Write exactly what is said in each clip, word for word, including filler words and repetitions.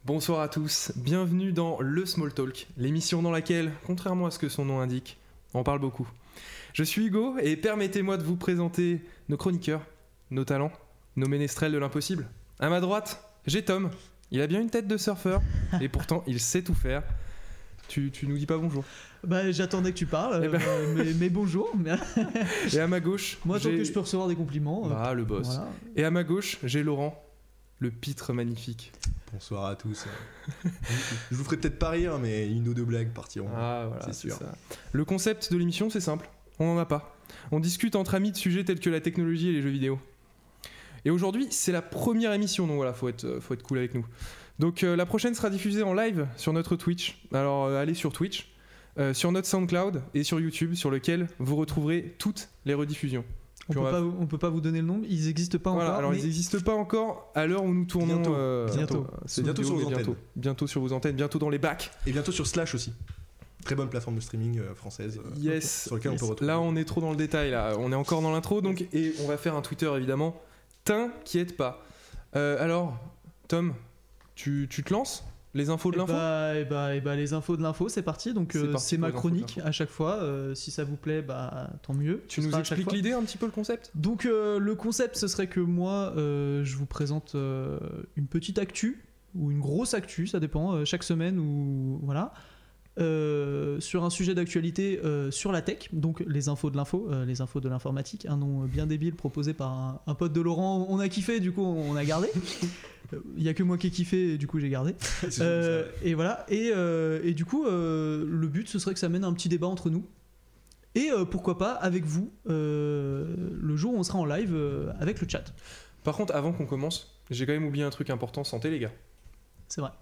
Bonsoir à tous, bienvenue dans le Small Talk, l'émission dans laquelle, contrairement à ce que son nom indique, on parle beaucoup. Je suis Hugo et permettez-moi de vous présenter nos chroniqueurs, nos talents, nos ménestrels de l'impossible. À ma droite, j'ai Tom, il a bien une tête de surfeur et pourtant il sait tout faire. Tu, tu nous dis pas bonjour? Bah j'attendais que tu parles, Eh ben... euh, mais, mais bonjour. Et à ma gauche, moi tant j'ai... que je peux recevoir des compliments. Bah euh, le boss. Voilà. Et à ma gauche, j'ai Laurent, le pitre magnifique. Bonsoir à tous. Je vous ferai peut-être pas rire, mais une ou deux blagues partiront. Ah voilà, c'est, c'est sûr. Ça. Le concept de l'émission, c'est simple, on n'en a pas. On discute entre amis de sujets tels que la technologie et les jeux vidéo. Et aujourd'hui, c'est la première émission, donc voilà, faut être, faut être cool avec nous. Donc euh, la prochaine sera diffusée en live sur notre Twitch. Alors euh, allez sur Twitch, euh, sur notre SoundCloud et sur YouTube, sur lequel vous retrouverez toutes les rediffusions. On peut, va... pas, on peut pas vous donner le nom, ils n'existent pas voilà, encore. Alors mais... ils n'existent pas encore à l'heure où nous tournons. Bientôt. Euh, bientôt. bientôt. C'est bientôt sur vos bientôt. antennes. Bientôt sur vos antennes, bientôt dans les bacs. Et bientôt sur Slash aussi. Très bonne plateforme de streaming euh, française. Euh, yes. Sur laquelle yes. on peut retrouver. Là on est trop dans le détail, là. On est encore dans l'intro, donc et on va faire un Twitter évidemment. T'inquiète pas. Euh, alors, Tom, tu, tu te lances? Les infos de et l'info bah, et bah, et bah, les infos de l'info, c'est parti. Donc c'est, euh, parti c'est ma chronique à chaque fois. Euh, si ça vous plaît, bah tant mieux. Tu nous expliques l'idée un petit peu, le concept? Donc euh, le concept, ce serait que moi, euh, je vous présente euh, une petite actu ou une grosse actu, ça dépend, euh, chaque semaine ou voilà. Euh, sur un sujet d'actualité euh, sur la tech, donc les infos de l'info, euh, les infos de l'informatique, un nom bien débile proposé par un, un pote de Laurent, on a kiffé, du coup on a gardé. Il y a que moi qui ai kiffé, et du coup j'ai gardé. euh, et voilà, et, euh, et du coup euh, le but ce serait que ça mène un petit débat entre nous. Et euh, pourquoi pas avec vous, euh, le jour où on sera en live euh, avec le chat. Par contre, avant qu'on commence, j'ai quand même oublié un truc important, santé les gars. C'est vrai.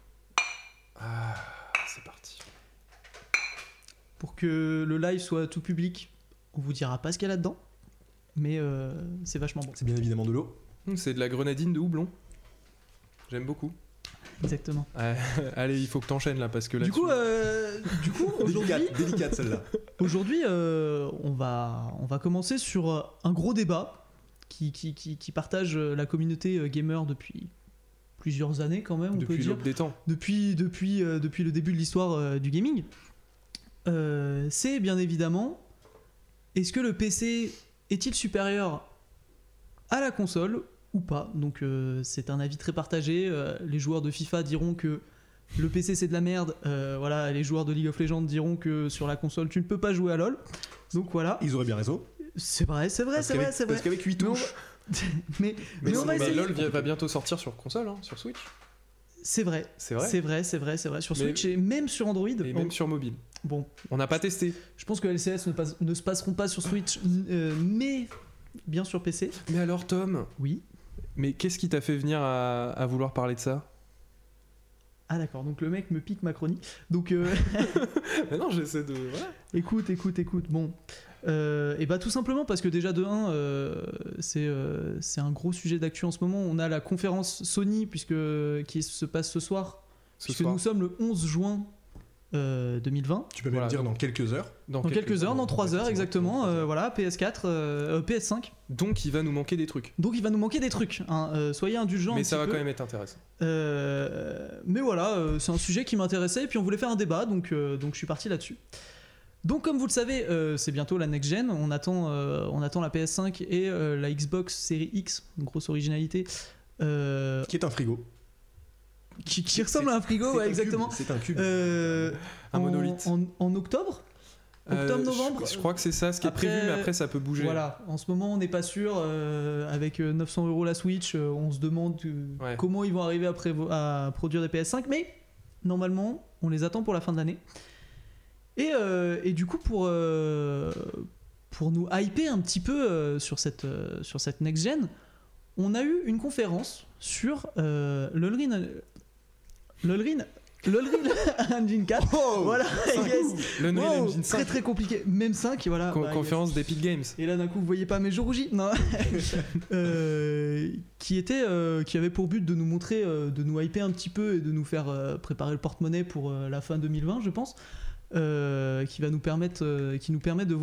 Ah, c'est parti. Pour que le live soit tout public, on vous dira pas ce qu'il y a là-dedans, mais euh, c'est vachement bon. C'est bien évidemment de l'eau. C'est de la grenadine de houblon. J'aime beaucoup. Exactement. Euh, allez, il faut que t'enchaînes là parce que là. Du coup, euh, du coup aujourd'hui, délicate, délicate celle-là. Aujourd'hui, euh, on va on va commencer sur un gros débat qui qui, qui, qui partage la communauté gamer depuis plusieurs années quand même. On depuis peut dire. l'aube des temps. Depuis depuis euh, depuis le début de l'histoire euh, du gaming. Euh, c'est bien évidemment, est-ce que le P C est-il supérieur à la console ou pas? Donc euh, c'est un avis très partagé. Euh, les joueurs de FIFA diront que le P C c'est de la merde. Euh, voilà, les joueurs de League of Legends diront que sur la console tu ne peux pas jouer à LoL. Donc voilà. Ils auraient bien raison. C'est vrai, c'est vrai, parce c'est vrai, c'est vrai. Parce qu'avec huit touches. mais, mais, mais on va essayer. LoL va bientôt sortir sur console, hein, sur Switch. C'est vrai, c'est vrai, c'est vrai, c'est vrai, c'est vrai. Sur mais Switch et même sur Android. Et on... même sur mobile. Bon, on n'a pas testé. Je pense que L C S ne, passe, ne se passeront pas sur Switch, euh, mais bien sur P C. Mais alors Tom. Oui. Mais qu'est-ce qui t'a fait venir à, à vouloir parler de ça? Ah d'accord, donc le mec me pique ma chronique. Donc. Euh... mais non, j'essaie de. Voilà. Écoute, écoute, écoute. Bon. Euh, et bah tout simplement parce que déjà de un, euh, c'est, euh, c'est un gros sujet d'actu en ce moment. On a la conférence Sony puisque, qui se passe ce soir. Ce puisque soir. Nous sommes le onze juin euh, deux mille vingt. Tu peux même voilà, dire dans quelques heures. Dans, dans quelques, quelques heures, dans trois heures exactement. Euh, voilà, P S quatre, euh, P S cinq. Donc il va nous manquer des trucs. Donc il va nous manquer des trucs. Hein. Euh, soyez indulgents. Mais ça va peu. quand même être intéressant. Euh, mais voilà, euh, c'est un sujet qui m'intéressait et puis on voulait faire un débat, donc, euh, donc je suis parti là-dessus. Donc comme vous le savez, euh, c'est bientôt la next gen, on attend, euh, on attend la P S cinq et euh, la Xbox Series X, une grosse originalité. Euh, qui est un frigo. Qui, qui ressemble à un frigo, ouais, exactement. Cube. C'est un cube. Euh, un en, monolithe. En, en octobre Octobre, novembre. Euh, je, je crois que c'est ça ce qui après, est prévu, mais après ça peut bouger. Voilà, en ce moment on n'est pas sûr. Euh, avec neuf cents euros la Switch, euh, on se demande euh, ouais. comment ils vont arriver à, prévo- à produire des P S cinq, mais normalement on les attend pour la fin de l'année. Et, euh, et du coup, pour, euh, pour nous hyper un petit peu euh, sur, cette, euh, sur cette next-gen, on a eu une conférence sur euh, l'Unreal l'Unreal Engine quatre. Oh, voilà, yes. L'Unreal wow, Engine cinq. Très très compliqué. Même cinq, voilà. Con- bah, conférence yes. d'Epic Games. Et là d'un coup, vous voyez pas mes jours rougis. Non. euh, qui, était, euh, qui avait pour but de nous montrer, euh, de nous hyper un petit peu et de nous faire euh, préparer le porte-monnaie pour euh, la fin deux mille vingt, je pense. Euh, qui va nous permettre, euh, qui nous permet de voir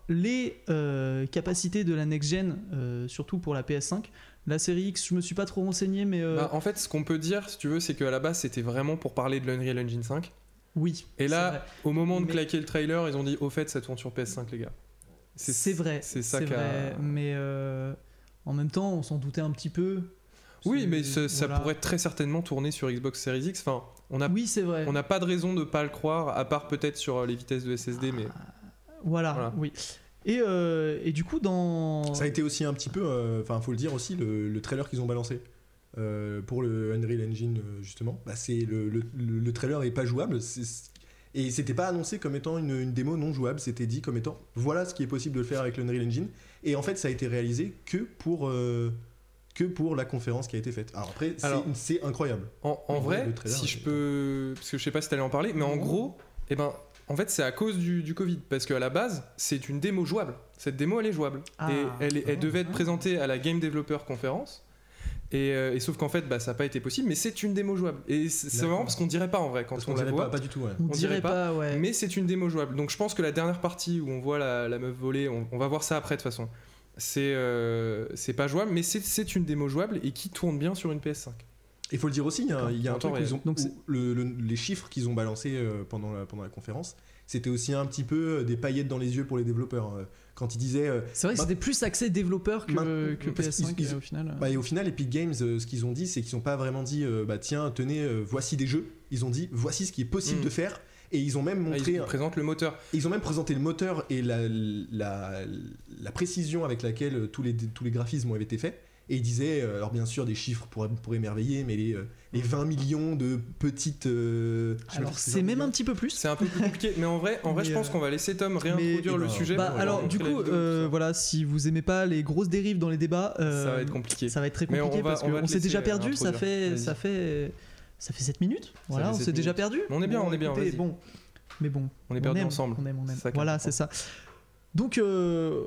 les euh, capacités de la next-gen, euh, surtout pour la P S cinq. La série X, je me suis pas trop renseigné, mais... Euh... Bah, en fait, ce qu'on peut dire, si tu veux, c'est qu'à la base, c'était vraiment pour parler de l'Unreal Engine cinq. Oui. Et là, au moment de mais... claquer le trailer, ils ont dit, au fait, ça tourne sur P S cinq, les gars. C'est, c'est vrai. C'est ça c'est qu'a... vrai, mais euh, en même temps, on s'en doutait un petit peu. Oui, mais ça, voilà. ça pourrait très certainement tourner sur Xbox Series X. Enfin, on a, oui, c'est vrai. On n'a pas de raison de pas le croire, à part peut-être sur les vitesses de S S D, mais... Voilà, voilà. oui. Et, euh, et du coup, dans... Ça a été aussi un petit peu, enfin, euh, faut le dire aussi, le, le trailer qu'ils ont balancé euh, pour le Unreal Engine, justement. Bah, c'est le, le, le, le trailer est pas jouable, c'est, et c'était pas annoncé comme étant une, une démo non jouable, c'était dit comme étant, voilà ce qui est possible de le faire avec l'Unreal Engine. Et en fait, ça a été réalisé que pour... Euh, que pour la conférence qui a été faite. Alors après, Alors, c'est, c'est incroyable. En, en vrai, si je peux... Parce que je sais pas si t'allais en parler, mais en gros, eh ben, en fait, c'est à cause du, du Covid. Parce qu'à la base, c'est une démo jouable. Cette démo, elle est jouable. Ah, et elle, est, elle devait être présentée à la Game Developer Conference. Et, euh, et sauf qu'en fait, bah, ça n'a pas été possible, mais c'est une démo jouable. Et c'est, c'est marrant parce qu'on dirait pas en vrai quand parce on la voit. Pas, pas du tout, ouais. On, on dirait pas, ouais. Mais c'est une démo jouable. Donc je pense que la dernière partie où on voit la, la meuf voler, on, on va voir ça après de toute façon. C'est, euh, c'est pas jouable, mais c'est, c'est une démo jouable et qui tourne bien sur une P S cinq. Il faut le dire aussi, hein, il y a un truc où ils ont, donc où le, le, les chiffres qu'ils ont balancés euh, pendant, la, pendant la conférence, c'était aussi un petit peu des paillettes dans les yeux pour les développeurs. Euh, quand ils disaient... Euh, c'est vrai que bah, c'était plus axé développeur que, bah, que P S cinq ils, ils, au final. Bah, et au final, Epic Games, euh, ce qu'ils ont dit, c'est qu'ils n'ont pas vraiment dit euh, bah, tiens, tenez, euh, voici des jeux. Ils ont dit voici ce qui est possible mmh. de faire. Et ils ont même montré... Ah, ils présentent le moteur. Ils ont même présenté le moteur et la, la, la précision avec laquelle tous les, tous les graphismes ont été faits. Et ils disaient, alors bien sûr, des chiffres pour, pour émerveiller, mais les, les vingt millions de petites... Euh, alors c'est, c'est même un petit peu plus. C'est un peu plus compliqué, mais en vrai, en vrai je pense qu'on va laisser Tom réintroduire mais, le ben, sujet. Bah, alors du coup, euh, voilà, si vous aimez pas les grosses dérives dans les débats... Euh, ça va être compliqué. Ça va être très compliqué va, parce qu'on s'est déjà perdu, ça fait, ça fait... Ça fait sept minutes, voilà, on s'est minutes. déjà perdu. On est bien, on est bien, écoutez, bon, mais bon, on est perdu aime, ensemble. On aime, on aime. C'est voilà, c'est ça. Donc, euh,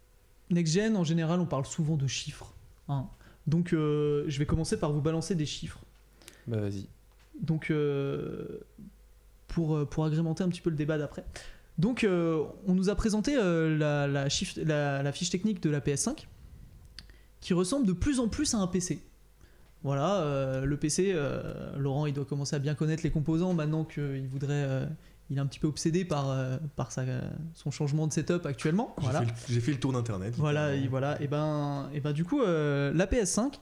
Next Gen, en général, on parle souvent de chiffres. Hein. Donc, euh, je vais commencer par vous balancer des chiffres. Bah, vas-y. Donc, euh, pour, pour agrémenter un petit peu le débat d'après. Donc, euh, on nous a présenté euh, la, la, chiffre, la, la fiche technique de la P S cinq qui ressemble de plus en plus à un P C. Voilà, euh, le P C, euh, Laurent, il doit commencer à bien connaître les composants maintenant qu'il voudrait, euh, il est un petit peu obsédé par, euh, par sa, son changement de setup actuellement. J'ai, voilà. fait, le, j'ai fait le tour d'internet. Voilà, et voilà, et ben, et ben du coup, euh, la P S cinq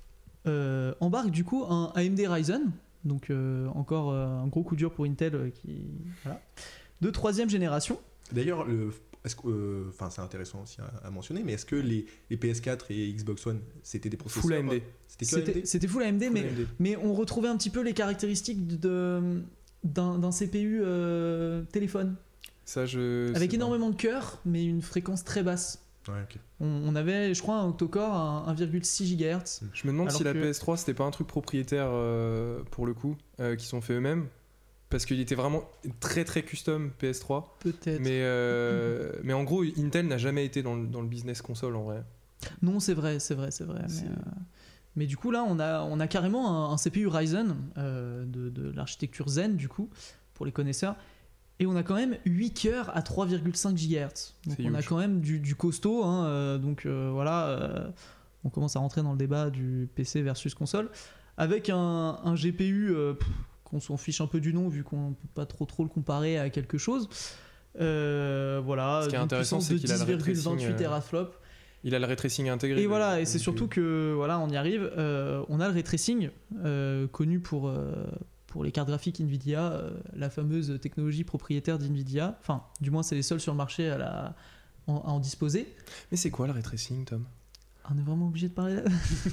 euh, embarque du coup un A M D Ryzen, donc euh, encore euh, un gros coup dur pour Intel, euh, qui, voilà, de troisième génération. D'ailleurs, le Est-ce que, euh, enfin, c'est intéressant aussi à, à mentionner, mais est-ce que les, les P S quatre et Xbox One c'était des processeurs full A M D? C'était, c'était, A M D c'était full A M D, full mais, A M D, mais on retrouvait un petit peu les caractéristiques de, d'un, d'un C P U euh, téléphone. Ça, je avec énormément pas. de cœur, mais une fréquence très basse. Ouais, okay. on, on avait, je crois, un octa-core à un virgule six gigahertz. Je me demande si la que... P S trois c'était pas un truc propriétaire euh, pour le coup, euh, qu'ils ont fait eux-mêmes. Parce qu'il était vraiment très très custom P S trois. Peut-être. Mais, euh, mais en gros, Intel n'a jamais été dans le, dans le business console en vrai. Non, c'est vrai, c'est vrai, c'est vrai. C'est... Mais, euh, mais du coup, là, on a, on a carrément un, un C P U Ryzen euh, de, de l'architecture Zen, du coup, pour les connaisseurs. Et on a quand même huit cœurs à trois virgule cinq gigahertz. Donc c'est on huge. A quand même du, du costaud. Hein, euh, donc euh, voilà, euh, on commence à rentrer dans le débat du P C versus console. Avec un, un G P U... Euh, pff, qu'on s'en fiche un peu du nom vu qu'on ne peut pas trop trop le comparer à quelque chose. Euh, voilà, ce qui est intéressant, c'est qu'il a le dix virgule vingt-huit teraflops. Il a le ray tracing intégré. Et voilà, et c'est surtout que voilà, on y arrive. Euh, on a le ray tracing euh, connu pour euh, pour les cartes graphiques Nvidia, euh, la fameuse technologie propriétaire d'Nvidia. Enfin, du moins, c'est les seuls sur le marché à la en, à en disposer. Mais c'est quoi le ray tracing, Tom? On est vraiment obligé de parler là.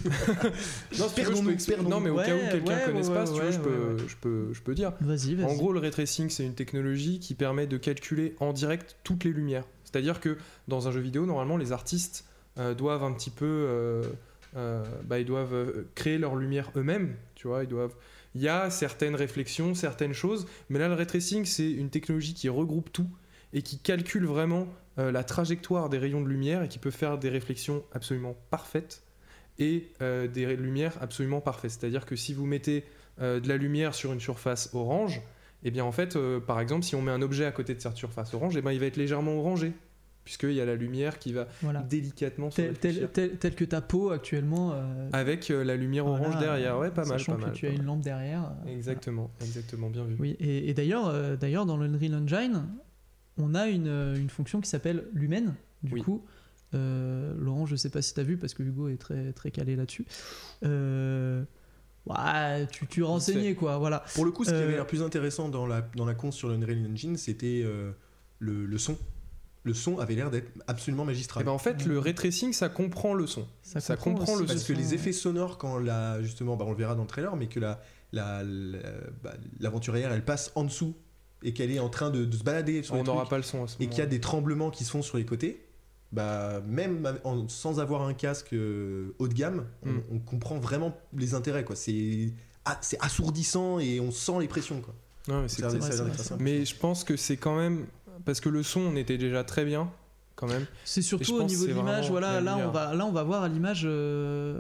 non, perdons, veux, je peux non, mais au ouais, cas où quelqu'un ne ouais, connaisse ouais, pas, ouais, si tu veux, ouais, je, peux, ouais. je, peux, je peux dire. Vas-y, vas-y. En gros, le ray tracing, c'est une technologie qui permet de calculer en direct toutes les lumières. C'est-à-dire que dans un jeu vidéo, normalement, les artistes euh, doivent un petit peu, euh, euh, bah, ils doivent créer leur lumière eux-mêmes. Tu vois, ils doivent. Il y a certaines réflexions, certaines choses, mais là, le ray tracing, c'est une technologie qui regroupe tout et qui calcule vraiment euh, la trajectoire des rayons de lumière et qui peut faire des réflexions absolument parfaites et euh, des lumières absolument parfaites. C'est-à-dire que si vous mettez euh, de la lumière sur une surface orange, et eh bien en fait, euh, par exemple, si on met un objet à côté de cette surface orange, et eh ben il va être légèrement orangé. puisqu'il y a la lumière qui va Voilà. délicatement se Tel, réfléchir. tel, tel, tel que ta peau actuellement. euh, Avec euh, la lumière orange voilà, derrière, ouais, pas mal, sachant pas mal. que tu pas as une mal. lampe derrière. euh, Exactement, exactement, bien vu. Oui, et, et d'ailleurs, euh, d'ailleurs, dans l'Unreal Engine, on a une, une fonction qui s'appelle Lumen. Du Oui. coup, euh, Laurent, je sais pas si tu as vu, parce que Hugo est très, très calé là-dessus. Euh, ouais, tu, tu renseignais, quoi, voilà. Pour le coup, ce qui Euh, avait l'air plus intéressant dans la, dans la conf sur l'Unreal Engine, c'était euh, le, le son. Le son avait l'air d'être absolument magistral. Et ben en fait, Ouais. le ray tracing, ça comprend le son. Ça comprend aussi le Parce que son, les ouais. effets sonores, quand la, justement, bah, on le verra dans le trailer, mais que la, la, la- bah, l'aventurière, elle passe en dessous et qu'elle est en train de, de se balader sur On les n'aura trucs, pas le son à ce et qu'il y a moment-là. des tremblements qui se font sur les côtés, bah, même en- sans avoir un casque euh, haut de gamme, on, Mm. on comprend vraiment les intérêts, quoi. C'est, ah, c'est assourdissant et on sent les pressions, quoi. Non, mais c'est Ça a cool. l'air- ça a l'air Ouais, d'être c'est assez Mais je pense que c'est quand même parce que le son, on était déjà très bien quand même. C'est Et je surtout au pense niveau que de c'est l'image, vraiment voilà, la là on, lumière. va, là on va voir à l'image euh,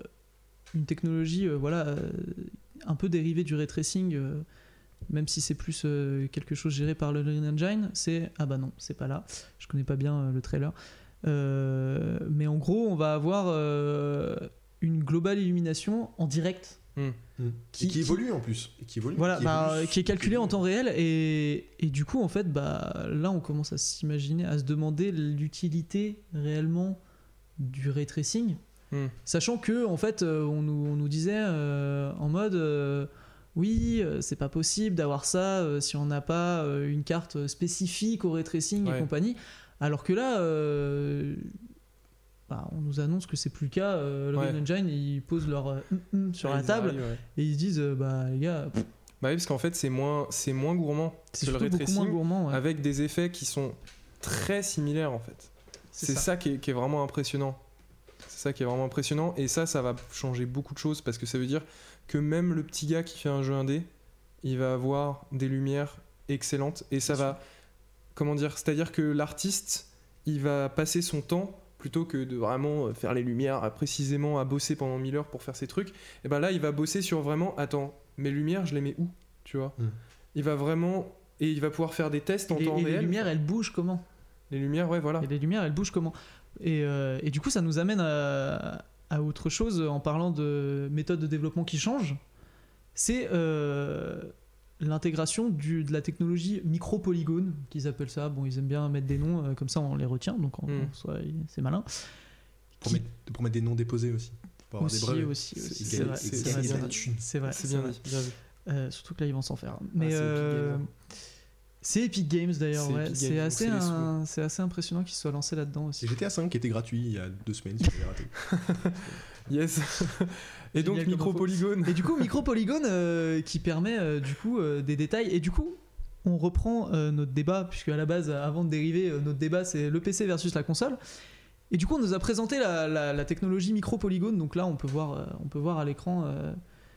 une technologie euh, voilà, euh, un peu dérivée du ray tracing, euh, même si c'est plus euh, quelque chose géré par le Unreal Engine. C'est ah bah non, c'est pas là. Je connais pas bien euh, le trailer. Euh, mais en gros, on va avoir euh, une globale illumination en direct. Mm. Qui, qui évolue en plus. Et qui évolue. Voilà, qui, bah, évolue- qui est calculé en temps réel et, et du coup en fait bah là on commence à s'imaginer, à se demander l'utilité réellement du ray tracing, Mm. sachant que en fait euh, on nous, on nous disait euh, en mode euh, oui euh, c'est pas possible d'avoir ça euh, si on n'a pas euh, une carte spécifique au ray tracing Ouais. et compagnie, alors que là euh, bah, on nous annonce que c'est plus le cas. euh, le Ouais. Unreal Engine ils posent leur euh, hum, hum sur Ouais, la ils table arrivent, ouais. et ils se disent euh, bah les gars pff, Bah oui, parce qu'en fait, c'est moins, c'est moins gourmand c'est que le surtout ray beaucoup moins tracing, gourmand. Ouais. avec des effets qui sont très similaires en fait. C'est ça, qui, est, qui est vraiment impressionnant. C'est ça qui est vraiment impressionnant. Et ça, ça va changer beaucoup de choses parce que ça veut dire que même le petit gars qui fait un jeu indé, il va avoir des lumières excellentes. Et ça va. Comment dire? C'est-à-dire que l'artiste, il va passer son temps, plutôt que de vraiment faire les lumières précisément, à bosser pendant mille heures pour faire ses trucs, et ben là, il va bosser sur vraiment. Attends, mes lumières, je les mets où? Tu vois? Mm. Il va vraiment. Et il va pouvoir faire des tests en Et, temps et réel. les lumières, elles bougent comment? Les lumières, ouais, voilà. Et les lumières, elles bougent comment? Et, euh, et du coup, ça nous amène à, à autre chose en parlant de méthodes de développement qui changent. C'est euh, l'intégration du- de la technologie micro-polygone, qu'ils appellent ça. Bon, ils aiment bien mettre des noms, euh, comme ça on les retient, donc en, Mm. en soi, c'est malin. Pour, Qui- mettre, pour mettre des noms déposés aussi. Pour avoir Aussi, des brevets. aussi, C'est- aussi, c'est- c'est vrai, c'est- c'est c'est vrai, bien c'est dit. vrai. thune. C'est vrai, C'est c'est bien vrai. dit, bien vu. Euh, surtout que là, ils vont s'en faire. Mais c'est Epic euh, Games. c'est Epic Games d'ailleurs, C'est ouais. Epic C'est Games, assez, donc c'est les un- c'est assez impressionnant qu'ils se soient lancés là-dedans aussi. C'est G T A cinq qui était gratuit il y a deux semaines, si vous l'avez raté. Yes. Et donc, Génial comme micro-polygone. Et du coup, micro-polygone euh, qui permet euh, du coup euh, des détails. Et du coup, on reprend euh, notre débat, puisque à la base, avant de dériver, euh, notre débat c'est le P C versus la console. Et du coup, on nous a présenté la, la- la technologie micro-polygone. Donc là, on peut voir, euh, on peut voir à l'écran euh,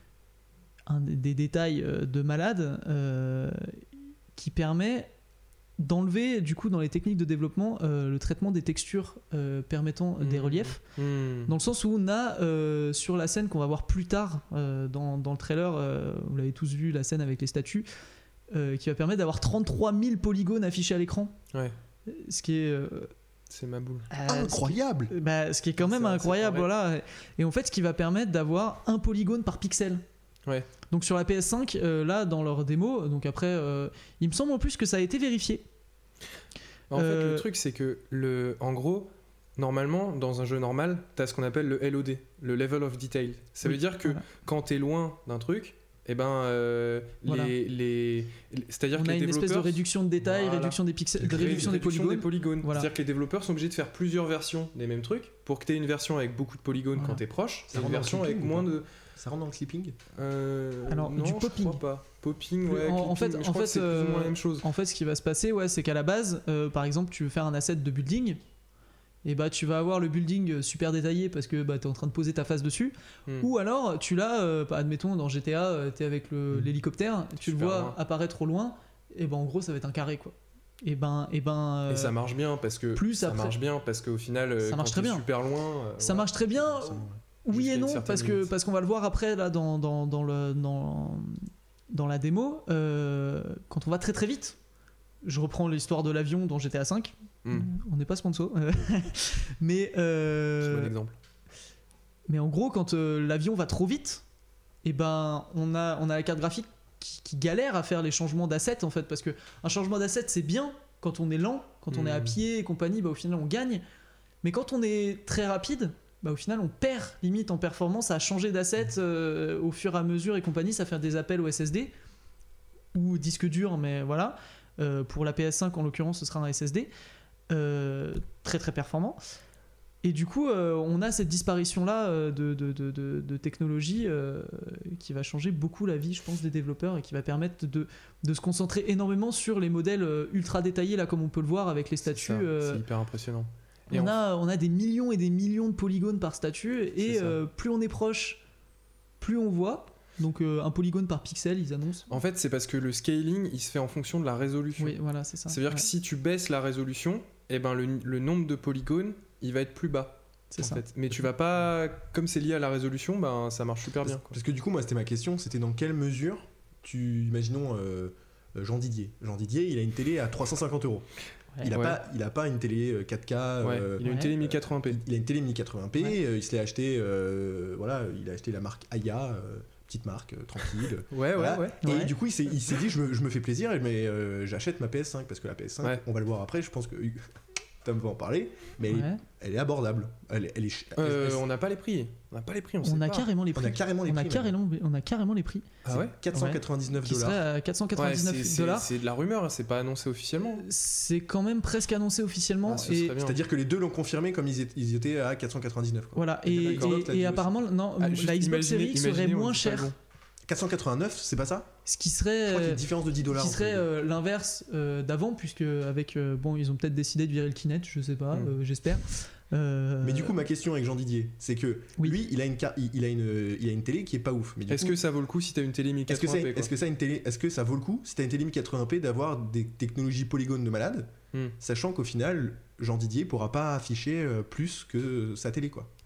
un des, des détails euh, de malade euh, qui permet d'enlever du coup dans les techniques de développement euh, le traitement des textures euh, permettant des Mmh. reliefs. Hmm. Dans le sens où on a euh, sur la scène qu'on va voir plus tard euh, dans, dans le trailer, euh, vous l'avez tous vu, la scène avec les statues, euh, qui va permettre d'avoir trente-trois mille polygones affichés à l'écran. Ouais. Ce qui est. euh, C'est ma boule. euh, Incroyable! ce qui- bah, ce qui est quand C'est même vrai, c'est incroyable, vrai. voilà. Et en fait, ce qui va permettre d'avoir un polygone par pixel. Ouais. Donc sur la P S cinq, euh, là, dans leur démo, donc après, euh, il me semble en plus que ça a été vérifié. En fait, Euh, le truc, c'est que, le, en gros, normalement, dans un jeu normal, tu as ce qu'on appelle le L O D, le Level of Detail. Ça Oui, veut dire que voilà. quand tu es loin d'un truc, eh ben, euh, Voilà. les, les, les- c'est-à-dire On que a les une espèce de développeurs... réduction de détails, Voilà. réduction des pixels, de Ré- réduction des polygones. Voilà. C'est-à-dire que les développeurs sont obligés de faire plusieurs versions des mêmes trucs pour que tu aies une version avec beaucoup de polygones Voilà. quand tu es proche, Ça et une rend dans le version avec clipping ou moins pas de... Ça rentre dans le clipping? Euh, Alors, non, du je popping. crois pas. Popping, Plus- ouais. en- en clipping, fait- mais je en crois que fait, c'est plus ou moins euh, la même chose. En fait, ce qui va se passer, ouais, c'est qu'à la base, euh, par exemple, tu veux faire un asset de building, et bah tu vas avoir le building super détaillé parce que bah, tu es en train de poser ta face dessus, Hmm. ou alors tu l'as, euh, bah, admettons dans G T A, tu es avec le- Hmm. l'hélicoptère, tu le Super vois loin. apparaître au loin, et ben en gros ça va être un carré quoi. Et ben, et ben euh, Et ça marche bien parce que plus ça après- marche bien parce qu'au final, euh, Ça marche quand très t'es bien. super loin, euh, ça voilà. marche très bien. Forcément, ouais. Oui Jusqu'à et une non, certaine parce que limite. parce qu'on va le voir après là dans dans, dans le dans dans la démo, euh, quand on va très très vite. Je reprends l'histoire de l'avion dans G T A cinq. Mm. On n'est pas sponsor. mais, euh, C'est un bon exemple. mais en gros, quand euh, l'avion va trop vite, et ben, on a, on a la carte graphique qui, qui galère à faire les changements d'assets en fait, parce que un changement d'assets c'est bien quand on est lent, quand on Mm. est à pied et compagnie, bah, au final on gagne. Mais quand on est très rapide, bah, au final on perd limite en performance à changer d'assets euh, au fur et à mesure et compagnie, ça fait des appels au S S D ou disque dur, mais voilà. Euh, pour la P S cinq en l'occurrence ce sera un S S D euh, très très performant. Et du coup, euh, on a cette disparition-là euh, de, de, de, de, de technologie euh, qui va changer beaucoup la vie, je pense, des développeurs et qui va permettre de, de se concentrer énormément sur les modèles euh, ultra détaillés, là, comme on peut le voir avec les C'est statues. ça, euh, c'est hyper impressionnant. Et on, en- a, on a des millions et des millions de polygones par statue C'est et ça. euh, plus on est proche, plus on voit. Donc euh, un polygone par pixel, ils annoncent. En fait, c'est parce que le scaling, il se fait en fonction de la résolution. Oui, voilà, c'est ça. Ça veut dire Ouais, que si tu baisses la résolution, eh ben le, le nombre de polygones, il va être plus bas. c'est en ça. fait. Mais tu vas pas, comme c'est lié à la résolution, ben ça marche super bien. Parce, Quoi. parce que du coup, moi, c'était ma question, c'était dans quelle mesure tu, imaginons euh, euh, Jean Didier. Jean Didier, il a une télé à trois cent cinquante euros. Ouais. Il a Ouais. pas, il a pas une télé euh, quatre K. Ouais, euh, il a une ouais. télé mille quatre-vingts p. Il a une télé mille quatre-vingts p. Ouais. euh, il se l'est acheté, euh, voilà, il a acheté la marque Aya, euh, petite marque euh, tranquille. Ouais, Voilà. ouais, ouais. Et Ouais. du coup, il s'est, il s'est dit, je me, je me fais plaisir, mais euh, j'achète ma P S cinq parce que la P S cinq, Ouais. on va le voir après. Je pense que Tom va en parler, mais elle, est, Ouais. elle est abordable. Elle, est- elle est. ch- Euh, elle- on n'a pas les prix. On n'a pas les prix. On, On sait a pas. carrément les on prix. a carrément les on, a prix. carrément, on a carrément les prix. Ah ouais. quatre cent quatre-vingt-dix-neuf Qui dollars. serait à Ouais, quatre cent c'est, quatre-vingt-dix-neuf c'est- dollars. c'est de la rumeur. C'est pas annoncé officiellement. C'est quand même presque annoncé officiellement. Ah, ce et serait bien. C'est-à-dire que les deux l'ont confirmé comme ils étaient, ils étaient à quatre cent quatre-vingt-dix-neuf. quoi. voilà. Et Et, D'accord, l'autre l'a et- dit et aussi. apparemment, non, Ah, juste la Xbox imaginez- Series serait imaginez, on moins dit pas le chère. bon. quatre cent quatre-vingt-neuf, c'est pas ça Ce qui Je crois qu'il y a serait, une différence de dix dollars. qui serait euh, l'inverse euh, d'avant, puisque avec euh, bon, ils ont peut-être décidé de virer le Kinect, je sais pas, Mm. euh, j'espère. Euh, Mais du coup, ma question avec Jean Didier, c'est que Oui. lui, il a une car- il, il a une, il a une télé qui est pas ouf. Mais du Est-ce coup, que ça vaut le coup si t'as une télé est-ce que, ça, mille quatre-vingts p est-ce que ça a une télé, est-ce que ça vaut le coup si t'as une télé mille quatre-vingts p d'avoir des technologies polygones de malade, Hmm. sachant qu'au final, Jean Didier pourra pas afficher euh, plus que sa télé, quoi.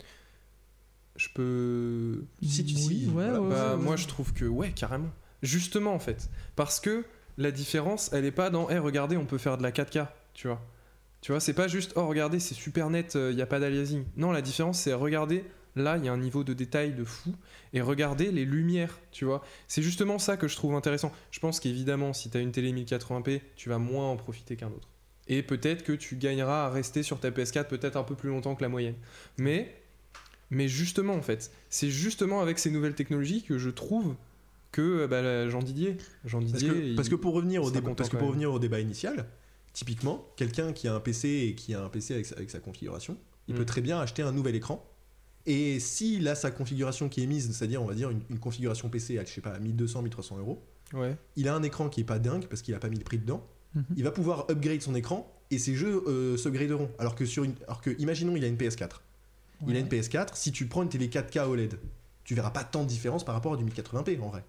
Je peux. Si tu oui, si, ouais, voilà. ouais, Bah, ouais, moi ouais. je trouve que ouais, carrément. Justement en fait, parce que la différence, elle est pas dans, hey, regardez, on peut faire de la quatre K, tu vois. Tu vois, c'est pas juste, oh regardez, c'est super net, il y a pas d'aliasing. Non, la différence c'est, regardez, là il y a un niveau de détail de fou, et regardez les lumières, tu vois. C'est justement ça que je trouve intéressant. Je pense qu'évidemment, si t'as une télé mille quatre-vingts p, tu vas moins en profiter qu'un autre. Et peut-être que tu gagneras à rester sur ta P S quatre peut-être un peu plus longtemps que la moyenne. Mais, mais justement en fait, c'est justement avec ces nouvelles technologies que je trouve que bah, la- Jean Didier, Jean Parce Didier, que, il- parce que pour revenir au sera débat, content parce que quand pour même. revenir au débat initial, typiquement, quelqu'un qui a un P C et qui a un P C avec sa, avec sa configuration, il Mm. peut très bien acheter un nouvel écran. Et s'il a sa configuration qui est mise, c'est-à-dire on va dire une, une configuration P C à je sais pas mille deux cents mille trois cents euros, ouais. il a un écran qui est pas dingue parce qu'il a pas mis le prix dedans. Mhm. Il va pouvoir upgrade son écran et ses jeux euh, s'upgraderont. Alors que sur une, alors que imaginons il a une P S quatre. Il a Ouais. une P S quatre. Si tu prends une télé quatre K O L E D, tu verras pas tant de différence par rapport à du mille quatre-vingts p en vrai.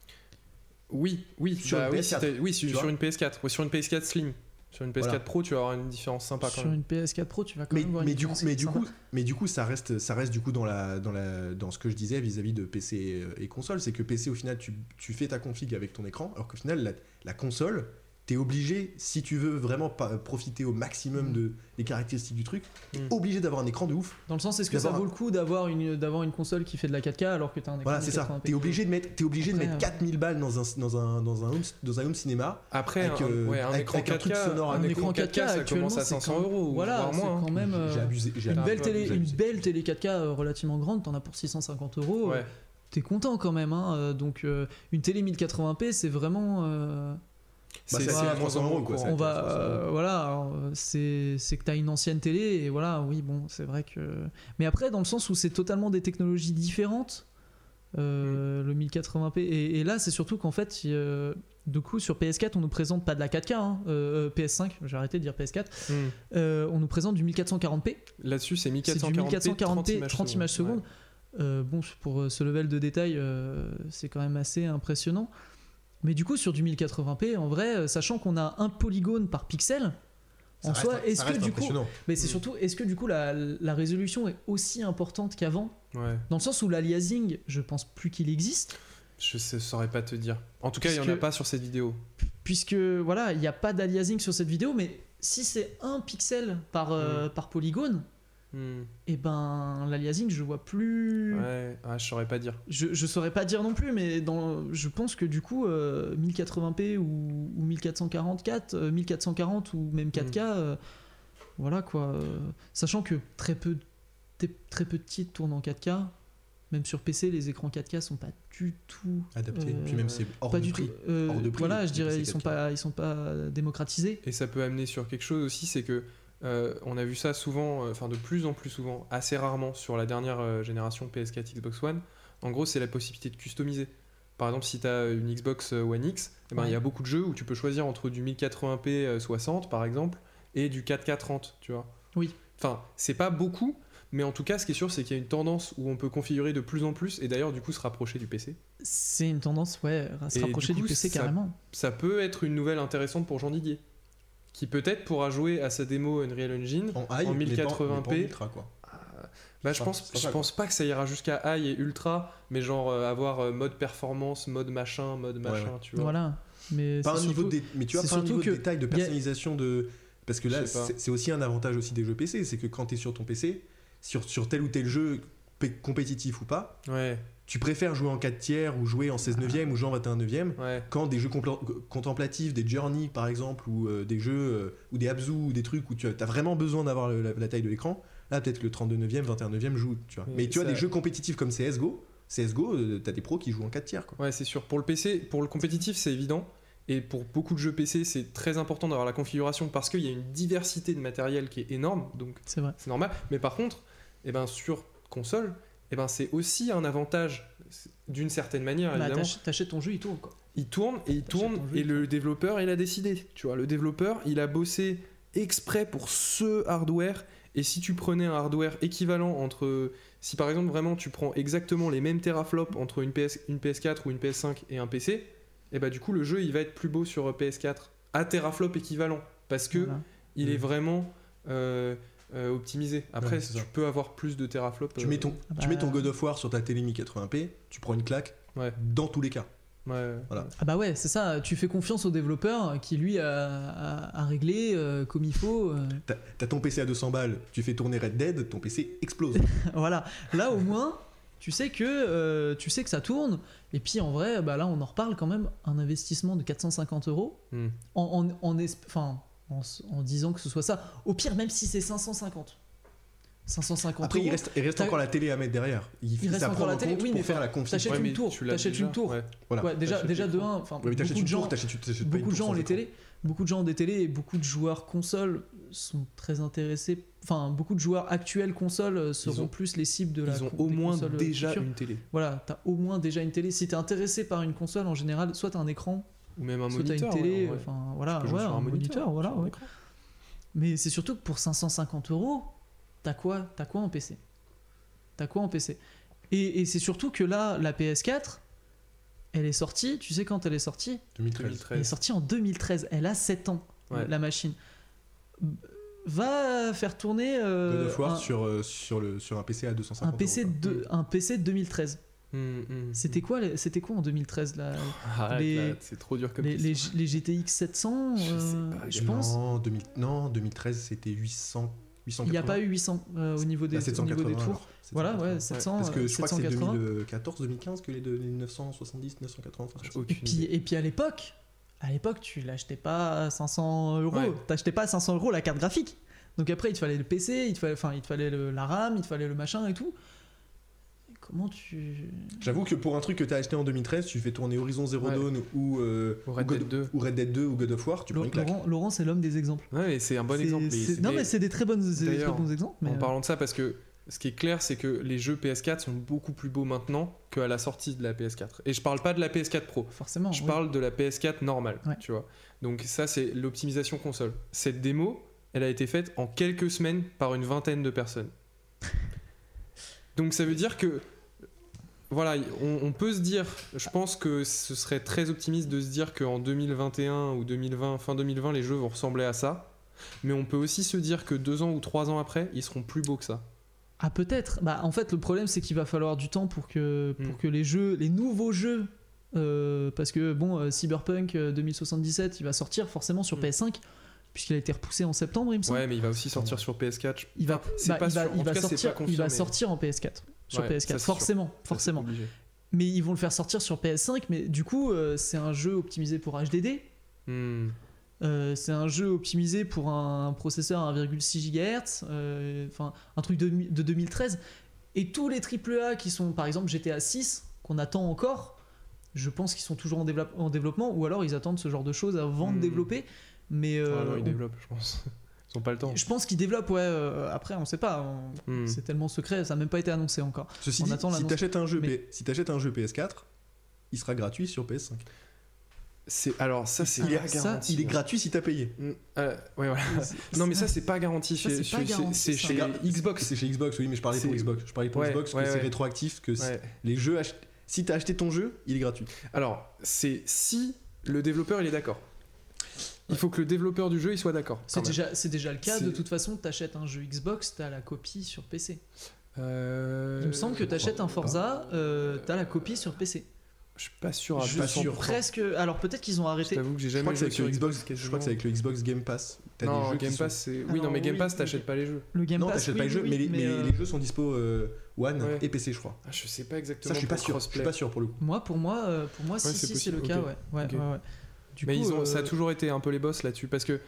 Oui, oui, Sur bah une oui, P S quatre, si t'as- oui, sur, tu sur vois. une P S quatre, ouais, sur une P S quatre Slim. Sur une P S quatre Voilà. Pro, tu vas avoir une différence sympa quand Sur même. une P S quatre Pro, tu vas quand Mais, même voir une mais du coup, différence mais du sympa. coup, mais du coup, ça reste, ça reste du coup dans la, dans la, dans ce que je disais vis-à-vis de P C et console, c'est que P C au final, tu, tu fais ta config avec ton écran, alors qu'au final, la, la console, t'es obligé, si tu veux vraiment pas profiter au maximum Mm. de, des caractéristiques du truc, t'es Mm. obligé d'avoir un écran de ouf. Dans le sens, est-ce que ça d'avoir vaut le coup d'avoir une, d'avoir une console qui fait de la quatre K alors que t'as un écran Voilà, de c'est ça. quatre-vingts p? T'es obligé de mettre, t'es obligé de Après, mettre euh, quatre mille balles dans un, dans un, dans un home, dans un home cinéma. Après, Avec, un, euh, ouais, un avec- écran avec un quatre K, truc sonore, un un écran quatre K, ça actuellement, commence à c'est cinq cents quand- euros, Voilà, voire c'est moins. quand même euh, J'ai abusé. J'ai une un belle peu télé, abusé. une belle télé quatre K euh, relativement grande, t'en as pour six cent cinquante euros. euh, Ouais. T'es content quand même, hein. euh, Donc euh, une télé mille quatre-vingts p, c'est vraiment. euh, Bah, C'est c'est c'est à de trois cents moins en euros, moins quoi, courant. c'est on va, trois cents euros. euh, voilà, alors, euh, c'est c'est que t'as une ancienne télé et voilà, oui, bon, c'est vrai que. Mais après, dans le sens où c'est totalement des technologies différentes, euh, le mille quatre-vingts p, et, et là, c'est surtout qu'en fait, il, euh, du coup, sur P S quatre, on nous présente pas de la quatre K, hein, euh, P S cinq, j'ai arrêté de dire P S quatre, Hmm. euh, on nous présente du mille quatre cent quarante p. Là-dessus, c'est C'est du mille quatre cent quarante p, trente images secondes. Ouais. Euh, bon, pour euh, ce level de détail, euh, c'est quand même assez impressionnant. Mais du coup, sur du mille quatre-vingts p, en vrai, euh, sachant qu'on a un polygone par pixel, Ça en reste- soi, ça est-ce que reste du coup, impressionnant. mais c'est Mm. surtout, est-ce que du coup la, la résolution est aussi importante qu'avant, Ouais. dans le sens où l'aliasing, je pense plus qu'il existe, Je sais- saurais pas te dire. En tout cas, il y en a Puisque- pas sur cette vidéo. puisque voilà, il n'y a pas d'aliasing sur cette vidéo, mais si c'est un pixel par, euh, Mm. par polygone, Hmm. et ben l'aliasing je vois plus. Ouais, ah, je saurais pas dire. Je, je saurais pas dire non plus, mais dans, je pense que du coup, euh, mille quatre-vingts p ou, ou mille quatre cent quarante-quatre, euh, mille quatre cent quarante ou même quatre K, euh, voilà quoi. euh, sachant que très peu, t- très peu de titres tournent en quatre K, même sur P C, les écrans quatre K sont pas du tout Adapté. euh, Puis même c'est hors pas de du prix. tout. euh, Hors de prix, voilà, les je dirais, P C ils sont quatre K. pas, ils sont pas démocratisés. Et ça peut amener sur quelque chose aussi, c'est que euh, on a vu ça souvent, enfin de plus en plus souvent, assez rarement sur la dernière euh, génération P S quatre, Xbox One. En gros, c'est la possibilité de customiser. Par exemple, si tu as une Xbox One X, eh ben, il Ouais. y a beaucoup de jeux où tu peux choisir entre du mille quatre-vingts p euh, soixante par exemple et du quatre K trente, tu vois. Oui. Enfin, c'est pas beaucoup, mais en tout cas, ce qui est sûr, c'est qu'il y a une tendance où on peut configurer de plus en plus et d'ailleurs, du coup, se rapprocher du P C. C'est une tendance, ouais, à se Et rapprocher du du, coup, P C ça- carrément. Ça peut être une nouvelle intéressante pour Jean Didier, qui peut-être pourra jouer à sa démo Unreal Engine En high, en mais pas- mille quatre-vingts p. mais pas en ultra, quoi. Bah, je Enfin, pense, c'est pas je ça, pense pas que ça ira jusqu'à high et ultra, mais genre euh, avoir euh, mode performance, mode machin, mode machin, ouais. tu vois. Voilà. Mais Pas un c'est niveau surtout- de dé- mais tu vois c'est pas un surtout niveau de que détail de y a- personnalisation de parce que là Je sais pas. c'est c'est aussi un avantage aussi des jeux P C, c'est que quand tu es sur ton P C sur, sur tel ou tel jeu p- compétitif ou pas, Ouais, tu préfères jouer en quatre tiers ou jouer en seize neuvième ou jouer en vingt et un neuvième ouais. quand des jeux compla- contemplatifs, des Journey par exemple, ou euh, des jeux euh, ou des Abzu ou des trucs où tu as vraiment besoin d'avoir le- la, la taille de l'écran, là peut-être que le trente-deux neuvième, vingt et un neuvième joue, tu vois. Mais Mais tu vois ça- des jeux compétitifs comme C S G O, C S G O, euh, t'as des pros qui jouent en quatre tiers quoi. Ouais, c'est sûr. Pour le P C, pour le compétitif, c'est évident. Et pour beaucoup de jeux P C, c'est très important d'avoir la configuration parce qu'il y a une diversité de matériel qui est énorme, donc C'est vrai. c'est normal. Mais par contre, eh ben, sur console, eh ben, c'est aussi un avantage d'une certaine manière, Bah, évidemment. t'ach- t'achètes ton jeu, il tourne quoi. Il tourne et il T'achètes tourne ton jeu, et il le développeur il a décidé, tu vois, le développeur il a bossé exprès pour ce hardware et si tu prenais un hardware équivalent entre, si par exemple vraiment tu prends exactement les mêmes teraflops entre une, P S, une P S quatre ou une P S cinq et un P C, et bah du coup le jeu il va être plus beau sur P S quatre à teraflop équivalent parce que Voilà. il est Mhm. vraiment euh, euh, optimisé. Après Ouais, c'est tu ça. peux avoir plus de teraflops. Tu mets ton Ah tu mets bah- ton God of War sur ta télé mille quatre-vingts p, tu prends une claque Ouais. dans tous les cas. Ouais. Voilà. Ah bah ouais, c'est ça, tu fais confiance au développeur qui lui a, a- a réglé euh, comme il faut. euh. T'as t'as ton P C à deux cents balles, tu fais tourner Red Dead, ton P C explose. Voilà, là au moins, tu sais que euh, tu sais que ça tourne. Et puis en vrai, bah là on en reparle quand même, un investissement de quatre cent cinquante euros Hmm. en, en, en, esp- enfin, en, s- en disant que ce soit ça. Au pire, même si c'est cinq cent cinquante. cinq cent cinquante Après, euros. il reste, il reste T'as- encore la télé à mettre derrière. Il, Il reste ça encore prend la en télé, compte oui, pour mais faire enfin, la config. t'achètes Ouais, une mais tour, tu l'as t'achètes déjà, une tour. ouais. Voilà. Ouais, déjà, T'achètes déjà une de tour. un, enfin, Ouais, mais t'achètes beaucoup une de gens, tour, t'achètes t'achètes pas une beaucoup de tour gens ont sans les écran. télés, beaucoup de gens ont des télés et beaucoup de joueurs consoles sont très intéressés. Enfin, beaucoup de joueurs actuels consoles euh, seront ont- plus les cibles de la. Ils ont con- au des moins consoles déjà futures. une télé Voilà, t'as au moins déjà une télé. Si t'es intéressé par une console, en général, soit t'as un écran, ou même un soit t'as moniteur. une télé. ouais, en vrai. Enfin, voilà, Tu peux jouer ouais, sur un moniteur, voilà. sur un ouais. écran. Mais c'est surtout que pour cinq cent cinquante euros, t'as quoi, t'as quoi en P C T'as quoi en P C Et, et c'est surtout que là, la P S quatre, elle est sortie. Tu sais quand elle est sortie deux mille treize. Elle est deux mille treize. sortie en deux mille treize. Elle a sept ans, Ouais. la machine. Va faire tourner euh, God of War un, sur, euh, sur, le, sur un P C à deux cent un cinquante P C euros, quoi. de un P C de deux mille treize. Hum, hum, C'était quoi, les- c'était quoi en deux mille treize là, Arrête, les- là, c'est trop dur comme les, les, question. les G T X sept cents, Je sais euh, pas, je il y en a pense. Non, deux mille, non, deux mille treize c'était huit cents. huit cent Il n'y a quatre-vingts. pas eu huit cents euh, au niveau des, Ah, au niveau des sept cent quatre-vingts, tours. alors. Voilà, sept cent quatre-vingts. ouais, sept cents, Parce que je crois que c'est sept cent quatre-vingts. deux mille quatorze deux mille quinze que les, de, les neuf cent soixante-dix neuf cent quatre-vingts. enfin, J'ai aucune Et puis, idée. et puis à l'époque, à l'époque, tu l'achetais pas à cinq cents euros. Ouais. T'achetais pas à cinq cents euros la carte graphique. Donc après, il te fallait le P C, il te fallait, enfin, il te fallait le- la RAM, il te fallait le machin et tout. Comment tu. J'avoue que pour un truc que t'as acheté en deux mille treize, tu fais tourner Horizon Zero Ouais. Dawn ou, euh, Ou Red God- Dead deux. ou Red Dead deux ou God of War, tu prends une claque. Laurent, Laurent, c'est l'homme des exemples. Ouais, mais c'est un bon C'est- exemple. c'est- mais- non, mais mais c'est des très, bonnes, c'est des très D'ailleurs, bons exemples. Mais en euh, parlant de ça, parce que ce qui est clair, c'est que les jeux P S quatre sont beaucoup plus beaux maintenant qu'à la sortie de la P S quatre. Et je parle pas de la P S quatre Pro. forcément. Je oui. parle de la P S quatre normale, Ouais. tu vois. Donc ça, c'est l'optimisation console. Cette démo, elle a été faite en quelques semaines par une vingtaine de personnes. Donc ça veut dire que, voilà, on, on peut se dire, je pense que ce serait très optimiste de se dire qu'en deux mille vingt et un ou deux mille vingt, fin deux mille vingt, les jeux vont ressembler à ça. Mais on peut aussi se dire que deux ans ou trois ans après, ils seront plus beaux que ça. Ah, peut-être. Bah, en fait, le problème, c'est qu'il va falloir du temps pour que, pour Mm. que les jeux, les nouveaux jeux. euh, parce que bon, euh, Cyberpunk euh, deux mille soixante-dix-sept, il va sortir forcément sur Mm. P S cinq. puisqu'il a été repoussé en septembre, il me semble. Ouais, mais il va aussi sortir sur P S quatre. Il va, c'est bah, pas il va, sûr. En il tout va cas, c'est sortir, pas il va confirmé. sortir en P S quatre. Sur Ouais, P S ça, quatre, c'est forcément, sûr. Ça, c'est forcément. obligé. Mais ils vont le faire sortir sur P S cinq, mais du coup, euh, c'est un jeu optimisé pour H D D. Hmm. Euh, c'est un jeu optimisé pour un processeur à un virgule six gigahertz, euh, enfin un truc de, de deux mille treize. Et tous les triple A qui sont, par exemple, G T A six, qu'on attend encore, je pense qu'ils sont toujours en, développe- en développement, ou alors ils attendent ce genre de choses avant Hmm. de développer. Mais euh, Ah non, ils on- développent, je pense. Ils ont pas le temps. je pense qu'ils développent, ouais. euh, après, on sait pas. on- Hmm. C'est tellement secret, ça n'a même pas été annoncé encore. Ceci On dit, attend si l'annonce. t'achètes un jeu, Mais- P- si t'achètes un jeu P S quatre, il sera gratuit sur P S cinq. C'est alors ça c'est Il est, pas ça, garanti. il est gratuit si t'as payé. Hmm. Euh, ouais, voilà. Non mais ça c'est pas garanti Ça, chez, c'est pas chez- garanti, c'est ça. chez Xbox. C'est chez Xbox, oui, mais je parlais pour C'est- Xbox. Je parlais pour Ouais, Xbox ouais, que c'est ouais. rétroactif, que si- Ouais. les jeux, ach- si t'as acheté ton jeu, il est gratuit. Alors c'est si le développeur il est d'accord. Il faut que le développeur du jeu il soit d'accord. C'est quand même. déjà, c'est déjà le cas. C'est- De toute façon, t'achètes un jeu Xbox, t'as la copie sur P C. Euh, Il me semble que je t'achètes crois un Forza, euh, t'as la copie sur P C. Je suis pas sûr à Je deux suis cents pour cent. presque. Alors peut-être qu'ils ont Je arrêté. t'avoue que j'ai Je jamais crois que c'est joué avec sur le Xbox. Je crois que c'est avec le Xbox Game Pass. T'as Non, des jeux Game qui Pass sont... c'est. Oui, Alors, non, mais Game oui, Pass oui, t'achètes oui. pas les jeux. Le Game Non, Pass. t'achètes oui, pas les oui, jeux, oui, mais, les, mais euh, les jeux sont dispo euh, One Ouais. et P C, je crois. Ah, je sais pas exactement. Ça, je suis pas pour sûr. Je suis crossplay. pas sûr pour le coup. Moi, pour moi, euh, pour moi, Ouais, si, c'est si, c'est le possible, cas, ok. ouais. Ouais, Ok. ouais, ouais. Du Mais coup, ils ont, ça a euh, toujours été un peu les boss là-dessus parce que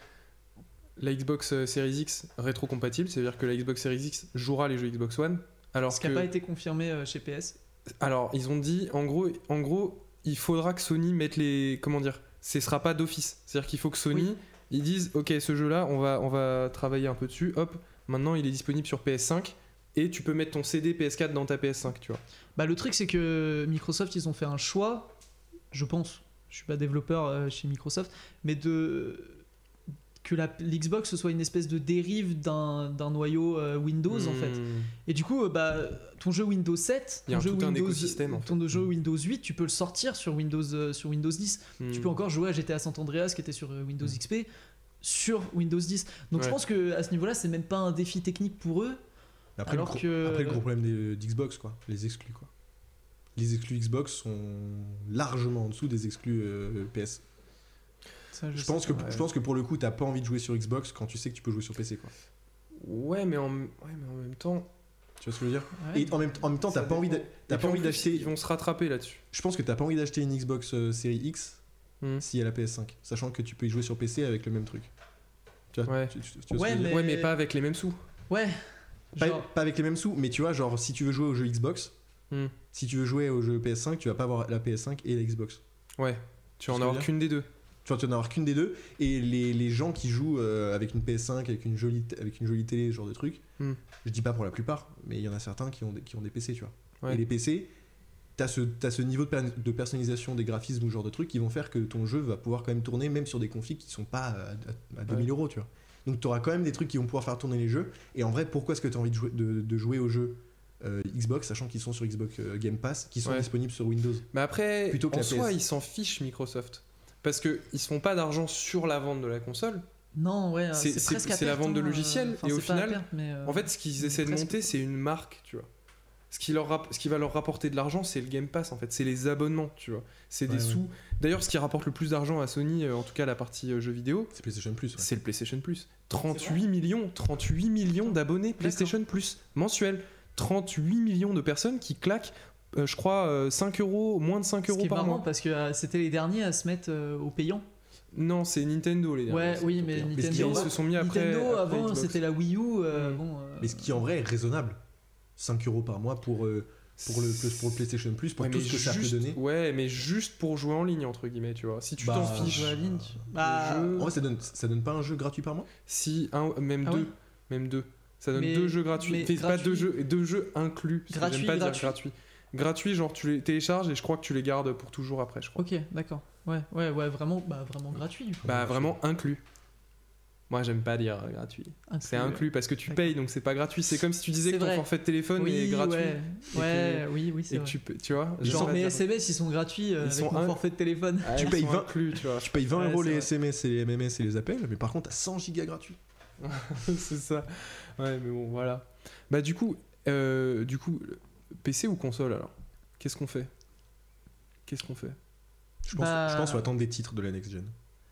la Xbox euh, Series X rétro-compatible, c'est-à-dire que la Xbox Series X jouera les jeux Xbox One. Alors ce qui que, n'a pas été confirmé euh, chez P S. alors ils ont dit, en gros, en gros, il faudra que Sony mette les, comment dire, ce sera pas d'office. C'est-à-dire qu'il faut que Sony, Oui. ils disent, ok, ce jeu-là, on va, on va travailler un peu dessus. Hop, maintenant il est disponible sur P S cinq et tu peux mettre ton C D P S quatre dans ta P S cinq, tu vois. Bah, le truc, c'est que Microsoft, ils ont fait un choix, je pense, je suis pas développeur euh, chez Microsoft, mais de que la, l'Xbox ce soit une espèce de dérive d'un, d'un noyau euh, Windows en fait. Hmm. Et du coup, euh, bah, ton jeu Windows sept, Il y a ton jeu tout un Windows, écosystème, en fait. ton jeu Windows huit, tu peux le sortir sur Windows, euh, sur Windows dix. Hmm. Tu peux encore jouer à G T A San Andreas qui était sur euh, Windows X P sur Windows dix. Donc je Ouais. pense que à ce niveau-là, c'est même pas un défi technique pour eux. Après, Alors le gros, que- après, le gros problème des- d'Xbox, quoi. Les exclus, quoi. Les exclus Xbox sont largement en dessous des exclus euh, P S. Ça, Je sais pense, que, pas. ouais. je pense que pour le coup, t'as pas envie de jouer sur Xbox quand tu sais que tu peux jouer sur P C, quoi. Ouais, mais en, ouais, mais en même temps. Tu vois ce que je veux dire? Ouais. Et en même, en même temps, Ça t'as pas envie, d'a- dépend. t'as Et pas puis en envie plus, d'acheter. Ils vont se rattraper là-dessus. Je pense que t'as pas envie d'acheter une Xbox euh, Series X Hmm. si elle a la P S cinq, sachant que tu peux y jouer sur P C avec le même truc. Tu vois, Ouais. tu, tu- tu vois Ouais, ce que je veux dire? mais- Ouais, mais pas avec les mêmes sous. Ouais. Pas, Genre, pas avec les mêmes sous, mais tu vois, genre si tu veux jouer au jeu Xbox, Hmm. si tu veux jouer au jeu P S cinq, tu vas pas avoir la P S cinq et la Xbox. Ouais. Tu vas en Ce que je veux avoir dire qu'une des deux. Tu vas en avoir qu'une des deux, et les, les gens qui jouent euh, avec une P S cinq, avec une jolie, t- avec une jolie télé, ce genre de truc, Hmm. je dis pas pour la plupart, mais il y en a certains qui ont des, qui ont des P C, tu vois. Ouais. Et les P C, t'as ce, t'as ce niveau de, per- de personnalisation des graphismes ou ce genre de trucs qui vont faire que ton jeu va pouvoir quand même tourner, même sur des configs qui sont pas à, à- à deux mille euros, tu vois. Donc tu auras quand même des trucs qui vont pouvoir faire tourner les jeux. Et en vrai, pourquoi est-ce que tu as envie de jouer, de, de jouer aux jeux euh, Xbox, sachant qu'ils sont sur Xbox euh, Game Pass, qui sont Ouais. disponibles sur Windows? Mais après, Plutôt que en la soi, P S. ils s'en fichent Microsoft. Parce qu'ils se font pas d'argent sur la vente de la console. non, ouais, C'est- c'est, c'est- presque à c'est la perte, vente de hein, logiciels, euh, enfin, et au c'est pas à final, perte, mais, euh, En fait, ce qu'ils essaient de presque. monter, c'est une marque, tu vois. Ce qui, leur rapp- ce qui va leur rapporter de l'argent, c'est le Game Pass, en fait. C'est les abonnements, tu vois. C'est des Ouais, ouais. sous. D'ailleurs, ce qui rapporte le plus d'argent à Sony, euh, en tout cas la partie euh, jeux vidéo, C'est PlayStation Plus. ouais. c'est le PlayStation Plus. trente-huit millions, trente-huit millions d'abonnés PlayStation Plus mensuels. trente-huit millions de personnes qui claquent, euh, je crois, euh, cinq euros, moins de cinq Ce qui euros est par marrant mois. parce que euh, c'était les derniers à se mettre euh, au payant. Non, c'est Nintendo, les Ouais, derniers. oui, mais payant. Mais ce qui Nintendo, est- Ils se sont mis après. Nintendo après avant Xbox. c'était la Wii U. euh, Mm. bon, euh, Mais ce qui en vrai est raisonnable. cinq euros par mois pour, euh, pour, le, pour le PlayStation Plus, pour Ouais, tout mais ce que ça peut juste- donner. Ouais, mais juste pour jouer en ligne, entre guillemets, tu vois. Si tu Bah, t'en jouer fiches, à la ligne, tu- Bah, jeu- En vrai, ça donne, ça donne pas un jeu gratuit par mois? si, un, même Ah deux. ouais Même deux. Ça donne Mais- deux jeux gratuits. mais Enfin, pas gratuit- deux jeux, deux jeux inclus. parce que Gratuit, J'aime pas gratuit. dire gratuit. Gratuit, genre tu les télécharges et je crois que tu les gardes pour toujours après, je crois. Ok, d'accord. Ouais, ouais, ouais, vraiment, bah, vraiment gratuit. Du coup. Bah vraiment inclus. Moi j'aime pas dire euh, gratuit. C'est inclus parce que tu D'accord. payes donc c'est pas gratuit. C'est comme si tu disais C'est que ton vrai. forfait de téléphone oui, est gratuit. Ouais, et ouais, oui, oui, c'est Et que vrai. tu, peux- tu vois j'aime Genre pas mes dire- S M S ils sont gratuits euh, Ils avec sont mon un- forfait de téléphone. Ah, Tu ils payes sont vingt inclus, tu vois. Tu payes vingt Ouais, euros c'est les vrai. S M S et les M M S et les appels, mais par contre, t'as cent gigas gratuits. C'est ça. Ouais, mais bon, voilà. Bah du coup, euh, du coup, P C ou console alors? Qu'est-ce qu'on fait? Qu'est-ce qu'on fait? Je pense, Bah- je pense qu'on va attendre des titres de la next gen.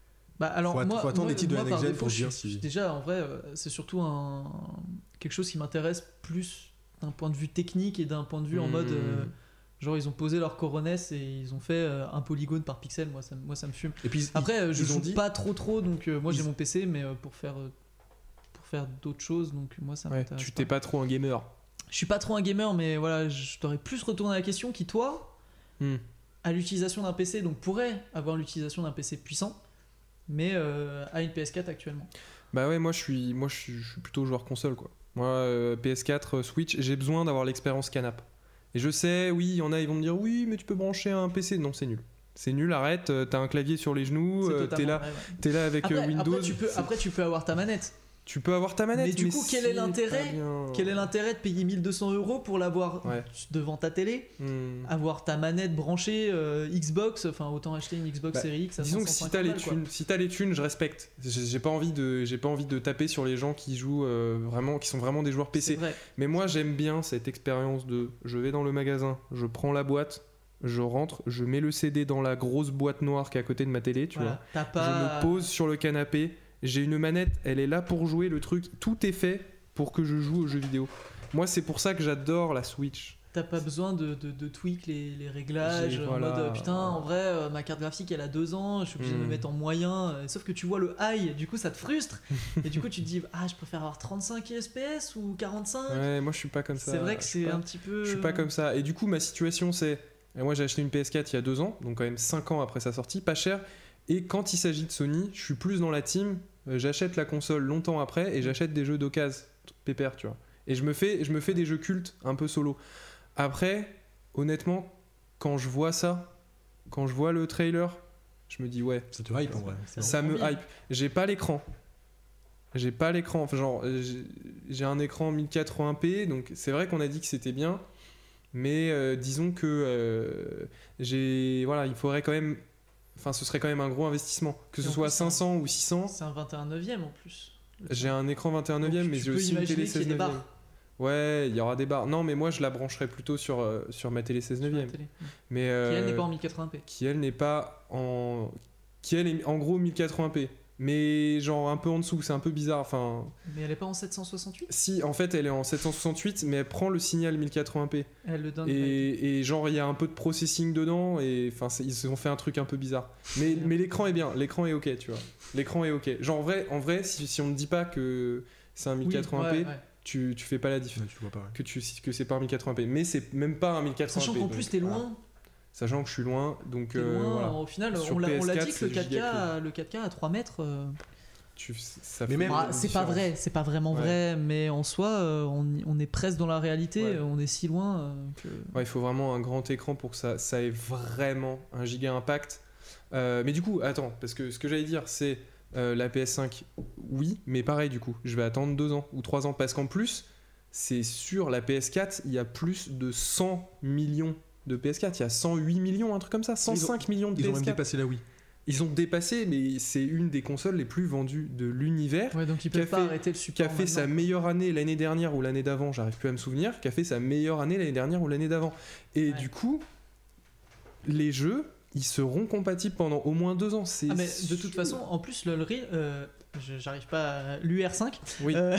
Bah alors Faut, moi, faut attendre moi, les titres de moi, la par next gen défaut, pour je dire suis- si. Déjà, en vrai, euh, c'est surtout un quelque chose qui m'intéresse plus d'un point de vue technique et d'un point de vue en Hmm. mode. euh, Genre, ils ont posé leur coronets et ils ont fait euh, un polygone par pixel. Moi, ça, moi, ça me fume. Et puis Après, euh, je ils ont joue dit- pas trop trop, donc euh, moi j'ai Ils- mon P C, mais euh, pour faire euh, pour faire d'autres choses, donc moi ça Ouais, m'intéresse. tu pas. t'es pas trop un gamer. Je suis pas trop un gamer, mais voilà, je t'aurais plus retourné la question qui toi, Hmm. à l'utilisation d'un P C, donc pourrait avoir l'utilisation d'un P C puissant, mais euh, a une P S quatre actuellement. Bah ouais, moi je suis, moi je suis, je suis plutôt joueur console quoi. Moi euh, P S quatre, euh, Switch, j'ai besoin d'avoir l'expérience canap. Et je sais, oui, il y en a, ils vont me dire oui, mais tu peux brancher un P C. Non, c'est nul. C'est nul, arrête. euh, T'as un clavier sur les genoux, C'est euh, totalement t'es là, vrai, ouais. t'es là avec euh, Après, Windows. après, tu peux, c'est- après, tu peux avoir ta manette. Tu peux avoir ta manette. Mais du coup, quel est c'est l'intérêt pas bien. Quel est l'intérêt de payer mille deux cents euros pour l'avoir Ouais. devant ta télé, Hmm. avoir ta manette branchée euh, Xbox, enfin autant acheter une Xbox Bah, Series X à Disons que si cinq cent cinquante t'as les balles, quoi. thunes, si t'as les thunes, je respecte. J'ai j'ai pas envie de, j'ai pas envie de taper sur les gens qui jouent euh, vraiment, qui sont vraiment des joueurs P C. C'est vrai. Mais moi, j'aime bien cette expérience de, je vais dans le magasin, je prends la boîte, je rentre, je mets le C D dans la grosse boîte noire qui est à côté de ma télé, tu Voilà. T'as vois. pas... Je me pose sur le canapé, j'ai une manette, elle est là pour jouer le truc, tout est fait pour que je joue aux jeux vidéo. Moi, c'est pour ça que j'adore la Switch. T'as pas besoin de, de, de tweak les, les réglages J'ai- en voilà. mode euh, putain en vrai euh, ma carte graphique elle a deux ans, je suis obligé de me Mm. mettre en moyen, euh, sauf que tu vois le high, du coup ça te frustre et du coup tu te dis ah je préfère avoir trente-cinq F P S ou quarante-cinq. Ouais, moi, je suis pas comme ça. C'est vrai que Je suis c'est pas- un petit peu. Je suis pas comme ça. Et du coup, ma situation, c'est. et Moi, j'ai acheté une P S quatre il y a deux ans, donc quand même cinq ans après sa sortie, pas cher. Et quand il s'agit de Sony, je suis plus dans la team. euh, J'achète la console longtemps après et j'achète des jeux d'occasion, pépère, tu vois. Et je me, fais, je me fais des jeux cultes un peu solo. Après, honnêtement, quand je vois ça, quand je vois le trailer, je me dis ouais, Ça te hype en vrai. C'est ça me envie. hype. J'ai pas l'écran. J'ai pas l'écran. Enfin, genre, j'ai- j'ai un écran mille quatre-vingts p, donc c'est vrai qu'on a dit que c'était bien, mais euh, disons que euh, j'ai, voilà, il faudrait quand même, enfin, ce serait quand même un gros investissement, que Et ce en soit plus, c'est un- cinq cents ou six cents. C'est un vingt et un neuvième en plus. J'ai un écran vingt et un neuvième, Donc, mais tu j'ai peux aussi une imaginer télé qu'il y ait seize des neuvième. barres. Ouais, il y aura des barres. Non, mais moi je la brancherai plutôt sur, euh, sur ma télé seize sur la neuvième. télé. Mais Qui euh, elle n'est pas en mille quatre-vingts p. qui elle n'est pas en, qui elle est en gros mille quatre-vingts p, mais genre un peu en dessous, c'est un peu bizarre. Enfin, Mais elle est pas en sept cent soixante-huit. si en fait elle est en sept cent soixante-huit, mais elle prend le signal mille quatre-vingts p. Elle le donne. Et, et genre il y a un peu de processing dedans et enfin c'est- ils ont fait un truc un peu bizarre. Mais, mais l'écran est bien, l'écran est ok, tu vois. L'écran est ok. Genre en vrai, en vrai si, si on ne dit pas que c'est un Oui, mille quatre-vingts p, ouais, ouais. tu, tu fais pas la diff. Ouais, tu vois pas. Ouais. Que, tu, que c'est pas un mille quatre-vingts p. Mais c'est même pas un mille quatre-vingts p. Sachant qu'en donc, plus t'es voilà. loin. Sachant que je suis loin, donc T'es euh, loin, voilà. au final, Sur on l'a on l'a P S quatre, dit que le c'est quatre K, giga le quatre K à trois mètres, euh, Tu, ça Mais fait même- bah, une c'est pas différence. vrai, c'est pas vraiment Ouais. vrai, mais en soi, euh, on, y- on est presque dans la réalité, Ouais. euh, on est si loin euh, que. Ouais, il faut vraiment un grand écran pour que ça, ça ait vraiment un giga impact. Euh, mais du coup, attends, parce que ce que j'allais dire, c'est euh, la P S cinq, oui, mais pareil, du coup, je vais attendre deux ans ou trois ans, parce qu'en plus, c'est sur la P S quatre, il y a plus de cent millions de P S quatre, il y a cent huit millions, un truc comme ça, cent cinq millions de Ils ont P S même quatre. dépassé la Wii. Ils ont dépassé, mais c'est une des consoles les plus vendues de l'univers. Ouais, donc ils Qui a peuvent pas fait- arrêter le Qui support. a fait sa maintenant. meilleure année l'année dernière ou l'année d'avant, j'arrive plus à me souvenir, qui a fait sa meilleure année l'année dernière ou l'année d'avant. Et Ouais. du coup, les jeux, ils seront compatibles pendant au moins deux ans. C'est Ah, mais de toute sûr. façon, en plus, le, le Real, euh, je- j'arrive pas à. L'U R cinq Oui, euh,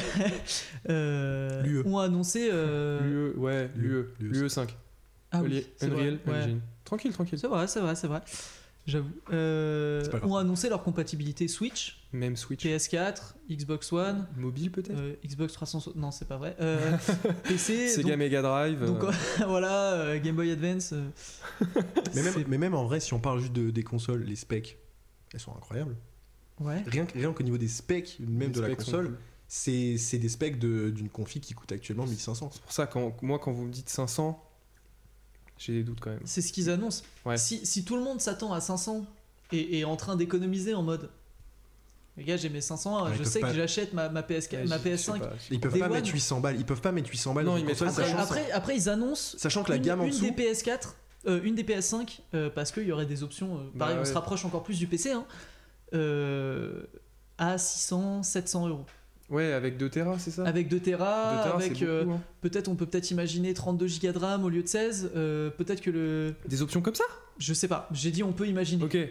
euh, L'U E. ont annoncé. euh, l'U E, ouais, l'U E, l'U E l'U E cinq. Ah oui, c'est vrai, Unreal ouais. Engine. Tranquille, tranquille. C'est vrai, c'est vrai, c'est vrai. J'avoue. Euh, C'est pas grave. ont annoncé leur compatibilité Switch, Même Switch. P S quatre, Xbox One, Mobile peut-être. euh, Xbox trois cent soixante. Non, c'est pas vrai. Euh, P C. Sega donc, Mega Drive. donc, euh, voilà, euh, Game Boy Advance. euh, Mais même, c'est- mais même en vrai, si on parle juste de- des consoles, les specs, elles sont incroyables. Ouais. Rien, que- rien qu'au niveau des specs, même les de la specs sont console, cool. c'est c'est des specs de- d'une config qui coûte actuellement mille cinq cents. C'est pour ça, quand, moi, quand vous me dites cinq cents, j'ai des doutes quand même. C'est ce qu'ils annoncent. Ouais. Si, si tout le monde s'attend à cinq cents et est en train d'économiser en mode. Les gars, j'ai mes cinq cents, Ouais, ils je peuvent sais pas- que j'achète ma, ma P S quatre, Ouais, ma je- P S je sais cinq. pas, je sais Ils pas. peuvent pas Day mettre One. huit cents balles. Ils peuvent pas mettre huit cents balles Non, dans ils une mettent- console, Après, sachant, après, après, ils annoncent sachant que la une, gamme en une dessous. des P S quatre, euh, une des P S cinq, euh, parce qu'il y aurait des options. euh, pareil, Bah on se ouais. rapproche encore plus du P C, hein, euh, à six cents, sept cents euros. Ouais, avec deux Tera, c'est ça Avec deux deux Tera, Tera, avec c'est euh, beaucoup, hein. peut-être on peut peut-être imaginer trente-deux gigas de RAM au lieu de seize. euh, peut-être que le Des options comme ça Je sais pas, j'ai dit on peut imaginer. Ok.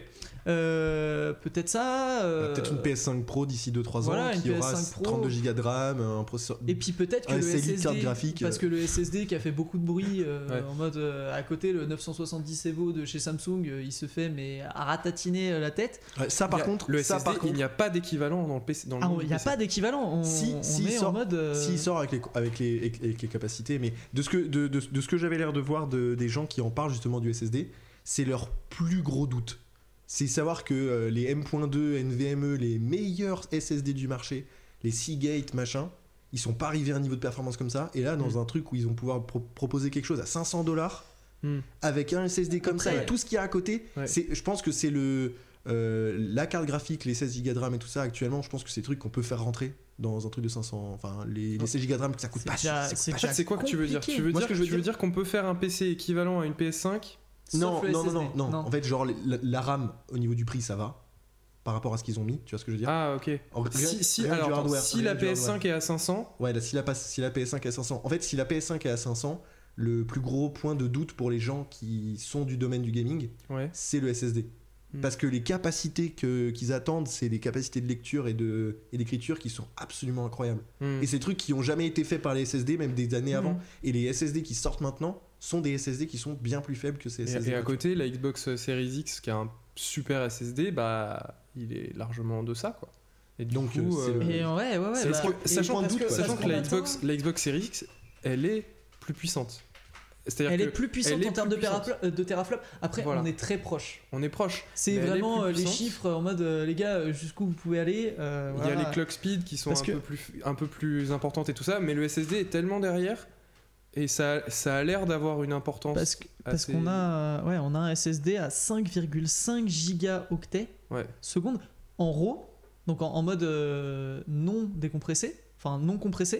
Euh, peut-être ça. euh, Peut-être une P S cinq Pro d'ici deux trois voilà, ans une qui P S aura cinq Pro. trente-deux gigas de RAM, un processeur. Et puis peut-être que un le S L I S S carte D, graphique, parce euh. que le S S D qui a fait beaucoup de bruit euh, Ouais. en mode euh, à côté le neuf cent soixante-dix Evo de chez Samsung, euh, il se fait mais à ratatiner euh, la tête. Ouais, ça par Il y a- contre, le ça S S D, par contre, il n'y a pas d'équivalent dans le P C. Dans le Ah, monde il du n'y a P C. pas d'équivalent. On, Si- on si, est il sort- en mode. euh, s'il sort avec les, avec les, avec, avec les capacités, mais de ce que, de, de, de ce que j'avais l'air de voir de, des gens qui en parlent justement du S S D, c'est leur plus gros doute. C'est savoir que euh, les M point deux, N V M e, les meilleurs S S D du marché, les Seagate, machin, ils sont pas arrivés à un niveau de performance comme ça. Et là, dans Mm. un truc où ils vont pouvoir pro- proposer quelque chose à cinq cents dollars, Hmm. avec un S S D comme Après- ça et tout ce qu'il y a à côté, Ouais. c'est, je pense que c'est le euh, la carte graphique, les seize gigas de RAM et tout ça actuellement, je pense que c'est des trucs qu'on peut faire rentrer dans un truc de cinq cents, enfin les, les seize gigas de RAM, ça coûte C'est pas déjà- cher, ça coûte c'est pas En déjà fait, c'est quoi que tu veux dire compliqué. Tu veux Moi, dire ce que je que veux tu veux dire- dire qu'on peut faire un P C équivalent à une P S cinq? sauf non, le non, S S D. non, non, non, en fait, genre la, la RAM au niveau du prix, ça va par rapport à ce qu'ils ont mis, tu vois ce que je veux dire. Ah, ok. En- rien- Si, si, rien alors, du attends, hardware, si rien la du P S hardware. cinq est à cinq cents, Ouais, là, si, la, pas- si la P S cinq est à cinq cents, en fait, si la P S cinq est à cinq cents, le plus gros point de doute pour les gens qui sont du domaine du gaming, ouais. c'est le S S D. Hmm. Parce que les capacités que, qu'ils attendent, c'est des capacités de lecture et, de, et d'écriture qui sont absolument incroyables. Hmm. Et c'est des trucs qui ont jamais été faits par les S S D, même des années Mhm. avant. Et les S S D qui sortent maintenant sont des S S D qui sont bien plus faibles que ces S S D. Et, et à côté, la Xbox Series X, qui a un super S S D, bah, il est largement en deçà, quoi. Et du Donc, coup, euh, c'est euh, le- Et ouais, ouais, ouais. c'est bah, parce que- et sachant, parce que- sachant parce que qu'on la attend- Xbox, la Xbox Series X, elle est plus puissante. C'est-à-dire Elle que est plus puissante elle est en termes plus de, puissante. teraflop- euh, de teraflop. Après, Voilà. on est très proche. on est proche. C'est Mais elle est vraiment plus euh, les puissante. chiffres en mode euh, les gars, euh, jusqu'où vous pouvez aller. euh, Il y a voilà. les clock speed qui sont Parce un, que- peu plus, un peu plus importantes et tout ça, mais le S S D est tellement derrière et ça, ça a l'air d'avoir une importance. Parce, que- parce assez- qu'on a, euh, ouais, on a un S S D à cinq virgule cinq gigaoctets Ouais. seconde en RAW, donc en, en mode euh, non décompressé, enfin non compressé.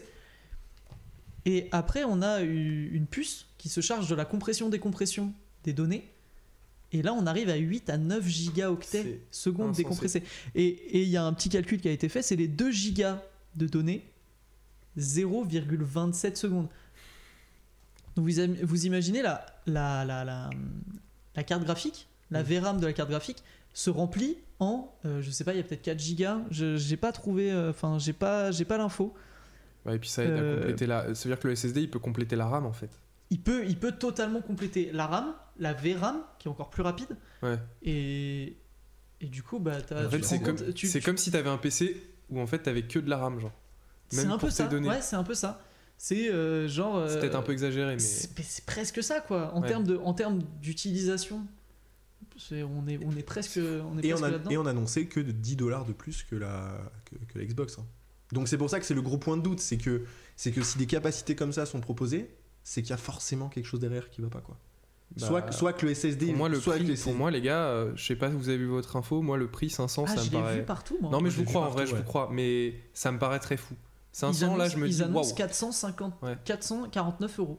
Et après, on a eu une puce qui se charge de la compression-décompression des données. Et là, on arrive à huit à neuf gigaoctets C'est seconde insensé. décompressés. Et et il y a un petit calcul qui a été fait, c'est les deux gigas de données, zéro virgule vingt-sept secondes. Donc vous, am- vous imaginez la, la, la, la, la carte graphique, la Mm. V RAM de la carte graphique se remplit en, euh, je sais pas, il y a peut-être quatre gigas, je j'ai pas trouvé, enfin j'ai pas, j'ai pas l'info. Ouais, et puis ça aide Euh, à compléter la. Ça veut dire que le S S D il peut compléter la RAM en fait. Il peut, il peut totalement compléter la RAM, la V RAM qui est encore plus rapide. Ouais. Et, et du coup, bah, t'as- En tu fait, te c'est rends comme, compte- tu- c'est tu- comme si t'avais un P C où en fait t'avais que de la RAM, genre. c'est Même un pour peu tes ça. données. Ouais, c'est un peu ça. C'est euh, genre. C'est euh, peut-être un peu exagéré, mais. C'est, mais c'est presque ça, quoi. En Ouais. termes de, en termes d'utilisation, c'est, on est, on est presque, on est Et on, presque a, là-dedans. et on a annoncé que de dix dollars de plus que la, que, que la Xbox. hein. Donc c'est pour ça que c'est le gros point de doute, c'est que, c'est que si des capacités comme ça sont proposées, c'est qu'il y a forcément quelque chose derrière qui va pas, quoi. Bah, soit, que- soit que le S S D... Pour moi, le soit que prix, le S S D pour moi, les gars, euh, je sais pas si vous avez vu votre info, moi le prix cinq cents, Ah, ça je me l'ai paraît. vu partout, moi. Non, mais Moi, je je vous l'ai crois, vu en vrai, partout, je vous ouais. crois, mais ça me paraît très fou. cinq cents, ils annoncent, là, je me ils dis, annoncent waouh. quatre cent cinquante, Ouais. quatre cent quarante-neuf euros.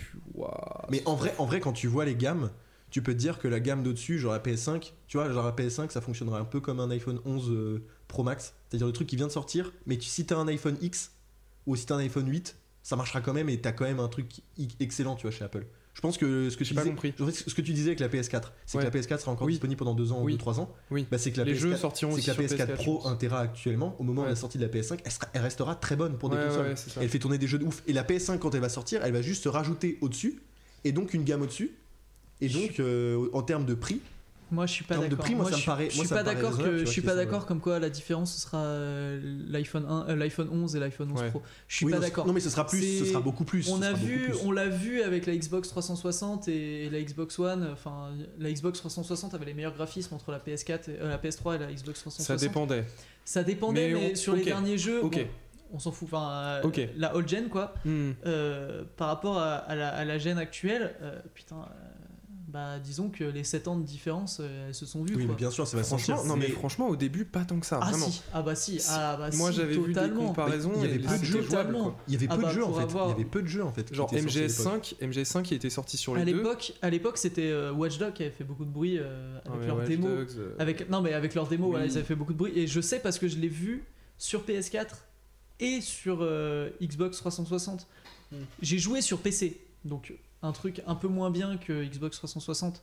Waouh. Mais en vrai, en vrai, quand tu vois les gammes, tu peux te dire que la gamme d'au-dessus, genre la P S cinq, tu vois, genre la P S cinq, ça fonctionnera un peu comme un iPhone onze euh, Pro Max, c'est-à-dire le truc qui vient de sortir, mais tu, si t'as un iPhone X ou si t'as un iPhone huit, ça marchera quand même et t'as quand même un truc i- excellent, tu vois, chez Apple. Je pense que ce que J'ai tu pas disais, compris. en fait, ce que tu disais avec la P S quatre, c'est Ouais. que la P S quatre sera encore Oui. disponible pendant deux ans Oui. ou trois ans. Oui. Bah, c'est que la Les P S jeux quatre, sortiront c'est aussi que la sur P S quatre P S quatre, Pro je pense. un Tera actuellement, au moment Ouais. de la sortie de la P S cinq, elle, sera- elle restera très bonne pour des Ouais, consoles. ouais, c'est ça. Elle fait tourner des jeux de ouf. Et la P S cinq, quand elle va sortir, elle va juste se rajouter au-dessus, et donc une gamme au-dessus. Et donc, euh, en termes de prix, Moi, je suis pas En termes de d'accord. prix, moi, ça je me suis- paraît- Je moi, suis ça pas me paraît d'accord raisonnable, que tu je vois, suis qu'ils pas sont, d'accord comme quoi la différence ce sera euh, l'iPhone un, euh, l'iPhone onze et l'iPhone onze Ouais. Pro. Je suis oui, pas non, d'accord. Non, mais ce sera plus, ce C'est- sera beaucoup plus. On ce a sera beaucoup vu, plus. on l'a vu avec la Xbox trois cent soixante et, et la Xbox One. Enfin, la Xbox trois cent soixante avait les meilleurs graphismes entre la P S quatre, et, euh, la P S trois et la Xbox trois cent Ça soixante. dépendait. Ça dépendait, Mais mais, on- sur les ok. derniers jeux, Ok. bon, on s'en fout. Enfin, euh, Ok. la old gen quoi. Hmm. Euh, par rapport à, à la, à la gen actuelle, euh, putain. euh, bah, disons que les sept ans de différence, euh, elles se sont vues. Oui, quoi. mais bien sûr, ça va sentir. Franchement, non mais franchement au début pas tant que ça, Ah vraiment. si, ah bah si, Si. ah bah Moi si, j'avais vu des totalement. comparaisons Il y avait et peu de c'était jeux, jouable, totalement. quoi. Il y avait Ah peu bah, de jeux en pour fait. avoir- Il y avait peu de jeux en fait. qui Genre étaient sortis à l'époque. M G S cinq, M G S cinq qui était sorti sur À les deux. l'époque, à l'époque, c'était euh, Watch Dogs qui avait fait beaucoup de bruit euh, Ah, avec mais leur Watch démo. Dogs, euh, Avec non mais avec leur démo, Oui. voilà, ils avaient fait beaucoup de bruit et je sais parce que je l'ai vu sur P S quatre et sur euh, Xbox trois cent soixante. Mm. J'ai joué sur P C, donc un truc un peu moins bien que Xbox trois cent soixante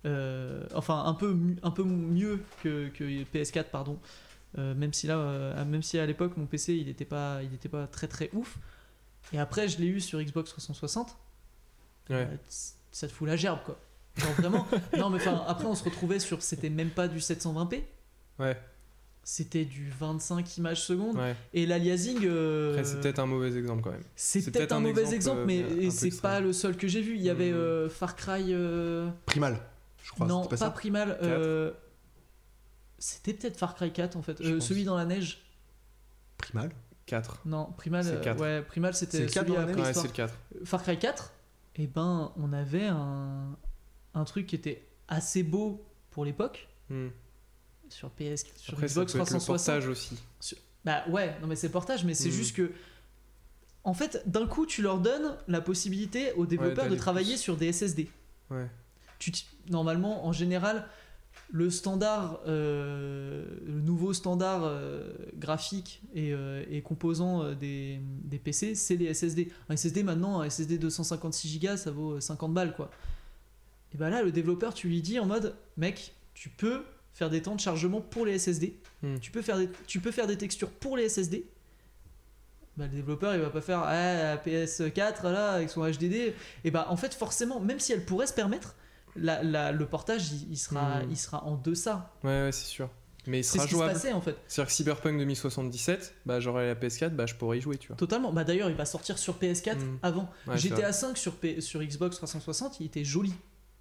Euh, enfin, un peu, un peu mieux que, que P S quatre, pardon. Euh, même si là, euh, même si à l'époque, mon P C, il n'était pas, il était pas très très ouf. Et après, je l'ai eu sur Xbox trois cent soixante. Ouais. Euh, ça te fout la gerbe, quoi. Genre vraiment. Non, mais enfin, après, on se retrouvait sur. C'était même pas du sept cent vingt p. Ouais. C'était du vingt-cinq images secondes. Ouais. Et l'aliasing. Euh... Après, c'est peut-être un mauvais exemple quand même. C'est, c'est peut-être, peut-être un, un mauvais exemple, exemple, euh, mais un peu et c'est extrême. pas le seul que j'ai vu. Il y avait Mmh. euh, Far Cry. Euh... Primal, je crois. non, c'était pas, pas, ça Primal. euh, C'était peut-être Far Cry quatre en fait. Je Euh, pense. celui dans la neige. Primal. quatre. Non, Primal. C'est euh, quatre. ouais, Primal c'était C'est le quatre celui dans la après neige Ouais, Histoire. c'est le quatre. Far Cry quatre. Et ben, on avait un un truc qui était assez beau pour l'époque Hmm. sur P S, sur Après, ça Xbox peut être trois cent le soixante. portage aussi. Bah ouais, non mais c'est le portage, mais c'est Mm. juste que. En fait, d'un coup, tu leur donnes la possibilité aux développeurs de d'aller travailler plus. sur des S S D. Ouais. Tu t- Normalement, en général, le standard, euh, le nouveau standard euh, graphique et, euh, et composant euh, des, des P C, c'est les S S D. Un S S D maintenant, un S S D deux cent cinquante-six gigas, ça vaut cinquante balles quoi. Et bah là, le développeur, tu lui dis en mode, mec, tu peux faire des temps de chargement pour les S S D. Hmm. Tu peux faire des, tu peux faire des textures pour les S S D. Bah, le développeur il va pas faire ah, la P S quatre là avec son H D D. Et bah en fait forcément même si elle pourrait se permettre, la, la- le portage il, il sera, Mm. il sera en deçà. Ouais, ouais, c'est sûr. Mais il C'est sera ce qui se jouable. passait en fait. C'est-à-dire que Cyberpunk deux mille soixante-dix-sept, bah, j'aurai la P S quatre, bah, je pourrais y jouer, tu vois. Totalement. Bah d'ailleurs il va sortir sur P S quatre Mm. avant. Ouais, c'est G T A vrai. cinq sur, P- sur Xbox trois cent soixante il était joli.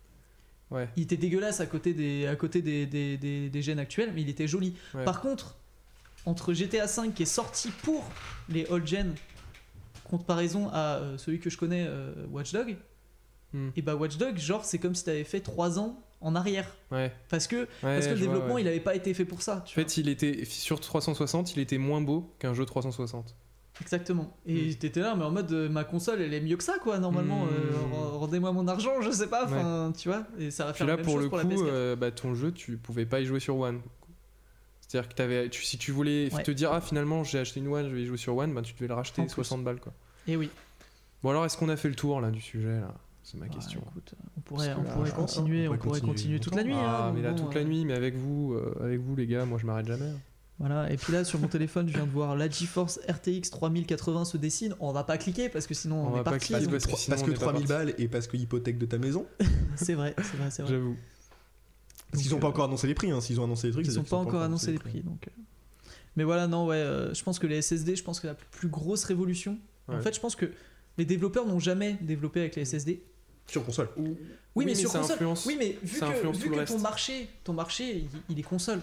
Ouais. Il était dégueulasse à côté des, à côté des, des, des, des gènes actuels, mais il était joli. Ouais. Par contre, entre G T A cinq qui est sorti pour les old gen, comparaison à euh, celui que je connais, euh, Watch Dogs, Hmm. et bah Watch Dogs, genre c'est comme si t'avais fait trois ans en arrière. Ouais. Parce que, Ouais, parce que le je vois, développement ouais. il avait pas été fait pour ça. En Tu vois. fait, il était sur trois cent soixante, il était moins beau qu'un jeu trois cent soixante. Exactement. Et Mm. t'étais là, mais en mode euh, ma console elle est mieux que ça quoi, normalement. Mm. euh, re- rendez-moi mon argent, je sais pas, enfin tu vois. Et ça va Puis faire là, la même pour chose le pour la coup, P S quatre. euh, bah, ton jeu, tu pouvais pas y jouer sur One. C'est-à-dire que t'avais, tu, si tu voulais Ouais. te dire, ah finalement j'ai acheté une One, je vais y jouer sur One, bah, tu devais le racheter En plus. soixante balles, quoi. Et oui. Bon, alors est-ce qu'on a fait le tour là du sujet là? C'est ma Ouais, question. écoute, on pourrait, Parce que on là, pourrait je pense, continuer, hein, on on pourrait pourrait continuer continuer toute la nuit. Ah, hein, mais là, bon, toute la euh, nuit, mais avec vous, euh, avec vous les gars, moi je m'arrête jamais. Voilà, et puis là sur mon téléphone, je viens de voir la GeForce R T X trois mille quatre-vingts se dessine. On va pas cliquer parce que sinon On on, va est pas parti. cliquer donc- parce que Trois- sinon, parce on que est pas trois mille parti. balles et parce que l'hypothèque de ta maison. C'est vrai, c'est vrai, c'est vrai. J'avoue. Parce qu'ils Donc, ont pas euh, encore annoncé les prix. Hein. S'ils ont annoncé les trucs, Ils c'est-à-dire ont qu'ils pas encore annoncé les prix, donc. euh. Mais voilà, non, ouais, euh, je pense que les S S D, je pense que la plus grosse révolution. En Ouais. fait, je pense que les développeurs n'ont jamais développé avec les S S D. Sur console. Oui, mais, sur ça console. influence. Oui, mais vu ça que, influence vu tout le que reste. ton marché, ton marché, il, il est console.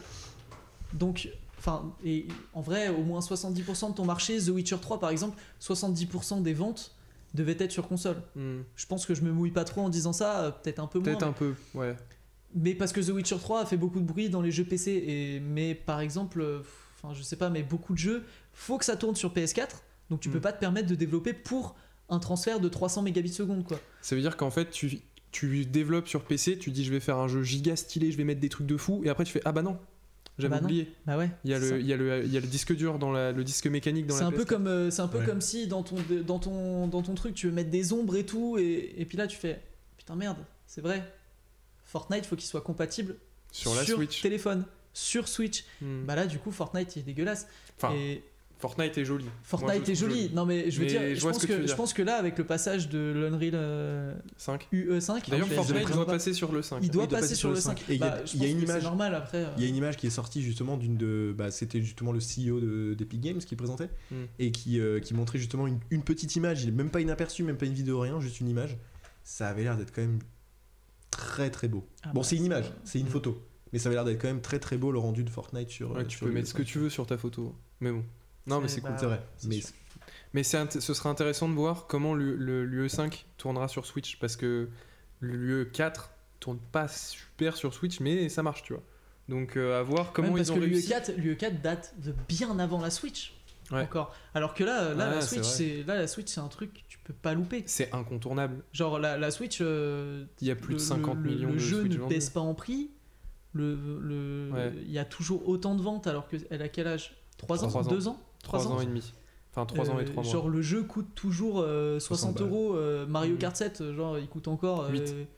Donc, enfin, et en vrai, au moins soixante-dix pour cent de ton marché, The Witcher trois par exemple, soixante-dix pour cent des ventes devaient être sur console. Hmm. Je pense que je me mouille pas trop en disant ça, euh, peut-être un peu moins. Peut-être un peu, ouais. Mais parce que The Witcher trois a fait beaucoup de bruit dans les jeux P C. Et, mais par exemple, euh, enfin, je sais pas, mais beaucoup de jeux, faut que ça tourne sur P S quatre. Donc tu Mm. peux pas te permettre de développer pour un transfert de trois cents mégabits seconde, quoi. Ça veut dire qu'en fait, tu, tu développes sur P C, tu dis je vais faire un jeu giga stylé, je vais mettre des trucs de fou, et après tu fais ah bah non, j'avais Ah bah non. oublié. Bah ouais. Il y, a c'est ça. le, il, y a le, il y a le disque dur dans la, le disque mécanique dans C'est la un peu P S quatre. comme euh, c'est un peu Ouais. comme si dans ton dans ton dans ton truc tu veux mettre des ombres et tout et, et puis là tu fais putain merde, c'est vrai. Fortnite faut qu'il soit compatible sur la Switch. téléphone, sur Switch. Hmm. Bah là du coup Fortnite il est dégueulasse. Enfin, Et Fortnite est joli. Fortnite Moi, je est le trouve joli. Non mais je veux Mais dire, je je vois ce pense que tu que, veux je dire. pense que là avec le passage de l'Unreal euh, cinq. U E cinq, D'ailleurs, je vais- Fortnite je vais- doit passer sur le cinq. il doit il doit passer passer sur le cinq. Et il y a- Bah, je il y a pense une que c'est image- normal après. euh. Il y a une image qui est sortie justement d'une de. Bah, c'était justement le C E O de- d'Epic Games qui présentait Mm. et qui, euh, qui montrait justement une, une petite image. Il est même pas inaperçu, même pas une vidéo, rien, juste une image. Ça avait l'air d'être quand même très très beau. Ah bon, bah, c'est une c'est- image, c'est une Mm. photo. Mais ça avait l'air d'être quand même très très beau le rendu de Fortnite sur. Ouais, euh, tu sur peux le- mettre ce que tu veux sur ta photo. Mais bon. Non, mais C'est- c'est cool. bah, C'est vrai. c'est Mais sûr. Mais c'est int- ce sera intéressant de voir comment le, le- l'U E cinq tournera sur Switch. Parce que l'U E quatre tourne pas super sur Switch, mais ça marche, tu vois. Donc euh, à voir comment Même parce ils ont que l'U E réussi. quatre, l'U E quatre date de bien avant la Switch. Ouais. Encore. Alors que là, là, Ouais, la c'est Switch, vrai. c'est là la Switch, c'est un truc que tu peux pas louper. C'est incontournable. Genre la, la Switch, euh, Il y a plus le, de cinquante le- millions le de jeu Switch ne vendus. baisse pas en prix. Le, le, Ouais. il y a toujours autant de ventes alors qu'elle a quel âge trois ans, Trois ans. deux ans, trois ans et demi. Enfin, trois ans et Euh, trois mois. Genre le jeu coûte toujours euh, soixante balles. euros. euh, Mario Mhm. Kart sept, euh, genre il coûte encore euh, Huit.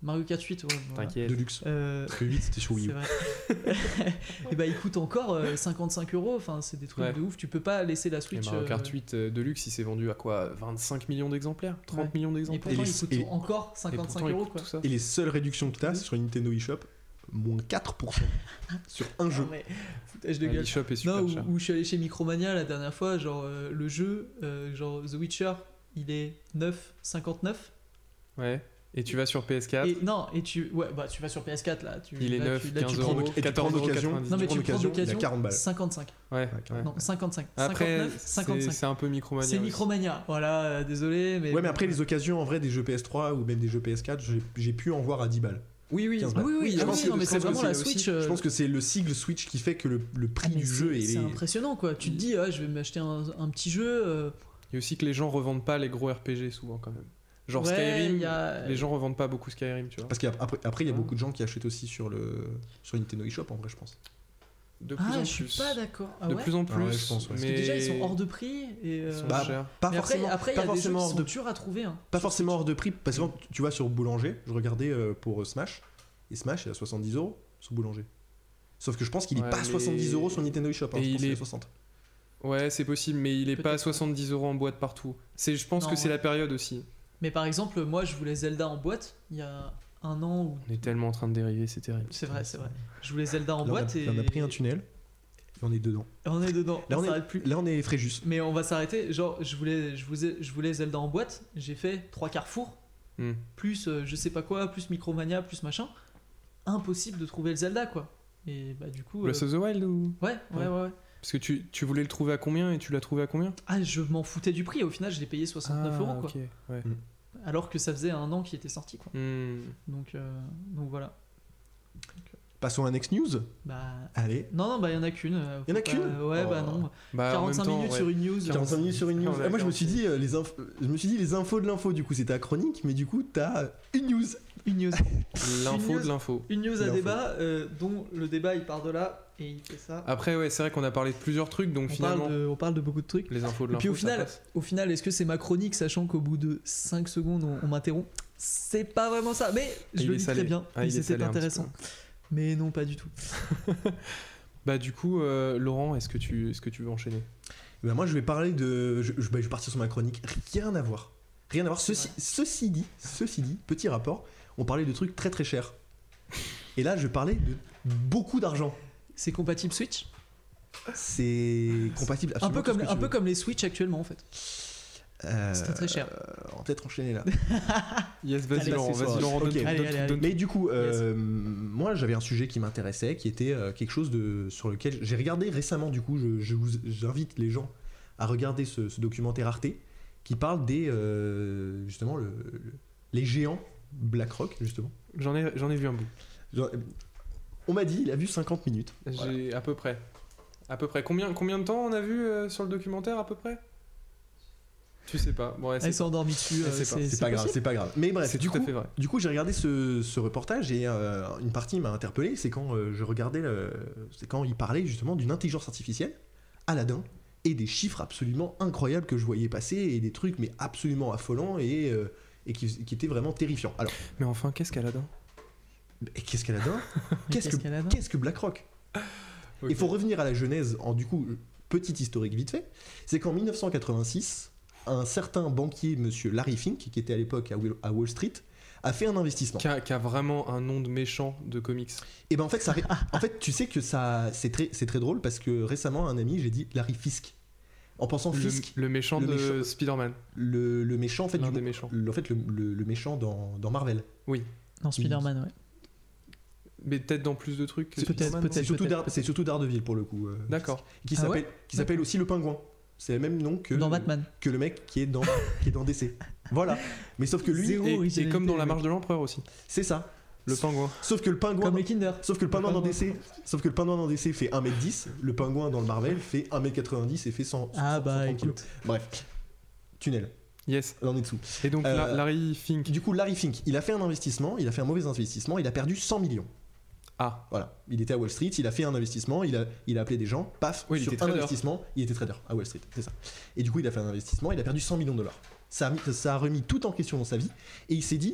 Mario Kart huit, ouais. Voilà. T'inquiète. De luxe. Euh, Parce que huit c'était sur Wii U. c'est vrai. Et bah il coûte encore euh, cinquante-cinq euros, enfin c'est des trucs Ouais. de ouf, tu peux pas laisser la Et Switch. Mario Kart euh, huit euh, Deluxe, il s'est vendu à quoi vingt-cinq millions d'exemplaires trente Ouais. millions Et d'exemplaires pourtant Et il les- coûte et- encore Et cinquante-cinq pourtant, il euros coûte quoi. tout ça. Et les seules réductions que t'as, c'est sur Nintendo eShop, moins quatre pour cent sur un jeu. Ah ouais, foutage de Ah, gueule. l'eShop est super Non, où, cher. où je suis allé chez Micromania la dernière fois, genre euh, le jeu, euh, genre The Witcher, il est neuf cinquante-neuf. Ouais. Et tu vas sur P S quatre, Et non, et tu, ouais, bah tu vas sur P S quatre là, tu, il est là, neuf, tu, là, tu quinze prends- euros, et tu prends quatorze euros d'occasion. quatre-vingt-dix. Non mais prends tu prends d'occasion, il y a d'occasion quarante balles. cinquante-cinq. Ouais, Ouais, ouais. carrément. Non, cinquante-cinq. Après, cinquante-neuf, c'est cinquante-cinq. c'est un peu Micromania. C'est aussi. Micromania, voilà, euh, désolé, mais. Ouais, mais après, les occasions en vrai des jeux P S trois ou même des jeux P S quatre, j'ai j'ai pu en voir à dix balles. Oui, oui. quinze Ah oui, oui, je ah pense oui, que- non, mais je c'est pense que vraiment la là aussi- Switch. Je euh, pense que c'est le sigle Switch qui fait que le, le ah, prix mais du jeu c'est est. c'est impressionnant quoi. Tu te dis, ah, je vais m'acheter un, un petit jeu. euh, Il y a aussi que les gens revendent pas les gros R P G souvent quand même. Genre ouais, Skyrim, il y a- les gens revendent pas beaucoup Skyrim, tu vois. Parce qu'après, après, il y a Ouais. beaucoup de gens qui achètent aussi sur le sur Nintendo eShop en vrai, je pense. De plus Ah, en je suis plus. pas d'accord. Ah de ouais plus en Ah plus. ouais, je pense, ouais. Mais Parce que déjà, ils sont hors de prix. Et, euh, Ils sont Bah, chers. Pas mais après, forcément, après, il y pas a des jeux forcément qui hors sont de durs à trouver. Hein, Pas sur forcément Switch. hors de prix, parce que quand tu vas sur Boulanger, je regardais euh, pour Smash, et Smash il est à soixante-dix euros sur Boulanger. Sauf que je pense qu'il est Ouais, pas à mais- soixante-dix euros sur Nintendo eShop, hein, Et je pense il qu'il est est- à soixante. Ouais, c'est possible, mais il est pas à Peut-être. soixante-dix euros en boîte partout. C'est, je pense Non, que c'est ouais. la période aussi. Mais par exemple, moi, je voulais Zelda en boîte il y a un an ou. On est tellement en train de dériver, c'est terrible. C'est vrai, c'est vrai. Je voulais Zelda en Là, on a, boîte et. là, on a pris un tunnel, et on est dedans. On est dedans. Là, on on s'arrête est, plus. là, on est Fréjus. Mais on va s'arrêter. Genre, je voulais, je, voulais, je voulais Zelda en boîte. J'ai fait trois carrefours, Hmm. plus euh, je sais pas quoi, plus Micromania, plus machin. Impossible de trouver le Zelda, quoi. Et bah, du coup. Breath euh, of the Wild ou Ouais, ouais, ouais, ouais. Parce que tu, tu voulais le trouver à combien et tu l'as trouvé à combien Ah, je m'en foutais du prix. Au final, je l'ai payé soixante-neuf euros, quoi. ok, ouais. Alors que ça faisait un an qu'il était sorti, quoi. Hmm. Donc, euh, donc voilà. Passons à Next News. Bah. Allez. Non, non, bah, il y en a qu'une. euh, Y en a faut pas- qu'une Ouais, Oh. bah non. Bah, en même quarante-cinq temps, minutes ouais. sur une news. quarante-cinq minutes sur une news. Ah, Ah, moi, je me d'accord. suis dit, euh, les inf- je me suis dit les infos de l'info, du coup, c'était la chronique, mais du coup, t'as une news. Une news. L'info Une de l'info. Une news à L'info. débat, euh, dont le débat il part de là et il fait ça. Après, ouais, c'est vrai qu'on a parlé de plusieurs trucs, donc on, finalement, parle de, on parle de beaucoup de trucs. les infos de Et l'info. puis au ça final, passe. au final, est-ce que c'est ma chronique, sachant qu'au bout de cinq secondes on, on m'interrompt? C'est pas vraiment ça, mais je Il le est dis salé. très bien. Ah, il est c'était salé un petit intéressant. Mais non, pas du tout. Bah, du coup, euh, Laurent, est-ce que, tu, est-ce que tu veux enchaîner Eh ben, moi, je vais parler de. Je, je- bah, je vais partir sur ma chronique. Rien à voir. Rien à voir. Ceci, vrai. ceci dit, ceci dit, petit rapport, on parlait de trucs très très chers. Et là, je parlais de beaucoup d'argent. C'est compatible Switch? C'est compatible Un absolument peu, comme, tout ce que un tu peu veux. comme les Switch actuellement en fait. Euh, C'est très, très cher. euh, on va peut-être enchaîner là. Yes, vas-y, Allez, Laurent, c'est vas-y, ça. Laurent, Ok. donne ton- Allez, donne- allez, allez. donne- Mais du coup, euh, moi j'avais un sujet qui m'intéressait, qui était euh, quelque chose de, sur lequel j'ai regardé récemment, du coup, je, je vous, j'invite les gens à regarder ce, ce documentaire Arte qui parle des, euh, justement, le, le- les géants BlackRock, justement. J'en ai, j'en ai vu un bout. Genre, on m'a dit, il a vu cinquante minutes. J'ai à peu près. À peu près. Combien, combien de temps on a vu euh, sur le documentaire à peu près Tu sais pas. Bon, ouais, Elle c'est, s'est endormie dessus. Elle euh, sait pas. C'est pas grave, possible. c'est pas grave. Mais bref, c'est du tout coup, à fait vrai. Du coup, j'ai regardé ce, ce reportage et euh, une partie m'a interpellé, c'est quand euh, je regardais, le- c'est quand il parlait justement d'une intelligence artificielle, Aladdin, et des chiffres absolument incroyables que je voyais passer et des trucs mais absolument affolants et, euh, et qui, qui étaient vraiment terrifiants. Alors, Mais enfin, qu'est-ce qu'Aladin et qu'est-ce qu'Aladdin Mais Qu'est-ce que qu'elle a, non qu'est-ce que BlackRock Il faut revenir à la genèse en du coup petit historique vite fait. C'est qu'en mille neuf cent quatre-vingt-six, un certain banquier, monsieur Larry Fink, qui était à l'époque à Will- à Wall Street, a fait un investissement. qui a, qui a vraiment un nom de méchant de comics. Et ben en fait, ça, ré- en fait, tu sais que ça, c'est très, c'est très drôle parce que récemment, un ami, j'ai dit Larry Fisk, en pensant Le, Fisk, le méchant le de méchant- Spider-Man. le, le méchant en fait, L'un du des coup, méchants. le, en fait, le, le- le méchant dans, dans Marvel. Oui. Non, Spider-Man, ouais. Mais peut-être dans plus de trucs que Peut-être, Spider-Man, peut-être. C'est surtout, Dar- c'est surtout Daredevil pour le coup. euh, non D'accord. Qui Ah s'appelle, ouais qui s'appelle aussi le Pingouin. C'est le même nom que Dans Batman. que le mec qui est dans qui est dans D C. Voilà. Mais sauf que lui, Zéro. Et, et originalité, comme dans La oui. Marche de l'Empereur aussi. c'est ça. Le pingouin. Sauf que le pingouin, Comme les Kinder. sauf que le pingouin dans pingouin. D C, sauf que le pingouin dans D C fait un mètre dix, le pingouin dans le Marvel fait un mètre quatre-vingt-dix et fait cent. Ah cent- bah cent trente kilos. écoute. Bref. Tunnel. Yes. Là on est dessous. Et donc Euh, La- Larry Fink. Du coup, Larry Fink, il a fait un investissement, il a fait un mauvais investissement, il a perdu cent millions. Ah. Voilà. Il était à Wall Street, il a fait un investissement, il a, il a appelé des gens, paf, Oui, il sur était un trader. investissement, il était trader à Wall Street, c'est ça. Et du coup, il a fait un investissement, il a perdu cent millions de dollars. Ça a, mis- ça a remis tout en question dans sa vie, et il s'est dit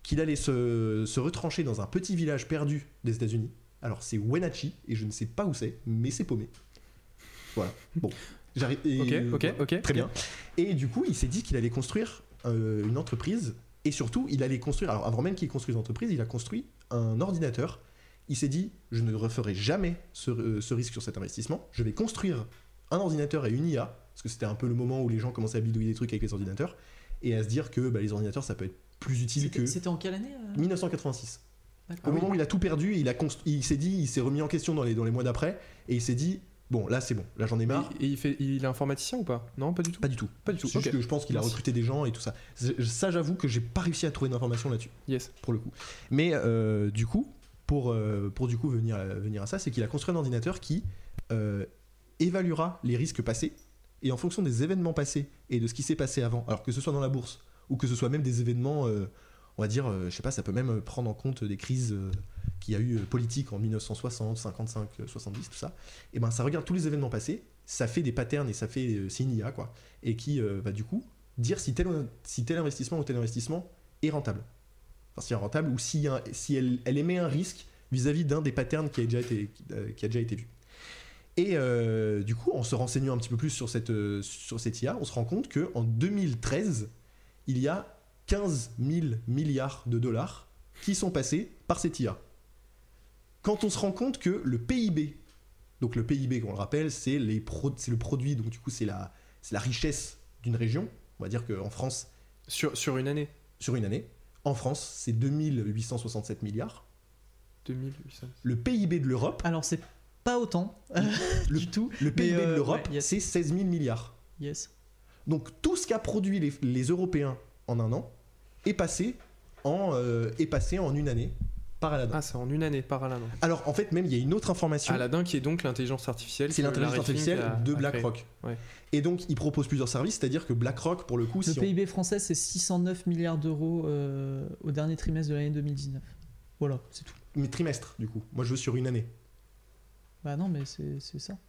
qu'il allait se, se retrancher dans un petit village perdu des États-Unis. Alors c'est Wenatchee, et je ne sais pas où c'est, mais c'est paumé. Voilà. Bon, j'arrive. et, Ok, euh, ok, voilà. ok. Très bien. Et du coup, il s'est dit qu'il allait construire euh, une entreprise, et surtout, il allait construire. Alors avant même qu'il construise l'entreprise, il a construit un ordinateur. Il s'est dit, je ne referai jamais ce, euh, ce risque sur cet investissement. Je vais construire un ordinateur et une I A, parce que c'était un peu le moment où les gens commençaient à bidouiller des trucs avec les ordinateurs, et à se dire que bah, les ordinateurs, ça peut être plus utile C'était, que c'était en quelle année euh dix-neuf cent quatre-vingt-six. D'accord. Au moment où il a tout perdu, il, a constru- il s'est dit, il s'est remis en question dans les, dans les mois d'après, et il s'est dit, bon, là c'est bon, là j'en ai marre. Et, et il, fait, il est informaticien ou pas? Non, pas du tout. Pas du tout. Pas du tout. C'est juste Ok. que je pense qu'il a Merci. recruté des gens et tout ça. C'est- Ça, j'avoue que j'ai pas réussi à trouver d'informations là-dessus, Yes. pour le coup. Mais euh, du coup, pour, euh, pour du coup venir, à- venir à ça, c'est qu'il a construit un ordinateur qui euh, évaluera les risques passés, et en fonction des événements passés et de ce qui s'est passé avant, alors que ce soit dans la bourse ou que ce soit même des événements, euh, on va dire, euh, je sais pas, ça peut même prendre en compte des crises euh, qu'il y a eu euh, politiques en dix-neuf cent soixante, cinquante-cinq, euh, soixante-dix, tout ça. Et ben ça regarde tous les événements passés, ça fait des patterns et ça fait euh, c'est une I A quoi, et qui euh, va du coup dire si tel, si tel investissement ou tel investissement est rentable. Enfin, si est rentable ou si, un- si elle, elle émet un risque vis-à-vis d'un des patterns qui a déjà été, qui, euh, qui a déjà été vu. Et euh, du coup, en se renseignant un petit peu plus sur cette, euh, sur cette I A, on se rend compte qu'en deux mille treize, il y a quinze mille milliards de dollars qui sont passés par cette I A. Quand on se rend compte que le P I B, donc le P I B, on le rappelle, c'est, les pro- c'est le produit, donc du coup c'est la, c'est la richesse d'une région. On va dire qu'en France, Sur, sur une année. sur une année, en France, c'est deux mille huit cent soixante-sept milliards. deux mille huit cents. Le P I B de l'Europe, Alors c'est pas autant le, du tout. le P I B mais, de euh, l'Europe, ouais, yes. c'est seize mille milliards. Yes. Donc tout ce qu'a produit les, les Européens en un an est passé en, euh, est passé en une année par Aladdin. Ah, c'est en une année par Aladdin. Alors en fait même il y a une autre information. Aladdin qui est donc l'intelligence artificielle. C'est que l'intelligence Larry Fink artificielle a- de a créée. BlackRock. Ouais. Et donc il propose plusieurs services, c'est-à-dire que BlackRock pour le coup, Le si on- P I B français c'est six cent neuf milliards d'euros euh, au dernier trimestre de l'année deux mille dix-neuf. Voilà, c'est tout. mais trimestre du coup, moi je veux sur une année. Bah non, mais c'est, c'est ça.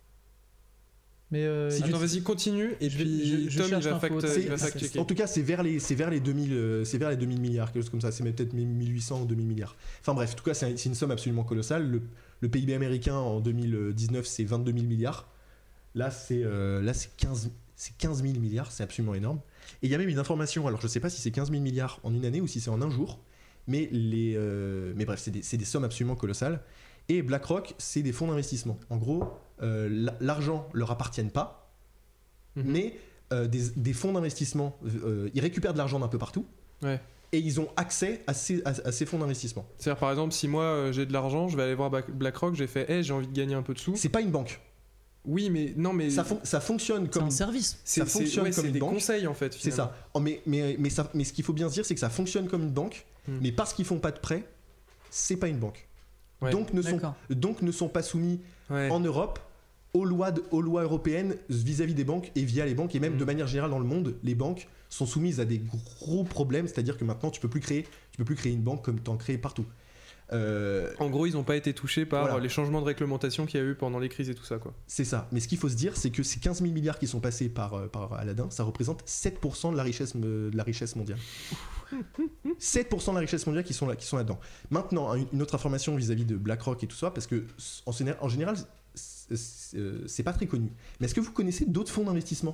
Mais euh, Si il- tu- Attends, vas-y, continue. Et Je vais- puis je- je Tom, il cherche va, l'info. fact, C'est- il va C'est- fact-checker. En tout cas, c'est vers les, c'est vers les deux mille, euh, c'est vers les deux mille milliards, quelque chose comme ça. C'est peut-être mille huit cents ou deux mille milliards. Enfin bref, en tout cas, c'est, un- c'est une somme absolument colossale. Le, le P I B américain en deux mille dix-neuf, c'est vingt-deux mille milliards. Là, c'est, euh, là, c'est quinze, c'est quinze mille milliards. C'est absolument énorme. Et il y a même une information. Alors, je sais pas si c'est quinze mille milliards en une année ou si c'est en un jour. Mais les, euh, mais bref, c'est des, c'est des sommes absolument colossales. Et BlackRock, c'est des fonds d'investissement. En gros, euh, la- l'argent leur appartient pas, Mhm. mais euh, des, des fonds d'investissement, euh, ils récupèrent de l'argent d'un peu partout, Ouais. et ils ont accès à ces, à, à ces fonds d'investissement. C'est-à-dire, par exemple, si moi euh, j'ai de l'argent, je vais aller voir Black- BlackRock, j'ai fait, hey, j'ai envie de gagner un peu de sous. C'est pas une banque. Oui, mais non, mais Ça, fon- ça fonctionne c'est comme un service. c'est, ça c'est- fonctionne ouais, comme c'est une des banque. conseils en fait. C'est finalement. ça. Oh, mais, mais, mais ça. Mais ce qu'il faut bien se dire, c'est que ça fonctionne comme une banque, Hmm. mais parce qu'ils font pas de prêts, c'est pas une banque. Ouais. Donc, ne sont, D'accord. donc ne sont pas soumis Ouais. en Europe aux lois, de- aux lois européennes vis-à-vis des banques et via les banques, et même Mm. de manière générale dans le monde, les banques sont soumises à des gros problèmes, c'est-à-dire que maintenant tu peux plus créer, tu peux plus créer une banque comme tu en crées partout. Euh, En gros, ils n'ont pas été touchés par Voilà. les changements de réglementation qu'il y a eu pendant les crises et tout ça, quoi. c'est ça. Mais ce qu'il faut se dire, c'est que ces quinze mille milliards qui sont passés par, euh, par Aladdin, ça représente sept pour cent de la richesse, me- de la richesse mondiale. sept pour cent de la richesse mondiale qui sont, là, qui sont là-dedans. Maintenant, une une autre information vis-à-vis de BlackRock et tout ça, parce que en, géné- en général, c'est- c'est euh, c'est pas très connu. Mais est-ce que vous connaissez d'autres fonds d'investissement?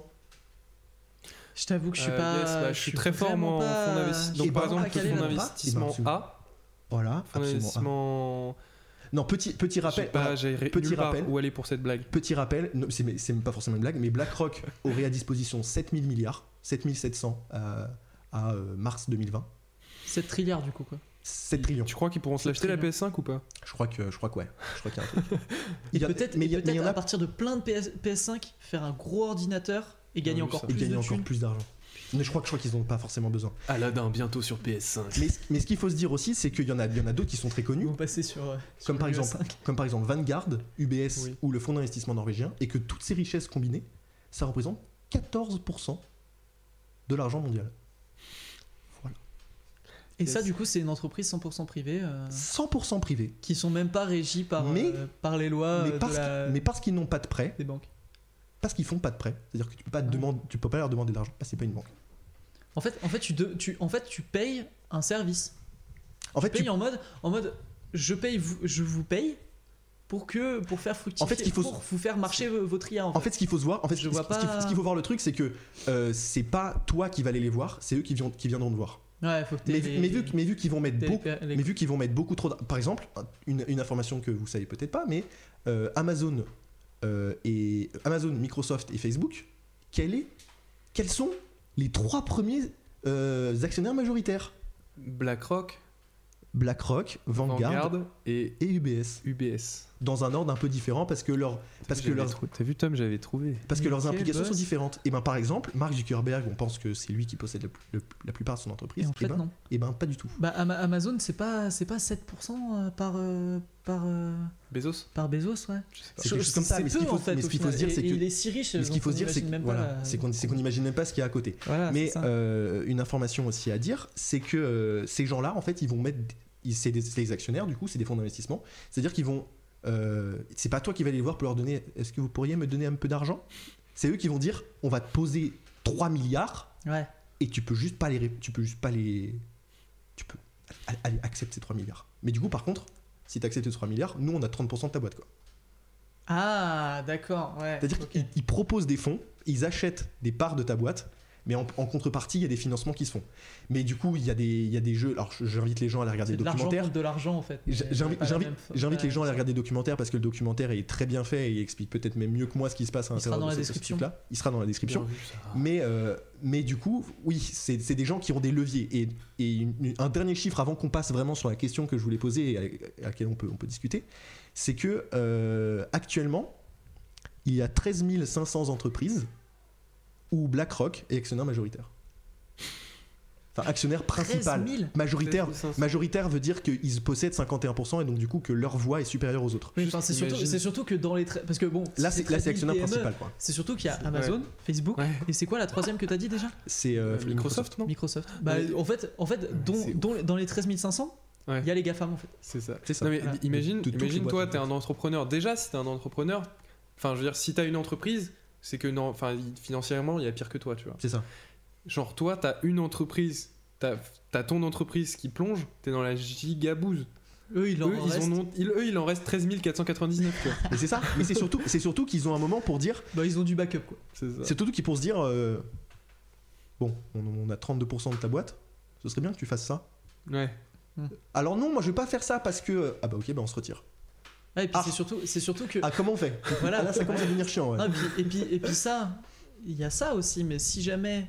Je t'avoue que je suis Euh, pas. yes, bah, je suis très fort vraiment moi en pas- fonds d'investissement. je Donc suis par pas exemple, calé fonds là-dedans. d'investissement Eh ben, A, Voilà, fonds absolument. d'investissement. Non, petit, petit Je sais rappel. pas, voilà. j'ai ré- petit nulle part rappel. où aller pour cette blague. Petit rappel, non, c'est, mais c'est même pas forcément une blague, mais BlackRock aurait à disposition sept mille milliards, sept mille sept cents à, à, euh, mars deux mille vingt. sept trilliards du coup quoi. sept trillions. Tu crois qu'ils pourront se C'est l'acheter la très P S cinq ou pas? Je crois que, je crois que ouais. Je crois qu'il y a un truc. Et Il y a- peut-être, mais et il y a- mais peut-être il y en à a- partir de plein de P S, P S cinq, faire un gros ordinateur et gagner oui, encore ça. Et plus gagner de encore thunes. plus d'argent. Mais je crois que je crois qu'ils n'ont pas forcément besoin. Aladdin bientôt sur P S cinq. Mais, mais ce qu'il faut se dire aussi, c'est qu'il y en a, il y en a d'autres qui sont très Ils connus, vont passer sur. euh, sur comme par le exemple, cinq. comme par exemple Vanguard, U B S Oui. ou le fonds d'investissement norvégien, et que toutes ces richesses combinées, ça représente quatorze pour cent de l'argent mondial. Et Yes. ça, du coup, c'est une entreprise cent pour cent privée euh, cent pour cent privé. qui sont même pas régies par, Mais- euh, par les lois mais, euh, parce de la- qu'ils, mais parce qu'ils n'ont pas de prêt, des banques. parce qu'ils font pas de prêt, c'est-à-dire que tu peux pas, te Ouais. demander, tu peux pas leur demander de l'argent, bah, c'est pas une banque. En fait, en fait, tu, de- tu, en fait, tu payes un service. En fait, paye tu... en mode, en mode, je paye, vous, je vous paye pour que pour faire fructifier, En fait, ce qu'il faut- pour vous faire marcher v- votre I A. En fait, En fait, ce qu'il faut se voir, en fait, Je ce, vois ce qu'il faut- pas- ce qu'il faut voir le truc, c'est que euh, c'est pas toi qui vas aller les voir, c'est eux qui, viennent, qui viendront te voir. ouais, faut que t'aies Mais, les- mais vu, mais vu qu'ils vont mettre t'aies beaucoup, les- les- mais vu qu'ils vont mettre beaucoup trop, d'- par exemple, une, une information que vous savez peut-être pas, mais euh, Amazon euh, et Amazon, Microsoft et Facebook, quel est, quels sont les trois premiers euh, actionnaires majoritaires? BlackRock, BlackRock, Vanguard, Vanguard et et U B S, U B S. dans un ordre un peu différent parce que leur, parce que J'avais leurs, trou- T'as vu Tom, j'avais trouvé. parce que Mais leurs quel implications boss. sont différentes. Et ben par exemple, Mark Zuckerberg, on pense que c'est lui qui possède le- le- la plupart de son entreprise. Et en et fait, ben, non. et ben pas du tout. Bah, Ama- Amazon, c'est pas, c'est pas sept pour cent par, euh, par, euh, Bezos par Bezos, ouais. Je sais pas. C'est quelque chose comme ça, mais ce peu, qu'il faut- en fait, mais ce au qu'il faut se final. dire, c'est Et- et que- il est si riche. Mais ce qu'il faut se dire, c'est qu'on que imagine même voilà, pas la- c'est qu'on c'est qu'on n'imagine même pas ce qu'il y a à côté. Voilà, Mais c'est ça. euh, une information aussi à dire, c'est que euh, ces gens-là, en fait, ils vont mettre, ils- c'est des, c'est des actionnaires, du coup, c'est des fonds d'investissement. C'est-à-dire qu'ils vont, euh, c'est pas toi qui vas aller les voir pour leur donner. Est-ce que vous pourriez me donner un peu d'argent? C'est eux qui vont dire, on va te poser trois milliards Ouais. et tu peux juste pas les, ré- tu peux juste pas les, tu peux, allez, allez, accepte ces trois milliards. Mais du coup, par contre, si tu acceptes ces trois milliards, nous, on a trente pour cent de ta boîte, quoi. Ah, d'accord, ouais. C'est-à-dire ok. qu'ils ils proposent des fonds, ils achètent des parts de ta boîte, mais en, en contrepartie, il y a des financements qui se font. Mais du coup, il y a des, il y a des jeux. Alors, j'invite les gens à aller regarder C'est le de l'argent documentaire. contre de l'argent, en fait. mais J'invite pas la j'invite- même- j'invite pas les la gens à aller même regarder le documentaire parce que le documentaire est très bien fait et il explique peut-être même mieux que moi ce qui se passe à Il sera l'intérieur dans de la ce- ce description. truc-là. Il sera dans la description. Bien vu, ça. Mais, euh, mais du coup, oui, c'est c'est des gens qui ont des leviers. Et, et une- une- un dernier chiffre avant qu'on passe vraiment sur la question que je voulais poser et à, à laquelle on peut, on peut discuter, c'est que euh, actuellement, il y a treize mille cinq cents entreprises où BlackRock est actionnaire majoritaire. Enfin, actionnaire principal. treize mille Majoritaire, treize mille cinq cents. majoritaire veut dire qu'ils possèdent cinquante et un pour cent et donc du coup que leur voix est supérieure aux autres. Oui, enfin, c'est surtout, imagine. c'est surtout que dans les tra- parce que bon, Là, si c'est là, c'est treize mille actionnaire P M E, principal. quoi. C'est surtout qu'il y a C'est- Amazon, ouais. Facebook, Ouais. et c'est quoi la troisième que t'as dit déjà? C'est euh, Euh, Microsoft, non Microsoft. Bah, Ouais. en fait, en fait, dont, c'est dont- dans les treize mille cinq cents, il Ouais. y a les GAFAM en fait. C'est ça. C'est ça. Non, mais Voilà. imagine, De toutes les imagine boîtes, toi, en t'es fait. un entrepreneur. Déjà, si t'es un entrepreneur, enfin, je veux dire, si t'as une entreprise, c'est que non, enfin, financièrement, il y a pire que toi, tu vois. C'est ça. Genre, toi, t'as une entreprise, t'as as ton entreprise qui plonge, t'es dans la gigabouse. Eux, ils en Eux, ils restent. en ont, ils- eux, il en reste treize mille quatre cent quatre-vingt-dix-neuf, tu vois. Mais c'est ça. Mais c'est surtout, c'est surtout qu'ils ont un moment pour dire. Bah, ils ont du backup quoi. C'est ça. C'est surtout qu'ils pour se dire. euh, bon, on, on a trente-deux pour cent de ta boîte. Ce serait bien que tu fasses ça. Ouais. Alors non, moi je vais pas faire ça parce que. Ah bah ok, bah on se retire. Ouais, et puis Ah. c'est surtout, c'est surtout que Ah comment on fait? voilà. Ah, là ça commence à devenir chiant. Ouais. Non, et, puis, et, puis, et puis ça, il y a ça aussi, mais si jamais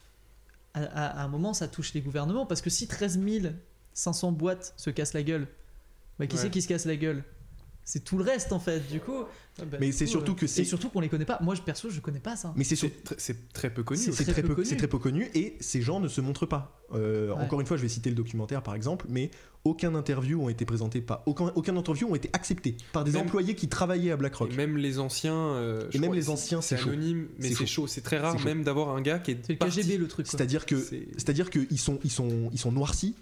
à, à- à un moment ça touche les gouvernements, parce que si treize mille cinq cents boîtes se cassent la gueule, bah qui Ouais. c'est qui se casse la gueule? C'est tout le reste en fait, du coup. bah, Mais du c'est coup, surtout euh, que c'est- Et surtout qu'on les connaît pas. Moi, je perso, je connais pas ça. Mais c'est sur- C'est tr- c'est très peu connu. C'est- aussi. c'est très très, peu peu, connu. c'est très peu connu et ces gens ne se montrent pas. Euh, Ouais. Encore une fois, je vais citer le documentaire par exemple, mais aucun interview ont été présentés pas, aucun, aucun interview ont été acceptés par des Même- employés qui travaillaient à BlackRock. Et même les anciens. euh, je Et même crois- les anciens, c'est chaud. anonyme, mais C'est c'est chaud. chaud. C'est très rare C'est chaud. même d'avoir un gars qui est. C'est le parti. K G B le truc. quoi. C'est-à-dire que, C'est- c'est-à-dire qu'ils sont, ils sont, ils sont noircis.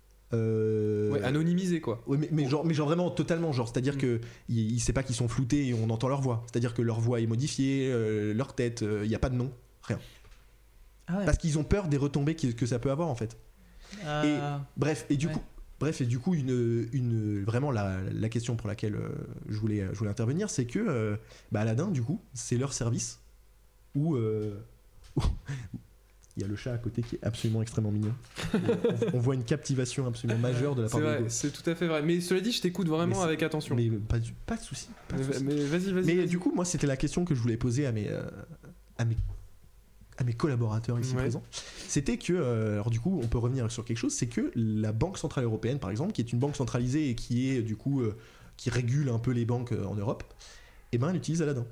Euh, Ouais, anonymisé quoi. Ouais, mais, mais genre, mais genre vraiment totalement genre, c'est-à-dire Mm. que il, il sait pas qu'ils sont floutés et on entend leur voix. C'est-à-dire que leur voix est modifiée, euh, leur tête, il y a pas de nom, rien. Ah ouais. Parce qu'ils ont peur des retombées qui- que ça peut avoir en fait. Euh, Bref, et du Ouais. coup, bref, et du coup, une, une, vraiment la, la question pour laquelle euh, je, voulais, je voulais intervenir, c'est que euh, bah, Aladdin, du coup, c'est leur service où euh, où il y a le chat à côté qui est absolument extrêmement mignon. Et on, on voit une captivation absolument majeure de la C'est part de vrai, Hugo. c'est tout à fait vrai. Mais cela dit, je t'écoute vraiment Mais c'est- avec attention. Mais pas, du- pas de souci. pas de Mais, souci. mais vas-y, vas-y. Mais vas-y. du coup, moi, c'était la question que je voulais poser à mes, euh, à mes, à mes collaborateurs ici Ouais. présents. C'était que, euh, alors du coup, on peut revenir sur quelque chose, c'est que la Banque Centrale Européenne, par exemple, qui est une banque centralisée et qui est, du coup, euh, qui régule un peu les banques euh, en Europe, eh ben, elle utilise Aladdin.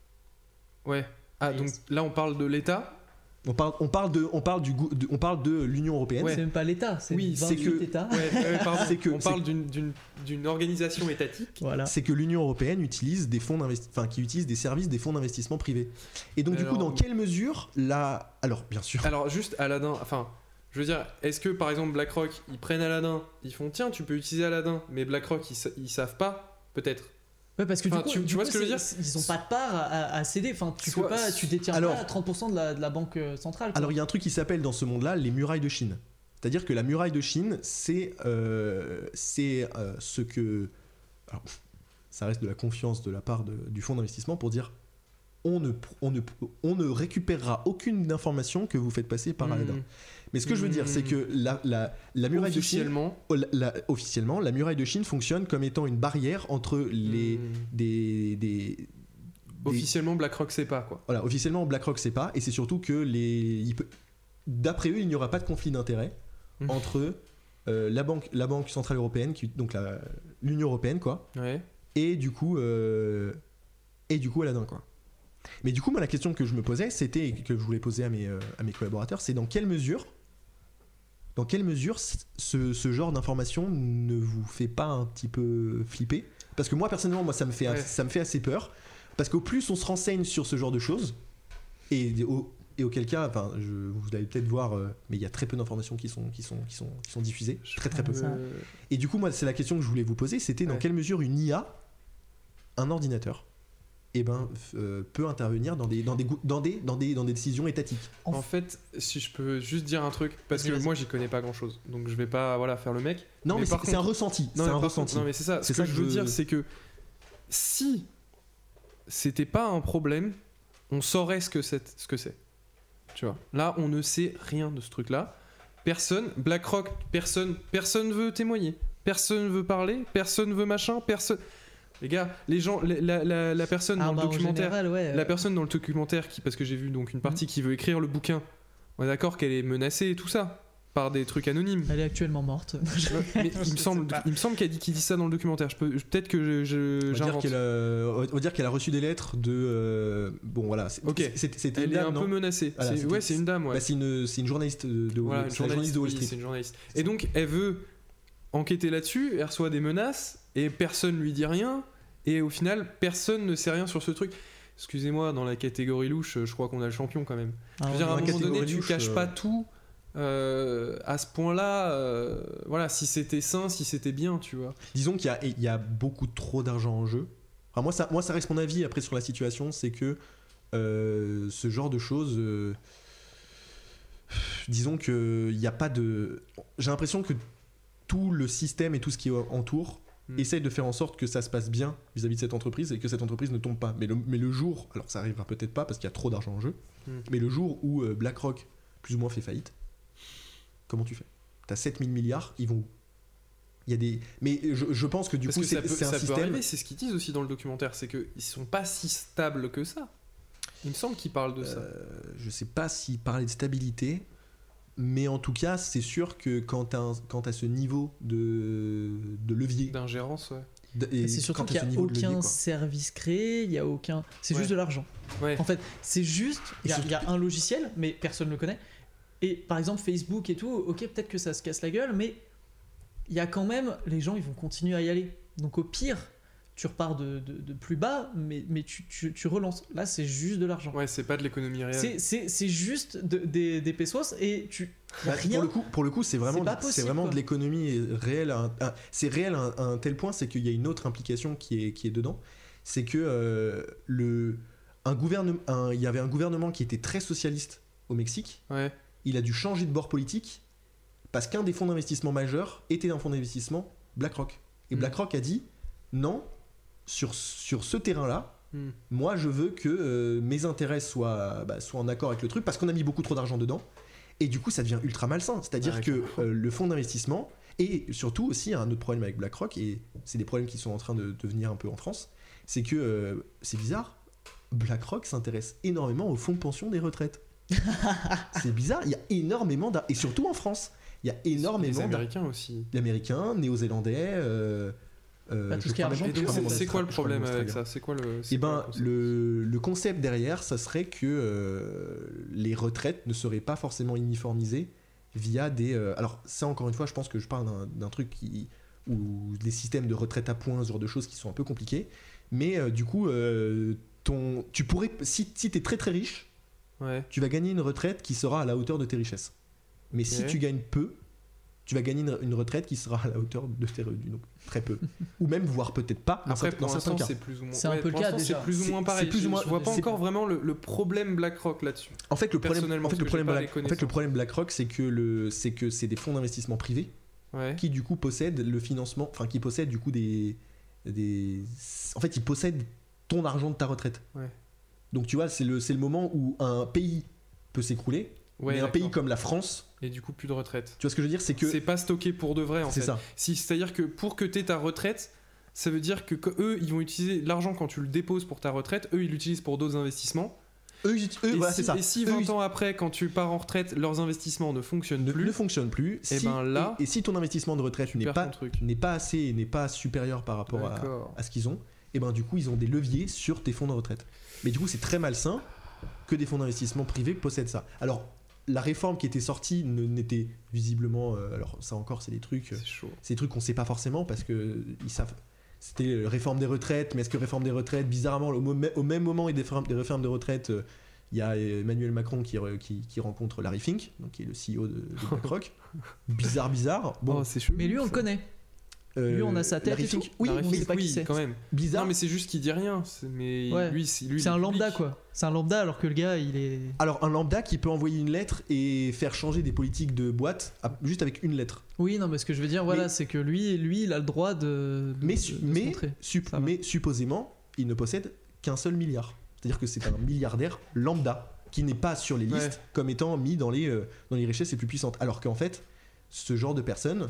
Ouais. Ah, donc là, on parle de l'État. On parle, on parle de, on parle du, goût- de- on parle de l'Union Européenne. C'est même pas l'État, c'est Oui, c'est vingt-huit que- États. Ouais, ouais, pardon. C'est que- on c'est- parle d'une- d'une d'une organisation étatique. Voilà. C'est que l'Union Européenne utilise des fonds d'investi- enfin, qui utilise des services des fonds d'investissement privés. Et donc, du Alors- coup, dans quelle mesure la, alors, bien sûr. Alors, juste Aladdin, enfin, je veux dire, est-ce que par exemple BlackRock, ils prennent Aladdin, ils font tiens, tu peux utiliser Aladdin, mais BlackRock, ils, sa- ils savent pas, peut-être. Ouais, parce que Enfin, du coup, tu- tu du vois coup, ce que je veux c'est- Ils ont pas de part à, à céder. Enfin, tu Soit- peux pas, tu détiens Alors- pas trente pour cent de la, de la banque euh, centrale. quoi. Alors, il y a un truc qui s'appelle dans ce monde-là les murailles de Chine. C'est-à-dire que la muraille de Chine, c'est, euh, c'est euh, ce que... Alors, ça reste de la confiance de la part de, du fonds d'investissement pour dire on ne, on, ne, on ne récupérera aucune information que vous faites passer par Aladdin. Mmh. Mais ce que mmh. je veux dire, c'est que la, la, la muraille de Chine... La, la, officiellement, la muraille de Chine fonctionne comme étant une barrière entre les... Mmh. des, des Officiellement, BlackRock sait pas, quoi. Voilà, officiellement, BlackRock sait pas, et c'est surtout que les... Peut... D'après eux, il n'y aura pas de conflit d'intérêts mmh. entre euh, la, banque, la Banque Centrale Européenne, qui, donc la, l'Union Européenne, quoi, ouais. et du coup, euh, et du coup Aladdin, quoi. Mais du coup, moi, la question que je me posais, c'était, que je voulais poser à mes, euh, à mes collaborateurs, c'est dans quelle mesure, dans quelle mesure ce, ce genre d'information ne vous fait pas un petit peu flipper ? Parce que moi, personnellement, moi, ça me fait, ouais. ça me fait assez peur. Parce qu'au plus on se renseigne sur ce genre de choses, et, au, et auquel cas, enfin, je, vous allez peut-être voir, euh, mais il y a très peu d'informations qui sont, qui sont, qui sont, qui sont diffusées, très très peu. Euh... Et du coup, moi, c'est la question que je voulais vous poser, c'était ouais. dans quelle mesure une I A, un ordinateur, eh ben, euh, peut intervenir dans des, dans, des, dans, des, dans, des, dans des décisions étatiques. En fait, si je peux juste dire un truc, parce que moi j'y connais pas grand chose, donc je vais pas voilà, faire le mec. Non, mais, mais c'est, contre, c'est un ressenti. Non, c'est un ressenti. Contre, non, mais c'est ça. C'est Ce ça que, que je veux dire, c'est que si c'était pas un problème, on saurait ce que c'est, ce que c'est. Tu vois. Là, on ne sait rien de ce truc-là. Personne, BlackRock, personne, personne veut témoigner. Personne veut parler. Personne veut machin. Personne. Les gars, les gens, la, la, la personne ah dans bah le documentaire, général, ouais, la euh... personne dans le documentaire qui, parce que j'ai vu donc une partie mmh. qui veut écrire le bouquin. On est d'accord qu'elle est menacée et tout ça par des trucs anonymes. Elle est actuellement morte. Mais il me semble, il me semble qu'elle dit, qu'il dit ça dans le documentaire. Je peux, peut-être que je, je, on va j'invente. Dire qu'elle a, on va dire qu'elle a reçu des lettres de. Euh, bon voilà. C'est, ok. C'était, c'était elle une dame, est un non peu menacée. Voilà, c'est, ouais, c'est une dame. Ouais. Bah, c'est une, c'est une journaliste de, de, voilà, de, une journaliste, journaliste de Wall Street. Oui, c'est une journaliste. Et donc elle veut enquêter là-dessus. Elle reçoit des menaces et personne lui dit rien. Et au final, personne ne sait rien sur ce truc. Excusez-moi, dans la catégorie louche, je crois qu'on a le champion quand même. Ah, je veux dire, à un moment donné, tu louche, caches euh... pas tout. Euh, à ce point-là, euh, voilà, si c'était sain, si c'était bien, tu vois. Disons qu'il y a, il y a beaucoup trop d'argent en jeu. Enfin, moi, ça, moi, ça reste mon avis après sur la situation, c'est que euh, ce genre de choses, euh, disons que il y a pas de. J'ai l'impression que tout le système et tout ce qui entoure mm. essaye de faire en sorte que ça se passe bien vis-à-vis de cette entreprise et que cette entreprise ne tombe pas. Mais le, mais le jour, alors ça arrivera peut-être pas parce qu'il y a trop d'argent en jeu, mm. mais le jour où euh, BlackRock plus ou moins fait faillite. Comment tu fais ? T'as sept mille milliards, ils vont. Il y a des. Mais je, je pense que du Parce coup, que c'est, ça peut, c'est un ça système. Peut arriver, c'est ce qu'ils disent aussi dans le documentaire, c'est qu'ils sont pas si stables que ça. Il me semble qu'ils parlent de euh, ça. Je sais pas s'ils parlaient de stabilité, mais en tout cas, c'est sûr que quand t'as, un, quand t'as ce niveau de, de levier. D'ingérence, ouais. Et c'est surtout qu'il n'y a aucun levier, service créé, il n'y a aucun. C'est ouais. juste de l'argent. Ouais. En fait, c'est juste. Il y, y a un logiciel, mais personne ne le connaît. Et par exemple, Facebook et tout, ok, peut-être que ça se casse la gueule, mais il y a quand même. Les gens, ils vont continuer à y aller. Donc au pire, tu repars de, de, de plus bas, mais, mais tu, tu, tu relances. Là, c'est juste de l'argent. Ouais, c'est pas de l'économie réelle. C'est, c'est, c'est juste de, des, des pesos et tu. Bah, rien. Pour le coup, pour le coup c'est vraiment, c'est, possible, c'est vraiment quoi. de l'économie réelle. À un, à, c'est réel à un, à un tel point, c'est qu'il y a une autre implication qui est, qui est dedans. C'est que euh, le, un gouvernement, un, il y avait un gouvernement qui était très socialiste au Mexique. Ouais. Il a dû changer de bord politique parce qu'un des fonds d'investissement majeurs était un fonds d'investissement BlackRock. Et mmh. BlackRock a dit non, sur, sur ce terrain-là, mmh. moi je veux que euh, mes intérêts soient, bah, soient en accord avec le truc parce qu'on a mis beaucoup trop d'argent dedans. Et du coup, ça devient ultra malsain. C'est-à-dire ouais, que euh, le fonds d'investissement, et surtout aussi, il y a un autre problème avec BlackRock, et c'est des problèmes qui sont en train de devenir un peu en France, c'est que, euh, c'est bizarre, BlackRock s'intéresse énormément aux fonds de pension des retraites. C'est bizarre, il y a énormément d'ar- et surtout en France, il y a énormément les Américains d'ar- aussi. Les Américains, Néo-Zélandais. Euh, euh, bah, tout ce qui est argent. Et donc, c'est, c'est quoi le problème avec ça ? C'est quoi le Et ben le, le concept derrière, ça serait que euh, les retraites ne seraient pas forcément uniformisées via des. Euh, alors ça, encore une fois, je pense que je parle d'un, d'un truc qui ou des systèmes de retraite à points, ce genre de choses qui sont un peu compliqués. Mais euh, du coup, euh, ton, tu pourrais, si, si t'es très très riche. Ouais. Tu vas gagner une retraite qui sera à la hauteur de tes richesses. Mais okay. si tu gagnes peu, tu vas gagner une, une retraite qui sera à la hauteur de tes revenus, donc très peu, ou même voire peut-être pas. Dans Après, certains, pour dans certains l'instant, cas. c'est plus ou moins. C'est un ouais, peu le pour cas, l'instant, déjà. C'est plus ou C'est- moins c'est pareil. plus ou Je- moins- Je vois pas c'est- encore vraiment le, le problème BlackRock là-dessus. En fait, le problème, Personnellement, en fait, le parce que problème, j'ai pas Black- les en fait, le problème BlackRock, c'est que le, c'est que c'est des fonds d'investissement privés Ouais. qui du coup possèdent le financement, enfin qui possèdent du coup des, des, en fait, ils possèdent ton argent de ta retraite. Ouais. Donc tu vois, c'est le, c'est le moment où un pays peut s'écrouler, Ouais, mais un d'accord. pays comme la France, Et du coup, plus de retraite. tu vois ce que je veux dire, c'est que C'est pas stocké pour de vrai en c'est fait. ça. Si, c'est-à-dire que pour que tu aies ta retraite, ça veut dire que, que eux, ils vont utiliser l'argent quand tu le déposes pour ta retraite, eux, ils l'utilisent pour d'autres investissements. Eux, ils- eux, et, voilà, si, c'est ça. et si Eux, vingt ils- ans après, quand tu pars en retraite, leurs investissements ne fonctionnent ne, plus, ne fonctionne plus. Et si, ben là, et, et si ton investissement de retraite tu n'est perds pas ton truc. n'est pas assez et n'est pas supérieur par rapport à, D'accord. à ce qu'ils ont, et ben du coup ils ont des leviers sur tes fonds de retraite. Mais du coup c'est très malsain que des fonds d'investissement privés possèdent ça. Alors la réforme qui était sortie ne- n'était visiblement, euh, alors ça encore c'est des trucs, euh, C'est chaud. c'est des trucs qu'on sait pas forcément parce que ils savent. C'était euh, réforme des retraites, mais est-ce que réforme des retraites, bizarrement au, mo- au même moment et des réformes, des réformes des retraites, euh, il y a Emmanuel Macron qui, re- qui, qui rencontre Larry Fink, donc qui est le C E O de, de BlackRock. bizarre, bizarre. Bon, Oh, c'est chaud. Mais lui, on le connaît. euh, Lui, on a sa tête Larry et tout. Fink, oui, Larry on Fink, sait pas qui oui, c'est. quand même. bizarre. Non, mais c'est juste qu'il dit rien. c'est- Mais Ouais. lui, c'est lui, C'est il est un lambda, public. quoi. C'est un lambda, alors que le gars, il est. Alors un lambda qui peut envoyer une lettre et faire changer des politiques de boîte à- juste avec une lettre. Oui, non, mais ce que je veux dire, voilà, Mais- c'est que lui, lui, il a le droit de. de- Mais, de- su- de se mais, montrer. sup- Ça va. mais supposément, il ne possède qu'un seul milliard. C'est-à-dire que c'est un milliardaire lambda qui n'est pas sur les listes Ouais. comme étant mis dans les, euh, dans les richesses les plus puissantes. Alors qu'en fait, ce genre de personnes,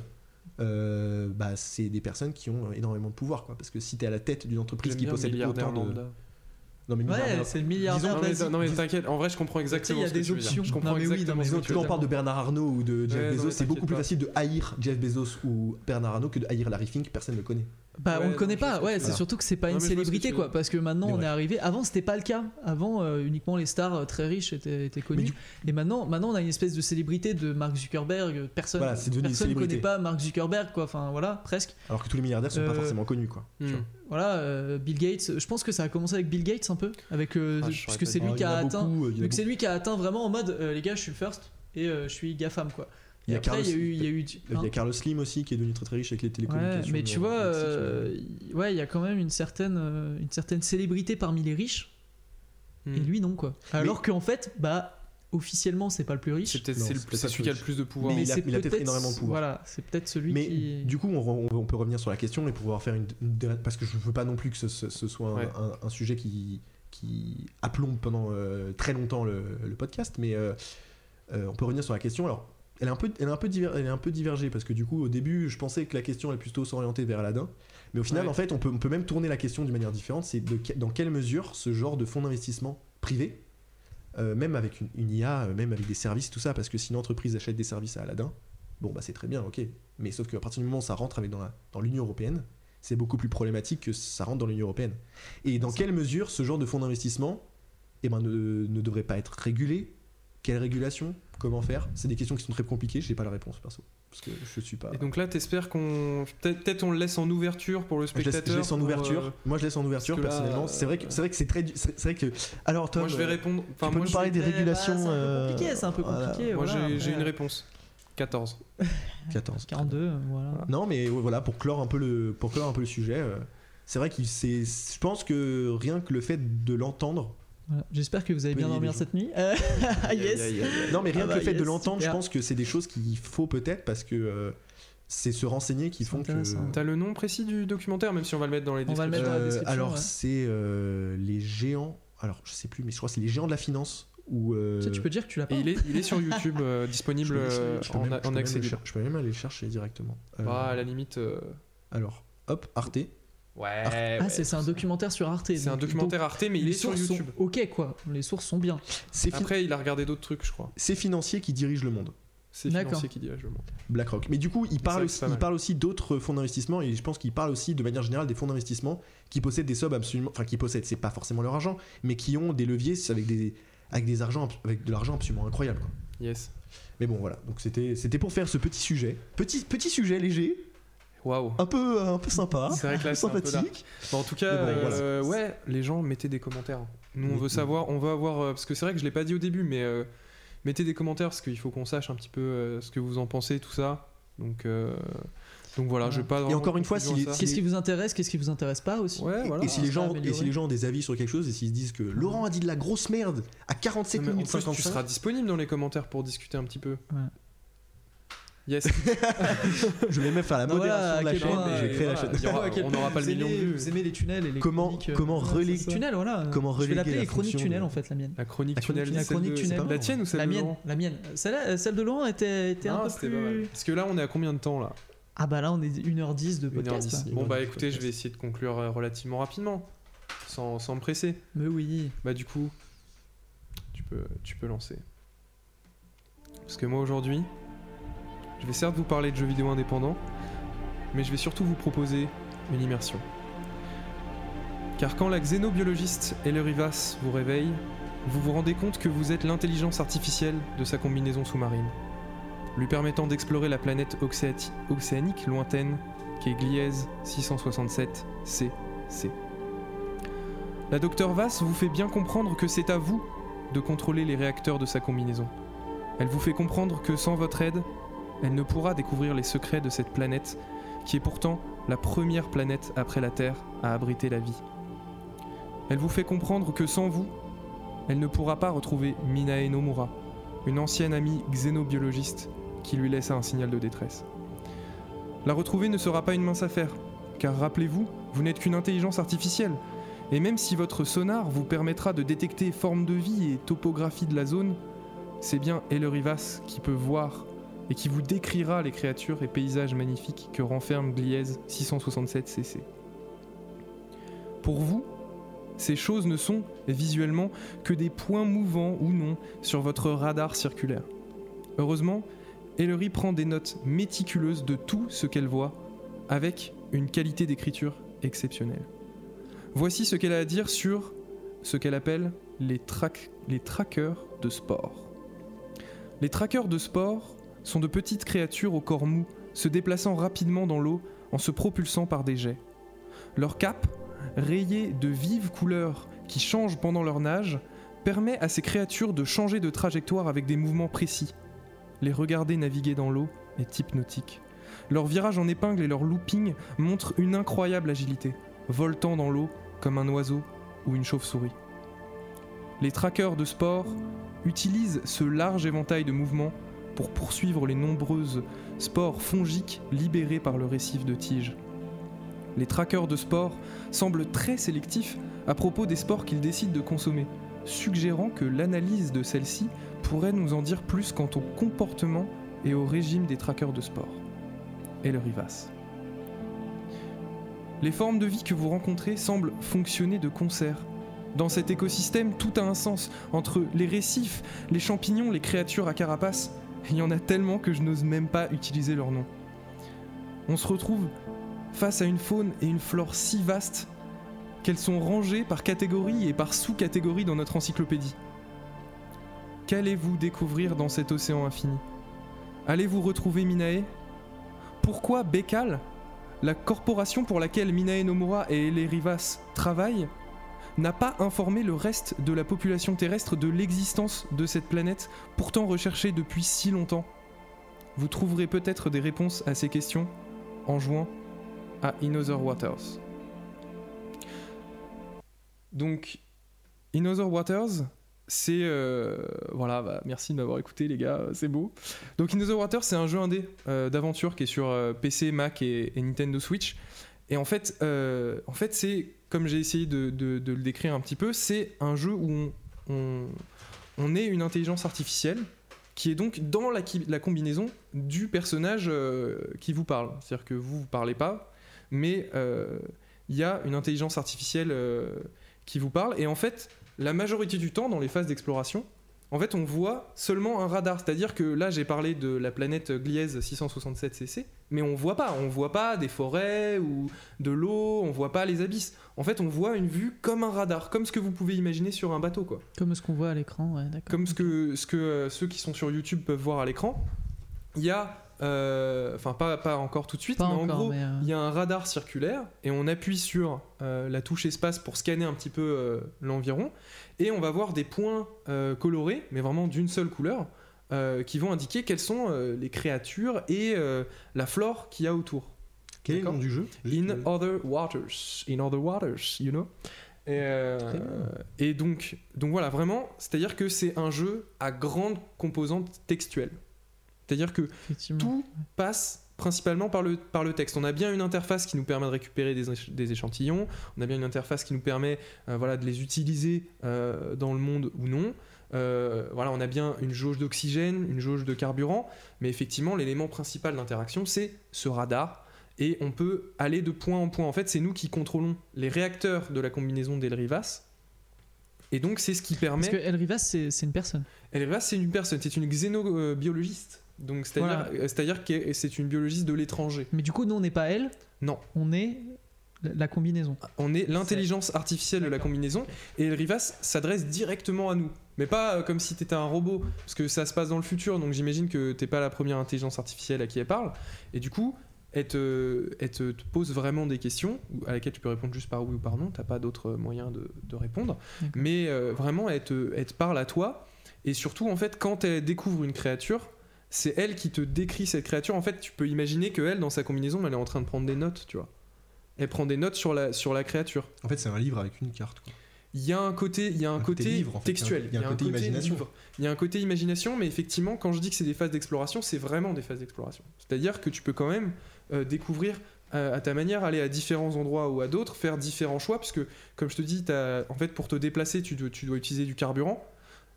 euh, bah, c'est des personnes qui ont énormément de pouvoir. Quoi. Parce que si tu es à la tête d'une entreprise J'aime qui bien possède milliardaire autant de... lambda. Non, mais Ouais, milliardaire. c'est le milliardaire Non mais, basique. non, mais Dis- t'inquiète, en vrai je comprends exactement il y a ce que des tu veux dire. options. Je comprends Non, mais oui, exactement non, mais ce que Disons, tu tu veux vois, on dire. parle de Bernard Arnault ou de Jeff Ouais, non, Bezos, mais c'est beaucoup t'inquiète plus pas. facile de haïr Jeff Bezos ou Bernard Arnault que de haïr Larry Fink, personne ne le connaît. Bah, Ouais, on le connaît non, je vois pas, ce que ouais, tu c'est veux dire. surtout que c'est pas Non, une mais je vois ce que célébrité tu veux quoi, dire. parce que maintenant Mais on ouais. est arrivé. Avant c'était pas le cas, avant euh, uniquement les stars euh, très riches étaient, étaient connues. Mais du- Et maintenant, maintenant on a une espèce de célébrité de Mark Zuckerberg, personne Voilà, c'est devenu une personne célébrité. connaît pas Mark Zuckerberg quoi, enfin voilà, presque. Alors que tous les milliardaires sont pas Euh, forcément connus. Quoi. Hmm. Tu vois. Voilà, euh, Bill Gates, je pense que ça a commencé avec Bill Gates un peu, avec euh, Ah, je saurais puisque pas c'est dire. lui Ah, qui il y en a a atteint, beaucoup, euh, il y en a donc c'est beaucoup. lui qui a atteint vraiment en mode euh, les gars je suis le first et euh, je suis GAFAM quoi. Il y Et a après Carlos- il y a eu, il y a eu, Il y hein. a Carlos Slim aussi qui est devenu très très riche avec les Ouais, télécommunications. mais tu euh, vois, Mexique, euh, y- ouais, il y a quand même une certaine, euh, une certaine célébrité parmi les riches, Hmm. et lui non quoi. Alors qu'en fait, bah, officiellement c'est pas le plus riche, C'est peut-être Non, c'est le- c'est peut-être c'est pas celui qui a plus le plus de pouvoir. Mais il a- c'est il a peut-être énormément de pouvoir. Voilà, c'est peut-être celui Mais qui. du coup, on, on- on peut revenir sur la question et pouvoir faire une, une dernière- parce que je veux pas non plus que ce, ce- ce soit un, Ouais. un- un sujet qui, qui aplombe pendant euh, très longtemps le, le podcast, mais euh, euh, on peut revenir sur la question. Alors, elle est un peu, elle est un peu, diver- elle est un peu divergée parce que du coup, au début, je pensais que la question allait plutôt s'orienter vers Aladdin, mais au final, Ouais. en fait, on peut, on peut même tourner la question d'une manière différente. C'est de, que- dans quelle mesure ce genre de fonds d'investissement privé, euh, même avec une, une I A, euh, même avec des services, tout ça, parce que si une entreprise achète des services à Aladdin, bon bah c'est très bien, ok. Mais sauf qu'à partir du moment où ça rentre avec dans, la- dans l'Union Européenne, c'est beaucoup plus problématique que ça rentre dans l'Union Européenne. Et dans quelle mesure ce genre de fonds d'investissement eh ben, ne, ne devrait pas être régulé? Quelle régulation? Comment faire? C'est des questions qui sont très compliquées, je n'ai pas la réponse perso. Parce que je suis pas. Et donc là, t'espères qu'on. Peut-être peut-être on le laisse en ouverture pour le Je laisse, spectateur. je laisse en pour, ouverture. euh, Moi, je laisse en ouverture parce que là, personnellement. C'est vrai que c'est vrai que c'est très. du- C'est c'est vrai que. Alors Tom, Moi, je vais euh, répondre. Enfin, tu peux moi, nous je- parler des Eh bah, régulations. c'est un peu euh, compliqué, c'est un peu voilà. compliqué. moi, voilà, j'ai j'ai après, une réponse. quatorze. quatorze. quarante-deux, euh, voilà. Non, mais ouais, voilà, pour clore un peu le, pour clore un peu le sujet, euh, c'est vrai qu'il c'est, je pense que rien que le fait de l'entendre, Voilà. J'espère que vous allez Peut bien lier dormir les cette nuit. Euh, yes. Aïe, aïe, aïe, aïe. non mais rien Ah que bah, le fait yes, de l'entendre, super. je pense que c'est des choses qu'il faut peut-être parce que euh, c'est se renseigner qui C'est font que. intéressant. T'as le nom précis du documentaire, même si on va le mettre dans les On va le descriptions. mettre dans la Euh, description, alors ouais. c'est euh, les géants. Alors je sais plus, mais je crois que c'est les géants de la finance ou. euh, Tu sais, tu peux dire que tu l'as pas. Et il est, il est sur YouTube, euh, je disponible peux- je euh, peux en, même- je en peux même accès le libre. cher- Je peux même aller le chercher directement. Euh, Bah, à la limite. euh, Alors, hop, Arte. Ouais. Ah, c'est c'est un documentaire sur Arte. C'est un donc- documentaire Arte, mais donc, il les est sur sources YouTube. sont ok quoi. Les sources sont bien. C'est fi- Après, il a regardé d'autres trucs, je crois. c'est financier qui dirige le monde. C'est D'accord. financier qui dirige le monde. BlackRock. Mais du coup, il parle, vrai que aussi, c'est pas il mal. parle aussi d'autres fonds d'investissement et je pense qu'il parle aussi de manière générale des fonds d'investissement qui possèdent des sommes absolument, enfin qui possèdent, c'est pas forcément leur argent, mais qui ont des leviers avec des avec des argents, avec de l'argent absolument incroyable. Quoi. Yes. Mais bon, voilà. Donc c'était c'était pour faire ce petit sujet, petit petit sujet léger, Waouh. un peu un peu sympa, C'est vrai que là, c'est un peu sympathique. Bon, en tout cas, Mais bon, euh, ouais, les gens mettez des commentaires. Nous, on Oui, veut oui. savoir, on veut avoir, euh, parce que c'est vrai que je l'ai pas dit au début, mais euh, mettez des commentaires parce qu'il faut qu'on sache un petit peu euh, ce que vous en pensez, tout ça. Donc, euh, donc voilà, je vais pas. Et encore une fois, si les- si Qu'est-ce qui vous intéresse, qu'est-ce qui vous intéresse pas aussi. ouais, Et- voilà. et, si les gens, améliorer. et si les gens ont des avis sur quelque chose et s'ils se disent que Laurent a dit de la grosse merde à quarante-sept Non, mais en minutes plus, cinquante-cinq, tu seras disponible dans les commentaires pour discuter un petit peu. Ouais. Yes. je vais même faire la Non, modération voilà, à de la quel chaîne point, et je vais euh, créer la voilà, chaîne. il y aura- À quel on point n'aura pas vous le million de aimez- vues. Vous aimez les tunnels et les Comment- chroniques, euh, comment ouais, reléguer- c'est ça. Tunnel, voilà. comment Je vais reléguer l'appeler la les chroniques fonction tunnels de- en fait, la mienne. La chronique La chronique- tunnel, la celle chronique de- tunnel. La tienne ou celle La de mienne, Laurent la mienne. Celle, celle de Laurent était, était un Non, peu c'était plus. pas mal. Parce que là, on est à combien de temps là Ah bah là, on est une heure dix de une heure podcast. dix. là. Bon Une bah heure dix écoutez, je podcast. vais essayer de conclure euh, relativement rapidement, sans, sans me presser. Mais oui. Bah du coup, tu peux, tu peux lancer. Parce que moi aujourd'hui, je vais certes vous parler de jeux vidéo indépendants, mais je vais surtout vous proposer une immersion. Car quand la xénobiologiste Ellerivas vous réveille, vous vous rendez compte que vous êtes l'intelligence artificielle de sa combinaison sous-marine, lui permettant d'explorer la planète oxéati- océanique lointaine qui est Gliese six cent soixante-sept C C. La docteur Vass vous fait bien comprendre que c'est à vous de contrôler les réacteurs de sa combinaison. Elle vous fait comprendre que sans votre aide, elle ne pourra découvrir les secrets de cette planète qui est pourtant la première planète après la Terre à abriter la vie. Elle vous fait comprendre que sans vous, elle ne pourra pas retrouver Minae Nomura, une ancienne amie xénobiologiste qui lui laissa un signal de détresse. La retrouver ne sera pas une mince affaire, car rappelez-vous, vous n'êtes qu'une intelligence artificielle, et même si votre sonar vous permettra de détecter forme de vie et topographie de la zone, c'est bien Ellerivas qui peut voir et qui vous décrira les créatures et paysages magnifiques que renferme Gliese six cent soixante-sept C C. Pour vous, ces choses ne sont, visuellement, que des points mouvants ou non sur votre radar circulaire. Heureusement, Ellery prend des notes méticuleuses de tout ce qu'elle voit, avec une qualité d'écriture exceptionnelle. Voici ce qu'elle a à dire sur ce qu'elle appelle les, track- les trackers de sport. Les trackers de sport sont de petites créatures au corps mou, se déplaçant rapidement dans l'eau en se propulsant par des jets. Leur cape, rayée de vives couleurs qui changent pendant leur nage, permet à ces créatures de changer de trajectoire avec des mouvements précis. Les regarder naviguer dans l'eau est hypnotique. Leur virage en épingle et leur looping montrent une incroyable agilité, voltant dans l'eau comme un oiseau ou une chauve-souris. Les trackers de sport utilisent ce large éventail de mouvements pour poursuivre les nombreuses spores fongiques libérées par le récif de tige. Les trackers de sport semblent très sélectifs à propos des spores qu'ils décident de consommer, suggérant que l'analyse de celle-ci pourrait nous en dire plus quant au comportement et au régime des trackers de sport. Ellerivas. Les formes de vie que vous rencontrez semblent fonctionner de concert. Dans cet écosystème, tout a un sens. Entre les récifs, les champignons, les créatures à carapace, il y en a tellement que je n'ose même pas utiliser leur nom. On se retrouve face à une faune et une flore si vastes qu'elles sont rangées par catégorie et par sous-catégorie dans notre encyclopédie. Qu'allez-vous découvrir dans cet océan infini ? Allez-vous retrouver Minae ? Pourquoi Bekal, la corporation pour laquelle Minae Nomura et Ellerivas travaillent, n'a pas informé le reste de la population terrestre de l'existence de cette planète, pourtant recherchée depuis si longtemps ? Vous trouverez peut-être des réponses à ces questions en jouant à In Other Waters. Donc, In Other Waters, c'est... Euh, voilà, bah, merci de m'avoir écouté les gars, c'est beau. Donc In Other Waters, c'est un jeu indé euh, d'aventure qui est sur euh, P C, Mac et, et Nintendo Switch. Et en fait, euh, en fait c'est, comme j'ai essayé de, de, de le décrire un petit peu, c'est un jeu où on, on, on est une intelligence artificielle qui est donc dans la, la combinaison du personnage euh, qui vous parle. C'est-à-dire que vous ne parlez pas, mais il euh, y a une intelligence artificielle euh, qui vous parle. Et en fait, la majorité du temps, dans les phases d'exploration, en fait, on voit seulement un radar. C'est-à-dire que là, j'ai parlé de la planète Gliese six cent soixante-sept C C, mais on voit pas. On voit pas des forêts ou de l'eau, on voit pas les abysses. En fait, on voit une vue comme un radar, comme ce que vous pouvez imaginer sur un bateau, quoi. Comme ce qu'on voit à l'écran, ouais, d'accord. Comme ce que, ce que euh, ceux qui sont sur YouTube peuvent voir à l'écran. Il y a... Enfin, euh, pas, pas encore tout de suite, Pas mais encore, en gros, mais, euh... il y a un radar circulaire et on appuie sur euh, la touche espace pour scanner un petit peu euh, l'environ et on va voir des points euh, colorés, mais vraiment d'une seule couleur, euh, qui vont indiquer quelles sont euh, les créatures et euh, la flore qu'il y a autour. Quel est le D'accord. nom du jeu? In other waters, in other waters, you know. Et, euh, Très bien. et donc, donc voilà, vraiment, c'est-à-dire que c'est un jeu à grande composante textuelle. C'est-à-dire que Effectivement. tout passe principalement par le, par le texte. On a bien une interface qui nous permet de récupérer des, éch- des échantillons, on a bien une interface qui nous permet euh, voilà, de les utiliser euh, dans le monde ou non. Euh, voilà, on a bien une jauge d'oxygène, une jauge de carburant, mais effectivement, l'élément principal d'interaction, c'est ce radar, et on peut aller de point en point. En fait, c'est nous qui contrôlons les réacteurs de la combinaison d'Elrivas, et donc c'est ce qui permet... Parce que Elrivas, c'est, c'est une personne. Elrivas, c'est une personne, c'est une xénobiologiste. Donc, c'est-à-dire, Voilà. c'est-à-dire que c'est une biologiste de l'étranger. Mais du coup, nous, on n'est pas elle, Non, on est la la combinaison. on est l'intelligence artificielle de la D'accord. combinaison, et Elrivas s'adresse directement à nous. Mais pas euh, comme si t'étais un robot, parce que ça se passe dans le futur, donc j'imagine que t'es pas la première intelligence artificielle à qui elle parle. Et du coup, elle te, elle te, te pose vraiment des questions à laquelle tu peux répondre juste par oui ou par non, t'as pas d'autre moyen de, de répondre. D'accord. Mais euh, vraiment, elle te, elle te parle à toi, et surtout, en fait, quand elle découvre une créature, c'est elle qui te décrit cette créature. En fait, tu peux imaginer que elle, dans sa combinaison, elle est en train de prendre des notes, tu vois. Elle prend des notes sur la, sur la créature. En fait, c'est un livre avec une carte, quoi. Il y a un côté, il y a un, Un côté, côté livre, en fait. textuel, Il y a un côté imagination. livre. Il y a un côté imagination, mais effectivement, quand je dis que c'est des phases d'exploration, c'est vraiment des phases d'exploration. C'est-à-dire que tu peux quand même euh, découvrir euh, à ta manière, aller à différents endroits ou à d'autres, faire différents choix, puisque, comme je te dis, t'as- en fait, pour te déplacer, tu dois, tu dois utiliser du carburant.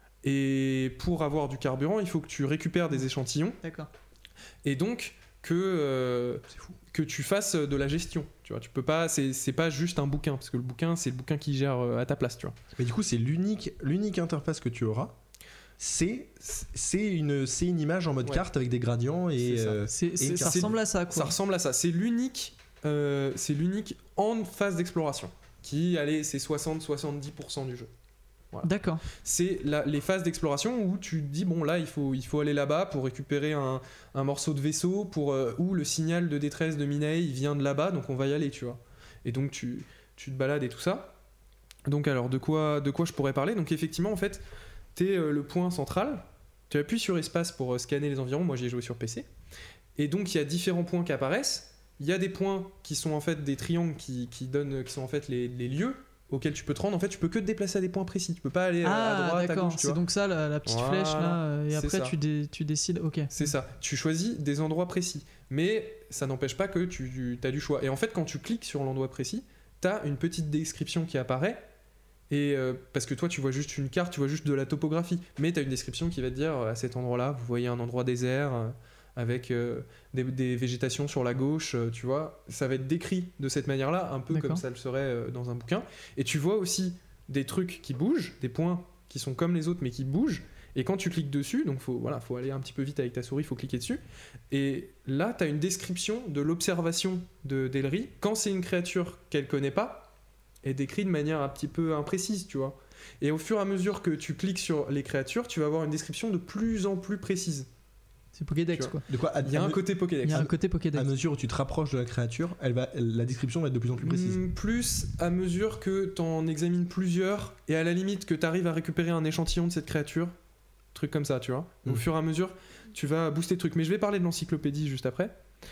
Et pour avoir du carburant, il faut que tu récupères des échantillons. D'accord. Et donc que euh, C'est fou. que tu fasses de la gestion, tu vois. Tu peux pas, c'est c'est pas juste un bouquin, parce que le bouquin, c'est le bouquin qui gère euh, à ta place, tu vois. Mais du coup, c'est l'unique, l'unique interface que tu auras. C'est, c'est une, c'est une image en mode Ouais. carte avec des gradients et. C'est ça. euh, C'est, c'est- Et ça c'est- ressemble à ça, quoi. Ça ressemble à ça. C'est l'unique, euh, c'est l'unique en phase d'exploration qui, allez, c'est soixante à soixante-dix pour cent du jeu. D'accord. C'est la- les phases d'exploration où tu te dis bon là il faut, il faut aller là-bas pour récupérer un, un morceau de vaisseau pour euh, où le signal de détresse de Minei il vient de là-bas, donc on va y aller, tu vois. Et donc tu, tu te balades et tout ça. Donc alors de quoi, de quoi je pourrais parler? Donc effectivement en fait t'es euh, le point central, tu appuies sur espace pour euh, scanner les environs, moi j'y ai joué sur P C, et donc il y a différents points qui apparaissent. Il y a des points qui sont en fait des triangles qui, qui donnent, qui sont en fait les, les lieux auxquels tu peux te rendre. En fait, tu peux que te déplacer à des points précis. Tu peux pas aller à- à Ah, droite, à d'accord. gauche, tu C'est vois. donc ça, la, la petite Voilà. flèche, là. euh, Et C'est après, ça. tu, dé- tu décides. Ok. C'est ça. Tu choisis des endroits précis. Mais ça n'empêche pas que tu as du choix. Et en fait, quand tu cliques sur l'endroit précis, tu as une petite description qui apparaît. Et euh, parce que toi, tu vois juste une carte, tu vois juste de la topographie. Mais tu as une description qui va te dire euh, à cet endroit-là, vous voyez un endroit désert euh, avec euh, des, des végétations sur la gauche, euh, tu vois. Ça va être décrit de cette manière-là, un peu D'accord. comme ça le serait euh, dans un bouquin. Et tu vois aussi des trucs qui bougent, des points qui sont comme les autres mais qui bougent. Et quand tu cliques dessus, donc faut, voilà, faut aller un petit peu vite avec ta souris, faut cliquer dessus. Et là, tu as une description de l'observation de d'Elri. Quand c'est une créature qu'elle connaît pas, est décrite de manière un petit peu imprécise, tu vois. Et au fur et à mesure que tu cliques sur les créatures, tu vas avoir une description de plus en plus précise. C'est Pokédex, Tu quoi. De quoi à, Il y a à un me- côté Il Pokédex. y a un côté à Pokédex. mesure où tu te rapproches de la créature, elle va, elle- la description va être de plus en plus précise. Mm, plus à mesure que tu en examines plusieurs, et à la limite que tu arrives à récupérer un échantillon de cette créature, truc comme ça, tu vois. Au Mm. fur et à mesure, tu vas booster le truc. Mais je vais parler de l'encyclopédie juste après.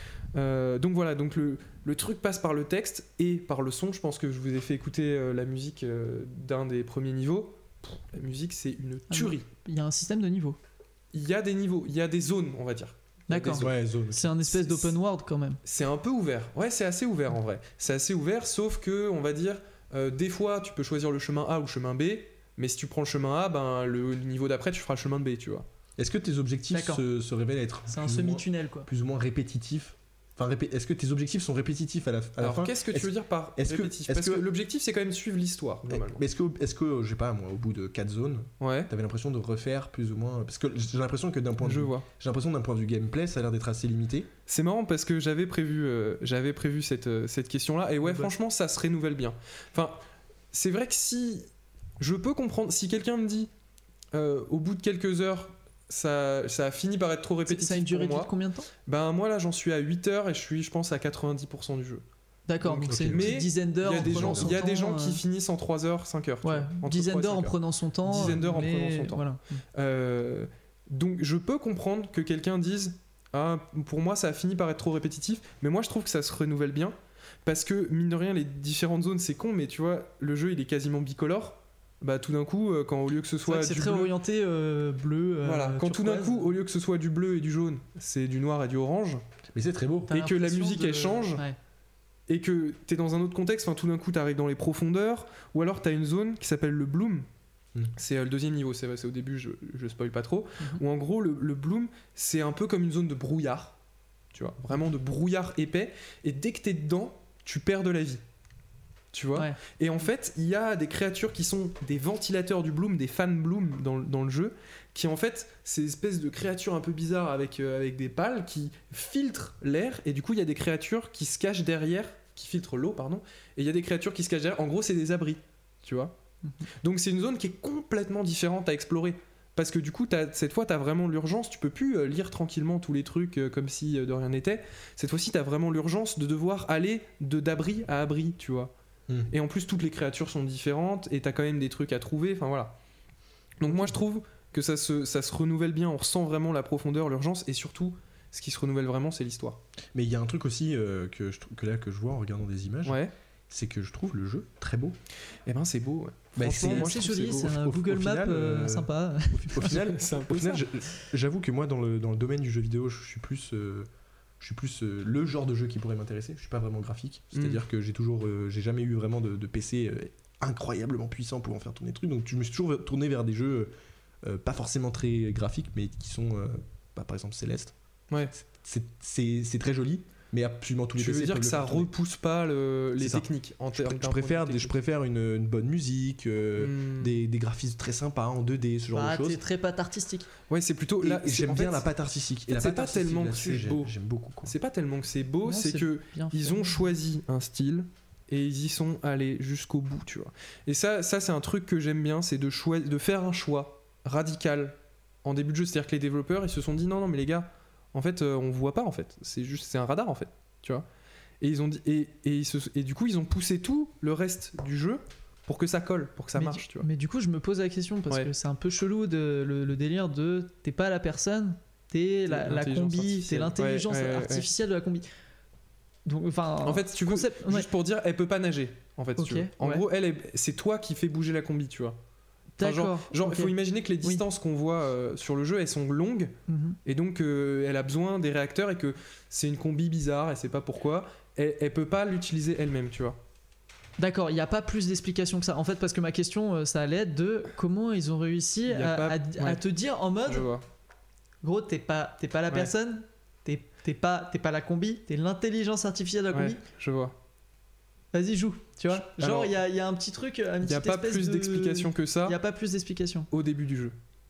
Euh, donc voilà, donc le, le truc passe par le texte et par le son. Je pense que je vous ai fait écouter euh, la musique euh, d'un des premiers niveaux. Pff, la musique, c'est une Ah tuerie. Il y a un système de niveau. Il y a des niveaux, il y a des zones, on va dire. Il y a des D'accord. zones. Ouais, zone. C'est un espèce C'est- d'open world, quand même. C'est un peu ouvert. Ouais, c'est assez ouvert en vrai. C'est assez ouvert, sauf que, on va dire, euh, des fois, tu peux choisir le chemin A ou le chemin B, mais si tu prends le chemin A, ben, le niveau d'après, tu feras le chemin de B, tu vois. Est-ce que tes objectifs D'accord. se, se révèlent être C'est un plus ou moins- semi-tunnel, quoi. plus ou moins répétitifs? Enfin, répé- est-ce que tes objectifs sont répétitifs à la, à la Alors, fin? qu'est-ce que tu Est-ce- veux dire par est-ce que- répétitif est-ce Parce que, que- l'objectif, c'est quand même suivre l'histoire, normalement. Mais est-ce que, est-ce que, je sais pas, moi, au bout de quatre zones, Ouais, t'avais l'impression de refaire plus ou moins. Parce que j'ai l'impression que d'un point de je vue, vois. j'ai l'impression d'un point de vue gameplay, ça a l'air d'être assez limité. C'est marrant parce que j'avais prévu, euh, j'avais prévu cette, euh, cette question-là, et ouais, Bah. franchement, ça se renouvelle bien. Enfin, c'est vrai que si. Je peux comprendre, si quelqu'un me dit, euh, au bout de quelques heures, ça, ça a fini par être trop répétitif Ça a une durée de pour vie de moi, combien de temps? ben moi là, j'en suis à huit heures et je suis, je pense, à quatre-vingt-dix pour cent du jeu. D'accord, Donc, donc ok. c'est une Mais petite dizaine d'heures. Il y a en des prenant gens, son il y a des temps, gens qui euh, finissent en trois heures, cinq heures. tu Ouais, vois, entre dizaine trois et d'heures en cinq heures. prenant son temps. Dizaine d'heures en mais prenant son temps. Voilà. Euh, Donc je peux comprendre que quelqu'un dise ah, pour moi ça a fini par être trop répétitif, mais moi je trouve que ça se renouvelle bien parce que mine de rien les différentes zones c'est con, mais tu vois le jeu il est quasiment bicolore. Bah tout d'un coup quand au lieu que ce soit c'est, du très bleu, orienté euh, bleu euh, voilà, quand turquoise. tout d'un coup au lieu que ce soit du bleu et du jaune c'est du noir et du orange, Mais c'est très beau. T'as et que la l'impression musique de- elle change, ouais. et que t'es dans un autre contexte, enfin tout d'un coup t'arrives dans les profondeurs, ou alors t'as une zone qui s'appelle le bloom. Mm. C'est euh, le deuxième niveau, c'est, c'est au début, je, je spoil pas trop. Mhm. Où en gros le, le bloom c'est un peu comme une zone de brouillard, tu vois, vraiment de brouillard épais, et dès que t'es dedans tu perds de la vie, tu vois. Ouais. Et en fait il y a des créatures qui sont des ventilateurs du bloom, des fan bloom dans, le- dans le jeu, qui en fait c'est une espèce de créatures un peu bizarres avec, euh, avec des pales qui filtrent l'air, et du coup il y a des créatures qui se cachent derrière, qui filtrent l'eau pardon, et il y a des créatures qui se cachent derrière, en gros c'est des abris, tu vois. Mhm. Donc c'est une zone qui est complètement différente à explorer, parce que du coup t'as, cette fois t'as vraiment l'urgence, tu peux plus euh, lire tranquillement tous les trucs euh, comme si euh, de rien n'était, cette fois-ci t'as vraiment l'urgence de devoir aller de d'abri à abri, tu vois. Mm. Et en plus toutes les créatures sont différentes et t'as quand même des trucs à trouver, enfin voilà. Donc moi je trouve que ça se, ça se renouvelle bien, on ressent vraiment la profondeur, l'urgence, et surtout ce qui se renouvelle vraiment c'est l'histoire. Mais il y a un truc aussi euh, que, je, trou- que là que je vois en regardant des images, Ouais, c'est que je trouve le jeu très beau. et ben c'est beau. Ouais. Bah, Franchement, c'est- moi, c'est je trouve joli, que c'est beau. un Au- au Google Maps final, euh, euh, sympa. Au, au final, C'est un peu au final ça. je- j'avoue que moi dans le, dans le domaine du jeu vidéo, je suis plus, euh, je suis plus euh, le genre de jeu qui pourrait m'intéresser. Je suis pas vraiment graphique, c'est-à-dire Mm. que j'ai toujours, euh, j'ai jamais eu vraiment de, de P C euh, incroyablement puissant pour en faire tourner des trucs. Donc je me suis toujours tourné vers des jeux euh, pas forcément très graphiques, mais qui sont, euh, bah, par exemple Céleste. Ouais. C'est, c'est, c'est très joli, mais absolument tous les Tu P C veux dire peuvent que le ça faire tourner. repousse pas le- les C'est ça. techniques en Je, termes pr- je d'un préfère, point de vue des, je préfère une, une bonne musique, euh, technique. Hmm. des, des graphismes très sympas en deux D, ce genre Bah, de choses. t'es très patte artistique. Ouais, c'est plutôt Et là. c'est- j'aime en bien fait, la patte artistique. Et en la fait, c'est patte pas artistique, tellement là, que c'est j'aime- beau. J'aime beaucoup. Quoi. C'est pas tellement que c'est beau, Non, c'est c'est que bien ils fait. ont choisi un style et ils y sont allés jusqu'au bout, tu vois. Et ça, ça c'est un truc que j'aime bien, c'est de, choi- de faire un choix radical en début de jeu. C'est-à-dire que les développeurs, ils se sont dit non, non, mais les gars, en fait, euh, on voit pas, en fait. C'est juste, c'est un radar, en fait, tu vois. Et ils ont dit, et, et, ils se- et du coup, ils ont poussé tout le reste du jeu pour que ça colle, pour que ça mais marche, du, tu vois. mais du coup, je me pose la question parce Ouais. que c'est un peu chelou de, le, le délire de t'es pas la personne, t'es la, la l'intelligence combi, t'es artificielle. l'intelligence Ouais, ouais, ouais, artificielle de la combi. Donc, enfin, En fait, si tu veux, concept, ouais. juste pour dire, elle peut pas nager, en fait, si Ok, tu veux. En ouais. gros, elle, est- c'est toi qui fais bouger la combi, tu vois. Enfin, genre, D'accord. genre, il ok. faut imaginer que les Oui. distances qu'on voit euh, sur le jeu, elles sont longues. Mhm. Et donc, euh, elle a besoin des réacteurs et que c'est une combi bizarre, elle sait pas pourquoi. Elle, elle peut pas l'utiliser elle-même, tu vois. D'accord, il n'y a pas plus d'explications que ça. En fait, parce que ma question, euh, ça allait être de comment ils ont réussi Y a à, pas- à- à ouais. te dire en mode, Je vois. gros, t'es pas, t'es pas la Ouais. personne, t'es, t'es pas, t'es pas la combi, t'es l'intelligence artificielle de la combi. Ouais, je vois. Vas-y, joue, tu vois. Genre, Alors, il y a, il y a un petit truc, une Il n'y petite a pas espèce plus de- d'explications que ça Il n'y a pas plus d'explications. au début du jeu.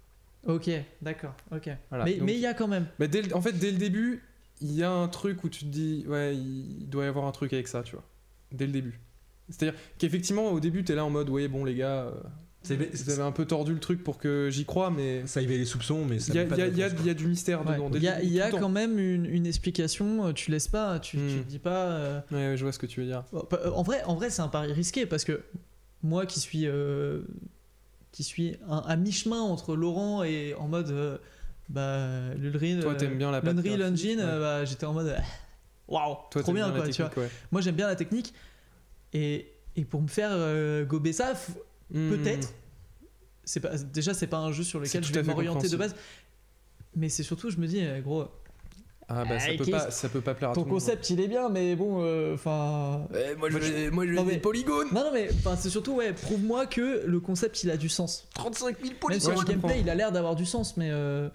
Ok, d'accord, ok. Voilà, mais donc- mais il y a quand même. Bah, dès le- en fait, dès le début, il y a un truc où tu te dis, ouais, il doit y avoir un truc avec ça, tu vois. Dès le début. C'est-à-dire qu'effectivement, au début, t'es là en mode, ouais, bon, les gars, euh, C'est- vous avez un peu tordu le truc pour que j'y croie, mais Ça éveille les soupçons, mais ça il y, a- met pas il y a- de il y a- réponse, il y a du mystère Ouais. dedans. dès Il le y a, début, il y a tout le quand temps. même une, une explication, euh, tu laisses pas, tu, Hmm. tu te dis pas. euh, Ouais, ouais, je vois ce que tu veux dire. Bon, pa- euh, En vrai, en vrai c'est un pari risqué parce que moi qui suis, euh, qui suis un- à mi-chemin entre Laurent et en mode euh, bah, l'Unreal, Toi, t'aimes bien la patte l'Unreal graphique, Engine, ouais. euh, bah, j'étais en mode euh, waouh, Toi, trop t'aimes bien la quoi, tu vois. technique, ouais. Moi j'aime bien la technique et, et pour me faire euh, gober ça, f- Hmm. peut-être. C'est pas, déjà, c'est pas un jeu sur lequel C'est je tout à vais fait m'orienter de compréhensible. base. Mais c'est surtout, je me dis, euh, gros, Ah bah ça Ah, peut qu'est-ce- pas, ça peut pas plaire à ton tout le monde. concept il est bien, mais bon, enfin. moi je veux, moi, je Non, mais- polygones. Non, non, mais enfin, c'est surtout, ouais, prouve-moi que le concept il a du sens. trente-cinq mille Même polygones. sur Ouais, le je gameplay, comprends. il a l'air d'avoir du sens, mais. euh,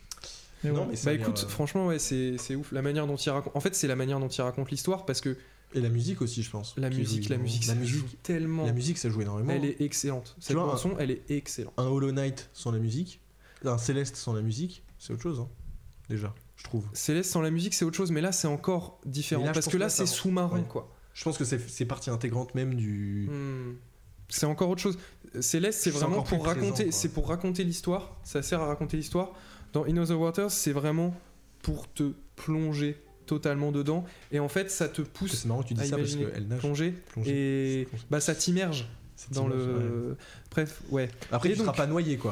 mais Non, ouais. mais ça Bah a l'air, écoute, euh, franchement ouais, c'est c'est ouf la manière dont il raconte. En fait, c'est la manière dont il raconte l'histoire parce que Et la musique aussi, je pense. la qui musique, joue la énormément. musique, la ça musique, joue tellement. la musique, ça joue énormément. Elle est excellente. Cette vois, bande son, elle est excellente. Un Hollow Knight sans la musique, un Céleste sans la musique, c'est autre chose, hein, déjà, je trouve. Céleste sans la musique, c'est autre chose, mais là c'est encore différent Mais là, je parce pense que que là là, ça- c'est sous-marin ouais. quoi. Je pense que c'est c'est partie intégrante même du. Hmm. C'est encore autre chose. Céleste, c'est C'est vraiment encore plus pour raconter, présent, quoi. c'est pour raconter l'histoire. Ça sert à raconter l'histoire. Dans In Other Waters, c'est vraiment pour te plonger totalement dedans. Et en fait, ça te Parce que pousse C'est marrant que tu dis à ça parce imaginer qu'elle nage. plonger. Plonger. Et C'est- bah ça t'immerge c'est dans immense, le. ouais. Bref, ouais. Après, Et tu donc- seras pas noyé, quoi.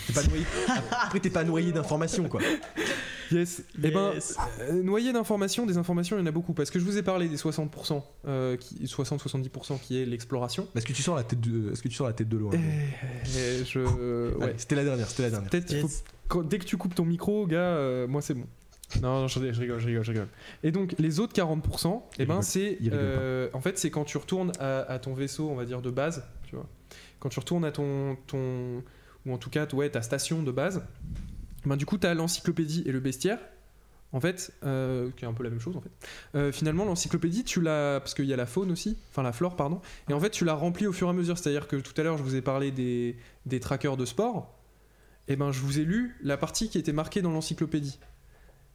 T'es pas noyé. Après, t'es pas noyé d'informations, quoi. Yes. Et ben, Yes. euh, noyé d'informations, des informations, il y en a beaucoup. Parce que je vous ai parlé des soixante pour cent, euh, qui, soixante à soixante-dix pour cent qui est l'exploration. Est-ce que tu sors la tête de, est-ce que tu sors la tête de l'eau hein, Et, et je. Ouais. Allez, c'était la dernière, c'était la dernière. Peut-être qu'il faut. Yes. quand- dès que tu coupes ton micro, gars, euh, moi c'est bon. Non, non, je, je rigole, je rigole, je rigole. Et donc, les autres quarante pour cent, eh Il ben, rigole. c'est. Il rigole euh, en fait, c'est quand tu retournes à, à ton vaisseau, on va dire, de base, tu vois. Quand tu retournes à ton. ton ou en tout cas, ouais, ta station de base, ben, du coup, tu as l'encyclopédie et le bestiaire. En fait, euh, qui est un peu la même chose en fait. Euh, finalement, l'encyclopédie, tu l'as. Parce qu'il y a la faune aussi, enfin la flore, pardon. Et en fait, tu l'as remplie au fur et à mesure. C'est-à-dire que tout à l'heure, je vous ai parlé des, des trackers de sport. Et ben, je vous ai lu la partie qui était marquée dans l'encyclopédie. D'accord ?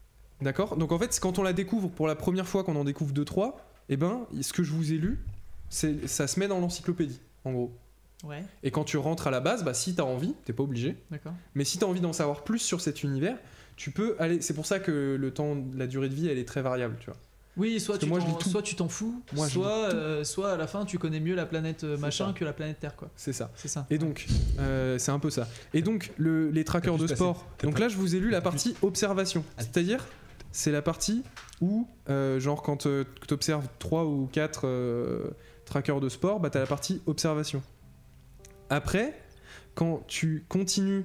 Donc en fait, quand on la découvre pour la première fois, qu'on en découvre deux trois, et ben, ce que je vous ai lu, c'est, ça se met dans l'encyclopédie, en gros. Ouais, Et quand tu rentres à la base, bah, si t'as envie, t'es pas obligé. d'accord. Mais si t'as envie d'en savoir plus sur cet univers, tu peux aller. C'est pour ça que le temps, la durée de vie, elle est très variable, tu vois. Oui, soit Parce que tu, moi, je t'en, lis tout. soit tu t'en fous, Moi, je soit, lis tout. euh, soit à la fin tu connais mieux la planète euh, C'est machin ça. que la planète Terre, quoi. C'est ça. C'est ça. Et donc, euh, c'est un peu ça. Et donc, le- les trackers T'as de plus sport. passé- t'as Donc pas- là, je vous ai lu la partie observation. C'est-à-dire, c'est la partie où, euh, genre, quand tu observes trois ou quatre euh, trackers de sport, bah, tu as la partie observation. Après, quand tu continues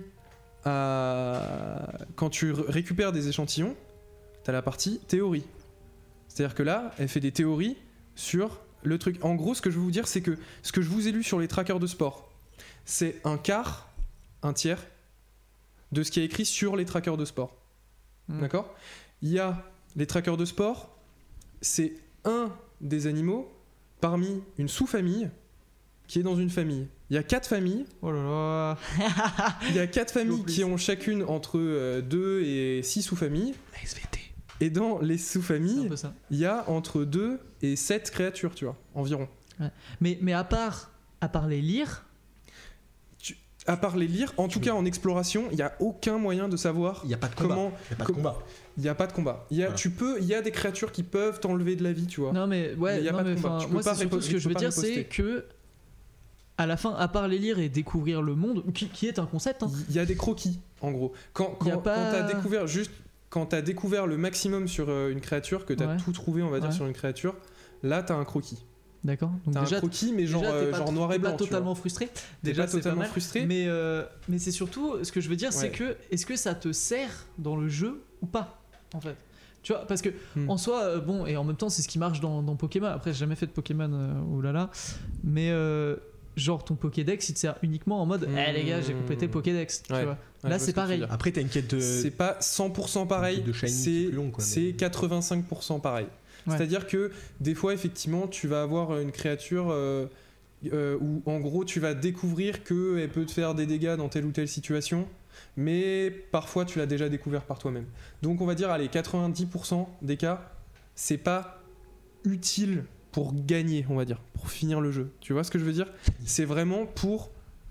à. Quand tu r- récupères des échantillons, tu as la partie théorie. C'est-à-dire que là, elle fait des théories sur le truc. En gros, ce que je veux vous dire, c'est que ce que je vous ai lu sur les trackers de sport, c'est un quart, un tiers de ce qui est écrit sur les trackers de sport. Mm. D'accord ? Il y a les trackers de sport, c'est un des animaux parmi une sous-famille qui est dans une famille. Il y a quatre familles. Oh là là. Il y a quatre familles plus. qui ont chacune entre euh, deux et six sous-familles. La S V T. Et dans les C'est un sous-familles, peu ça. il y a entre deux et sept créatures, tu vois, environ. Mais, mais à part à part les lire, À part les lire, en tout veux- cas en exploration, il n'y a aucun moyen de savoir Il y a pas de combat. comment. Il y a pas de com- combat. Il n'y a pas de combat. Il y a, Voilà. tu peux, il y a des créatures qui peuvent t'enlever de la vie, tu vois. non mais ouais, Mais y a non, pas de mais combat. enfin, Tu peux moi pas c'est surtout ripo- ce tu que je peux veux pas dire, c'est riposter. que à la fin, à part les lire et découvrir le monde, qui, qui est un concept, hein. Il y a des croquis, en gros. Quand, Y a quand, pas- quand t'as découvert juste, quand t'as découvert le maximum sur euh, une créature, que t'as Ouais. tout trouvé, on va dire, Ouais. sur une créature, là t'as un croquis. D'accord. Donc T'as déjà, un croquis, mais genre, déjà, t'es euh, pas, genre t'es noir et pas blanc. tu totalement vois. frustré. T'es Déjà, pas c'est pas totalement mal. frustré. Mais, euh, mais c'est surtout, ce que je veux dire, c'est Ouais. que est-ce que ça te sert dans le jeu ou pas, en fait. Tu vois, parce que Hmm. en soi, euh, bon, et en même temps, c'est ce qui marche dans, dans Pokémon. Après, j'ai jamais fait de Pokémon, euh, oulala. Mais euh, genre, ton Pokédex, il te sert uniquement en mode, Hmm. eh les gars, j'ai complété le Pokédex. Tu Ouais. vois. Ouais, je Là, vois c'est ce que tu veux pareil. dire. Après, t'as une quête de. C'est pas cent pour cent pareil, de shiny qui est c'est plus long, quoi, mais- c'est quatre-vingt-cinq pour cent pareil. Ouais. C'est-à-dire que des fois, effectivement, tu vas avoir une créature euh, euh, où, en gros, tu vas découvrir qu'elle peut te faire des dégâts dans telle ou telle situation, mais parfois, tu l'as déjà découvert par toi-même. Donc, on va dire, allez, quatre-vingt-dix pour cent des cas, c'est pas utile pour gagner, on va dire, pour finir le jeu. Tu vois ce que je veux dire ? C'est vraiment pour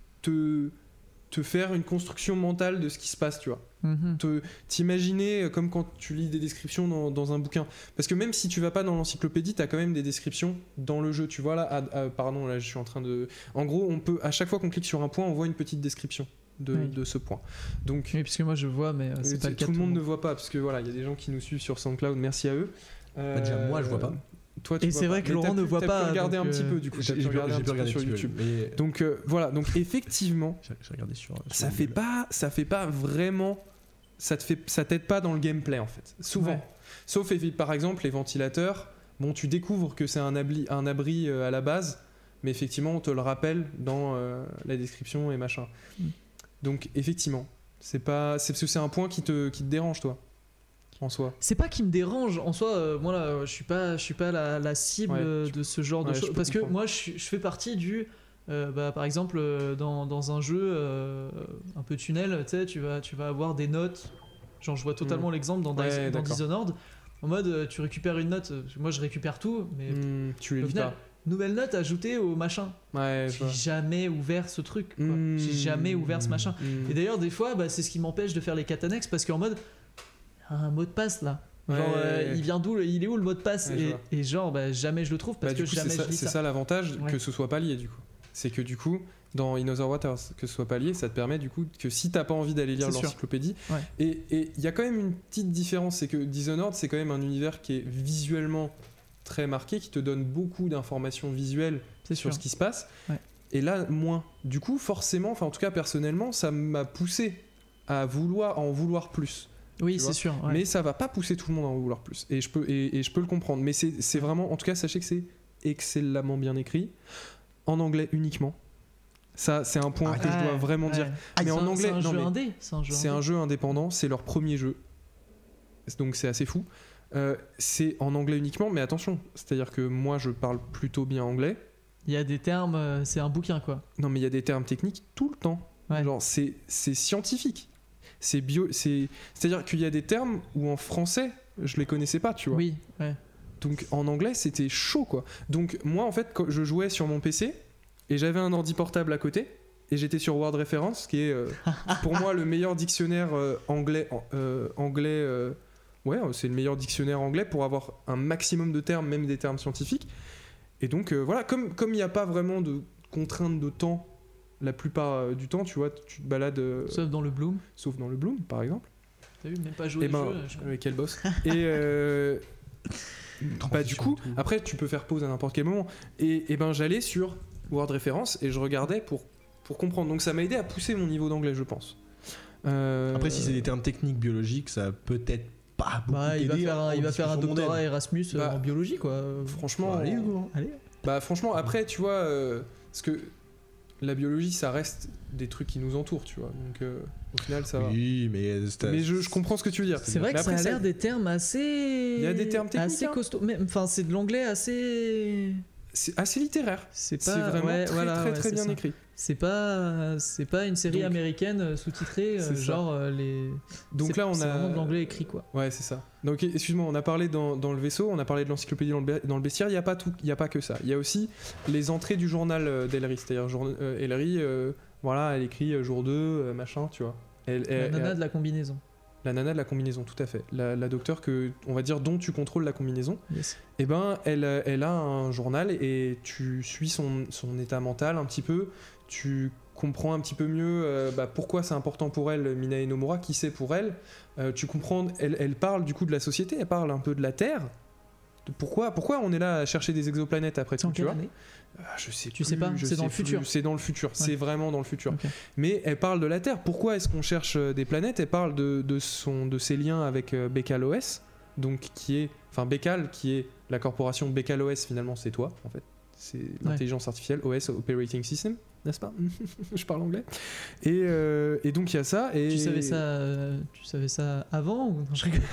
te, te faire une construction mentale de ce qui se passe, tu vois. Mhm. Te- t'imaginer euh, comme quand tu lis des descriptions dans, dans un bouquin, parce que même si tu vas pas dans l'encyclopédie, t'as quand même des descriptions dans le jeu, tu vois là, ah, ah, pardon, là je suis en train de, en gros on peut, à chaque fois qu'on clique sur un point, on voit une petite description de, Oui. de ce point. Donc Oui, puisque moi je vois, mais euh, c'est euh, pas le cas. tout de le monde ne voit pas, parce que voilà, il y a des gens qui nous suivent sur SoundCloud, merci à eux. Euh, Bah, déjà, moi, je vois pas. Toi, tu Et vois c'est pas. vrai que Mais Laurent t'as ne pu- voit t'as pas, pu regarder donc, un petit euh, peu du coup, t'as J'ai pu j'ai pu regarder un j'ai pu petit peu regarder sur un petit YouTube. peu, mais- Donc euh, voilà, donc effectivement, J'ai j'ai regardé sur. sur ça fait Google. pas ça fait pas vraiment ça te fait ça t'aide pas dans le gameplay en fait souvent, Ouais. sauf évi- par exemple les ventilateurs, bon tu découvres que c'est un abri, un abri euh, à la base, mais effectivement on te le rappelle dans euh, la description et machin. Mm. Donc effectivement c'est pas c'est parce que c'est un point qui te qui te dérange toi en soi. C'est pas qui me dérange en soi. euh, moi là, je suis pas, je suis pas la, la cible Ouais, euh, je- de ce genre de ouais, je choses peux parce que comprendre. moi je, suis- je fais partie du. euh, bah, par exemple, euh, dans, dans un jeu euh, un peu tunnel, tu sais, tu vas, tu vas avoir des notes. Genre, je vois totalement l'exemple dans, Ouais, Dis- dans d'accord. Dishonored. En mode, euh, tu récupères une note. euh, Moi, je récupère tout, mais Hmm, tu les au lis final, pas. nouvelle note ajoutée au machin. Ouais, je J'ai vois. jamais ouvert ce truc. quoi. Hmm. J'ai jamais ouvert ce machin. Hmm. Et d'ailleurs, des fois, bah, c'est ce qui m'empêche de faire les quêtes annexes parce qu'en mode, il y a un mot de passe là. Genre, Ouais, euh, ouais, ouais. il vient d'où le- Il est où le mot de passe Ouais, je et, vois. et genre, bah, jamais je le trouve parce Bah, du que coup, jamais c'est ça, je lis c'est ça. ça l'avantage Ouais. que ce soit pas lié du coup. c'est que du coup, dans In Other Waters, que ce soit pas lié, ça te permet du coup que si t'as pas envie d'aller lire C'est sûr. l'encyclopédie, Ouais. et il y a quand même une petite différence, c'est que Dishonored, c'est quand même un univers qui est visuellement très marqué, qui te donne beaucoup d'informations visuelles C'est sur sûr. ce qui se passe, Ouais. et là, moins. Du coup, forcément, enfin en tout cas personnellement, ça m'a poussé à vouloir à en vouloir plus. Oui, tu c'est vois. sûr. Ouais. Mais ça va pas pousser tout le monde à en vouloir plus. Et je peux, et, et je peux le comprendre. Mais c'est, c'est vraiment, en tout cas, sachez que c'est excellemment bien écrit, en anglais uniquement. Ça, c'est un point Ah, que je dois ouais, vraiment ouais. dire. Ah, mais c'est en un- anglais, c'est un non, jeu mais indé. C'est un jeu C'est indé. un jeu indépendant, c'est leur premier jeu. Donc c'est assez fou. Euh, c'est en anglais uniquement, mais attention, c'est-à-dire que moi je parle plutôt bien anglais. Il y a des termes, euh, c'est un bouquin quoi. Non, mais il y a des termes techniques tout le temps. Ouais. Genre, c'est, c'est scientifique. C'est bio, c'est, c'est-à-dire qu'il y a des termes où en français je les connaissais pas, tu vois. Oui, ouais. Donc en anglais c'était chaud quoi. Donc moi en fait quand je jouais sur mon P C et j'avais un ordi portable à côté et j'étais sur Word Reference qui est euh, pour moi le meilleur dictionnaire euh, anglais euh, anglais euh, ouais c'est le meilleur dictionnaire anglais pour avoir un maximum de termes, même des termes scientifiques. Et donc euh, voilà, comme comme il n'y a pas vraiment de contraintes de temps la plupart euh, du temps, tu vois, tu te balades euh, Sauf dans le Bloom. sauf dans le Bloom par exemple. T'as vu, même pas jouer Et le ben jeu. je- euh, quel boss. Et euh, bah du coup, après tu peux faire pause à n'importe quel moment. Et, et ben j'allais sur Word Reference et je regardais pour, pour comprendre. Donc ça m'a aidé à pousser mon niveau d'anglais, je pense. Euh, Après, si c'est des termes techniques biologiques, ça a peut-être pas beaucoup Bah, il va aidé faire un, en il va faire un discussion doctorat mondaine. Erasmus euh, Bah, en biologie quoi. Franchement, Allez, euh, Hugo. Allez. bah franchement après tu vois, euh, parce que la biologie ça reste des trucs qui nous entourent, tu vois. Donc euh, au final ça va. Oui, mais c'est- Mais je, je comprends ce que tu veux dire. C'est vrai Mais que ça après, a l'air des termes assez. Il y a des termes techniques, assez hein. costauds. Mais enfin, c'est de l'anglais assez. C'est assez littéraire. C'est C'est pas vraiment ouais, très voilà, très ouais, très c'est bien ça. écrit. C'est pas c'est pas une série Donc- américaine euh, sous-titrée euh, C'est ça. genre euh, les. Donc c'est- là on c'est a vraiment de l'anglais écrit quoi. Ouais, c'est ça. Donc, excuse-moi, on a parlé dans, dans le vaisseau, on a parlé de l'encyclopédie dans le, be- dans le bestiaire. Il n'y a pas tout, il y a pas que ça. Il y a aussi les entrées du journal euh, d'Ellery. C'est-à-dire, jour- euh, Ellery, euh, voilà, elle écrit euh, jour deux, euh, machin, tu vois. Elle, La elle- nana elle- de la combinaison. la nana de la combinaison, tout à fait. La, la docteure que, on va dire, dont tu contrôles la combinaison. Yes. Eh ben, elle, euh, elle a un journal et tu suis son, son état mental un petit peu. Tu comprends un petit peu mieux euh, bah, pourquoi c'est important pour elle, Minae Nomura, qui c'est pour elle. Euh, tu comprends, elle, elle parle du coup de la société, elle parle un peu de la Terre. De pourquoi, pourquoi on est là à chercher des exoplanètes après C'est tout, en tu quelle vois. année Ah, je sais Tu plus, sais pas, je c'est dans sais le futur. plus, C'est dans le futur, c'est vraiment dans le futur. Ok. Mais elle parle de la Terre. Pourquoi est-ce qu'on cherche euh, des planètes? Elle parle de, de, son, de ses liens avec euh, Bekal O S, donc qui est, enfin Bekal, qui est la corporation Bekal O S. Finalement, c'est toi, en fait. C'est l'intelligence artificielle, O S, Operating System, n'est-ce pas? Je parle anglais. Et, euh, et donc il y a ça. Et Tu savais ça euh, tu savais ça avant ou non, je rigole.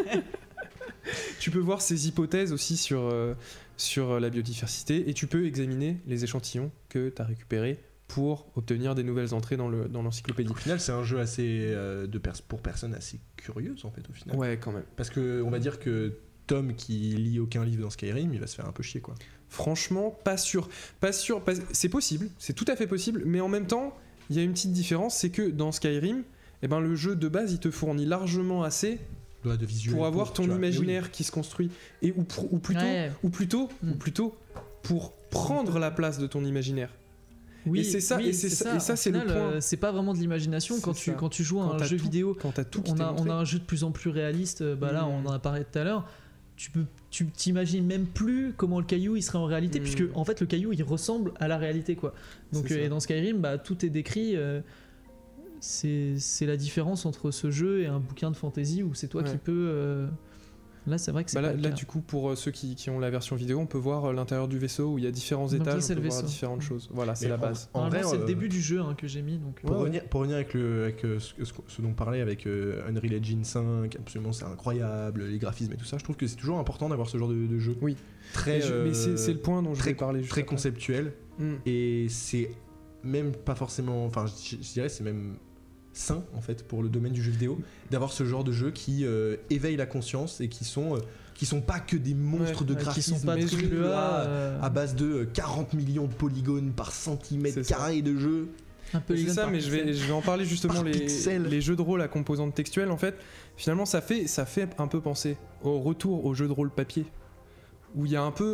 tu peux voir ses hypothèses aussi sur, euh, sur la biodiversité et tu peux examiner les échantillons que tu as récupérés pour obtenir des nouvelles entrées dans, le, dans l'encyclopédie. Au final, c'est un jeu assez euh, de pers- pour personnes assez curieuses en fait au final. Ouais, quand même. Parce que on va dire que Tom qui lit aucun livre dans Skyrim, il va se faire un peu chier quoi. Franchement, pas sûr. Pas sûr. pas- C'est possible, c'est tout à fait possible, mais en même temps, il y a une petite différence, c'est que dans Skyrim, eh ben, le jeu de base, il te fournit largement assez Ouais, de visuel pour avoir ton tu vois. Mais oui. imaginaire qui se construit, et ou, pr- ou plutôt, Ouais. ou plutôt, Mm. ou plutôt, pour prendre la place de ton imaginaire. Oui, Et c'est ça- oui, et c'est ça- et ça, Au c'est le final, point. euh, c'est pas vraiment de l'imagination quand C'est tu ça. quand tu joues à Quand un t'as jeu tout- vidéo. Quand t'as tout qui On t'est a, on montré. a un jeu de plus en plus réaliste, euh, bah là Mm. on en a parlé tout à l'heure. Tu peux, tu t'imagines même plus comment le caillou il serait en réalité, Mm. puisque en fait le caillou il ressemble à la réalité quoi. Donc C'est euh, ça. et dans Skyrim, bah tout est décrit. euh, c'est c'est la différence entre ce jeu et un bouquin de fantasy où c'est toi Ouais. qui peux. euh, Là c'est vrai que c'est Bah pas là, le là, cas. du coup, pour euh, ceux qui, qui ont la version vidéo, on peut voir euh, l'intérieur du vaisseau où il y a différents Donc étages, ça, c'est on peut le voir vaisseau. différentes choses. Voilà, c'est Mais la en- base. En Normalement, vrai, c'est euh, le début du jeu hein, que j'ai mis donc. Pour, Ouais, revenir, pour revenir avec, le, avec euh, ce, ce- ce dont on parlait avec euh, Unreal Engine cinq, absolument c'est incroyable, les graphismes et tout ça, je trouve que c'est toujours important d'avoir ce genre de, de jeu. Oui. Très, Mais, je- mais c'est euh, c'est le point dont je très, voulais parler juste très après. conceptuel Mm. et c'est même pas forcément, enfin je, je dirais c'est même sain en fait pour le domaine du jeu vidéo d'avoir ce genre de jeux qui euh, éveillent la conscience et qui sont, euh, qui sont pas que des monstres Ouais, de ouais, qui graphisme Qui sont pas mais triple je- A, à, euh, à base de euh, quarante millions de polygones par centimètre C'est ça. carré de jeu. un peu C'est ça, mais je vais, je vais en parler justement. Par les, pixel. les jeux de rôle à composante textuelle, en fait, finalement, ça fait, ça fait un peu penser au retour aux jeux de rôle papier, où il y a un peu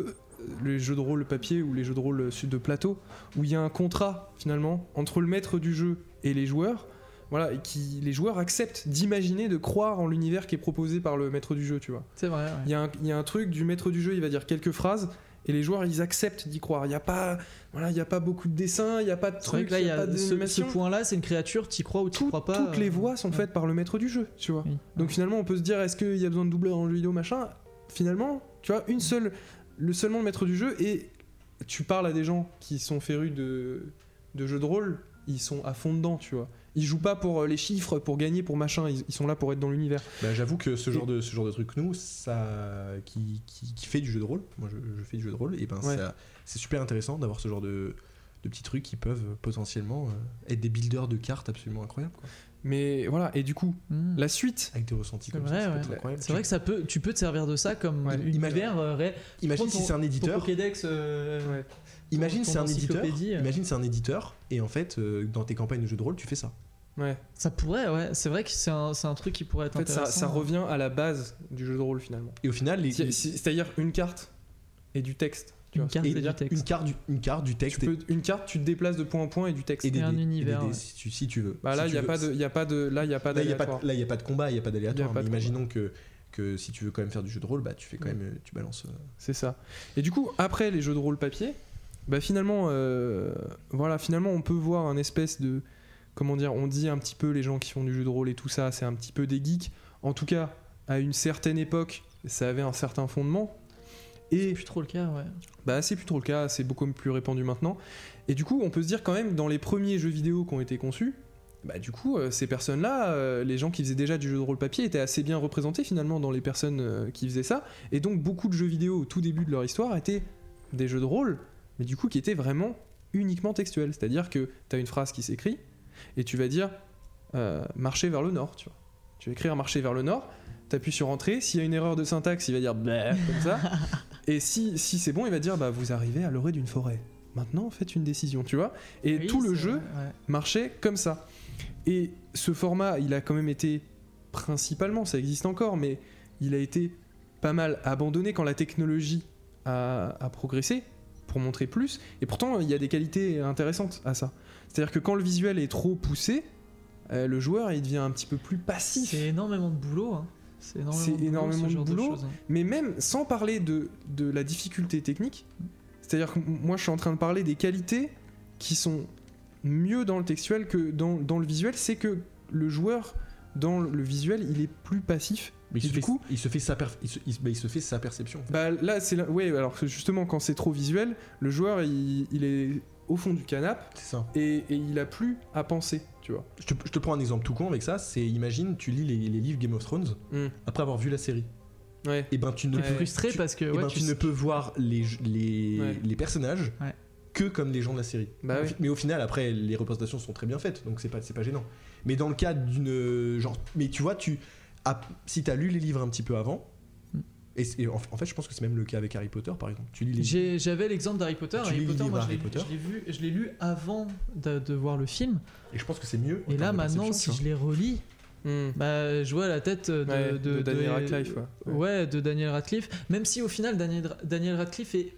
les jeux de rôle papier ou les jeux de rôle de plateau, où il y a un contrat finalement entre le maître du jeu et les joueurs. Voilà, et qui, les joueurs acceptent d'imaginer, de croire en l'univers qui est proposé par le maître du jeu, tu vois. C'est vrai. Ouais. Il y a un, il y a un truc du maître du jeu, il va dire quelques phrases, et les joueurs, ils acceptent d'y croire. Il n'y a pas, voilà, il y a pas beaucoup de dessins, il n'y a pas de C'est vrai trucs, que là, il il n'y y a, a pas ce, ce d'animation. point-là, c'est une créature, t'y crois ou t'y Tout- crois pas. Toutes les euh, voix sont ouais. faites par le maître du jeu, tu vois. Oui. Donc Ouais. finalement, on peut se dire, est-ce qu'il y a besoin de doubleurs en jeu vidéo, machin? Finalement, tu vois, une seule, le seulement le maître du jeu, et tu parles à des gens qui sont férus de, de jeux de rôle, ils sont à fond dedans, tu vois. Ils jouent pas pour les chiffres, pour gagner, pour machin, ils, ils sont là pour être dans l'univers. Bah, j'avoue que ce genre de ce genre de truc, nous, ça, qui, qui, qui fait du jeu de rôle, moi je, je fais du jeu de rôle, et ben Ouais. ça, c'est super intéressant d'avoir ce genre de, de petits trucs qui peuvent potentiellement euh, être des builders de cartes absolument incroyables, quoi. Mais voilà, et du coup, Mmh. la suite, Avec des ressentis C'est comme vrai, ça, ça peut ouais. être incroyable. C'est vrai que ça peut, tu peux te servir de ça comme Ouais. univers euh, réel. Imagine Prends si ton- c'est un ton éditeur. Pokédex. euh, ouais. Imagine ton c'est un éditeur. encyclopédie, euh. Imagine c'est un éditeur et en fait euh, dans tes campagnes de jeux de rôle tu fais ça. Ouais. Ça pourrait, ouais. C'est vrai que c'est un, c'est un truc qui pourrait être En fait, ça, intéressant. ça revient à la base du jeu de rôle finalement. Et au final les, C'est- c'est- C'est-à-dire une carte et du texte. Tu Une vois. carte et et du texte. une carte du une carte du Tu texte et, peux- une carte, tu te déplaces de point en point et du texte. et des et un dés, univers, et des dés, ouais. si tu si tu veux. Bah là, Si il tu y a veux. pas de, il y a pas de, là, il y a pas Là il y a pas d'aléatoire. de, là il y a pas de combat, il y a pas d'aléatoire. Il y a pas Mais de imaginons que que si tu veux quand même faire du jeu de rôle, bah tu fais quand Ouais. même euh, tu balances. euh, C'est ça. Et du coup, après les jeux de rôle papier, bah finalement, euh, voilà, finalement, on peut voir un espèce de, comment dire, on dit un petit peu les gens qui font du jeu de rôle et tout ça, c'est un petit peu des geeks. En tout cas, à une certaine époque, ça avait un certain fondement. C'est Et plus trop le cas, ouais. bah c'est plus trop le cas, c'est beaucoup plus répandu maintenant. Et du coup, on peut se dire quand même, dans les premiers jeux vidéo qui ont été conçus, bah du coup, euh, ces personnes-là, euh, les gens qui faisaient déjà du jeu de rôle papier, étaient assez bien représentés finalement dans les personnes euh, qui faisaient ça. Et donc, beaucoup de jeux vidéo au tout début de leur histoire étaient des jeux de rôle, mais du coup qui étaient vraiment uniquement textuels. C'est-à-dire que tu as une phrase qui s'écrit, et tu vas dire euh, marcher vers le nord, tu vois. Tu vas écrire marcher vers le nord, t'appuies sur entrée, s'il y a une erreur de syntaxe, il va dire bleh, comme ça. Et si, si c'est bon, il va dire bah vous arrivez à l'orée d'une forêt. Maintenant, faites une décision, tu vois. Et Oui, tout le c'est jeu vrai, ouais. marchait comme ça. Et ce format, il a quand même été principalement, ça existe encore, mais il a été pas mal abandonné quand la technologie a, a progressé pour montrer plus. Et pourtant, il y a des qualités intéressantes à ça. C'est-à-dire que quand le visuel est trop poussé, euh, le joueur il devient un petit peu plus passif. C'est énormément de boulot. Hein. C'est énormément, C'est de, boulot, énormément ce de genre boulot. choses, hein. Mais même sans parler de, de la difficulté technique, c'est-à-dire que m- moi je suis en train de parler des qualités qui sont mieux dans le textuel que dans, dans le visuel, c'est que le joueur dans le visuel il est plus passif. Mais il Et se du fait, coup- il se fait sa perf- il se, il se- bah, il se fait sa perception. Bah là c'est là, ouais alors que justement quand c'est trop visuel, le joueur il, il est au fond du canapé C'est ça. et, et il a plus à penser, tu vois. Je te, je te prends un exemple tout con avec ça, c'est imagine tu lis les, les livres Game of Thrones Mm. après avoir vu la série. Ouais. Et ben tu ne Ouais. peux Frustré tu- parce que eh ouais, ben, tu ne peux voir les, les, Ouais. les personnages Ouais. que comme les gens de la série. Bah Au ouais. fi- Mais au final, après, les représentations sont très bien faites, donc c'est pas, c'est pas gênant. Mais dans le cas d'une. euh, Genre, mais tu vois, tu, ah, si t'as lu les livres un petit peu avant, Mm. et, c'est- et en, en fait, je pense que c'est même le cas avec Harry Potter, par exemple. Tu lis les J'ai- J'avais l'exemple d'Harry Potter. Tu Harry lis les Potter, livres moi, je Harry l'ai Potter. je l'ai vu, je l'ai lu avant de, de voir le film. et je pense que c'est mieux. en Et là, termes de maintenant, perception, si tu je les relis, Mm. bah, je vois la tête de, Ouais, de, de Daniel de- Radcliffe, ouais. Ouais. Ouais, de Daniel Radcliffe. Même si au final, Daniel, Daniel Radcliffe est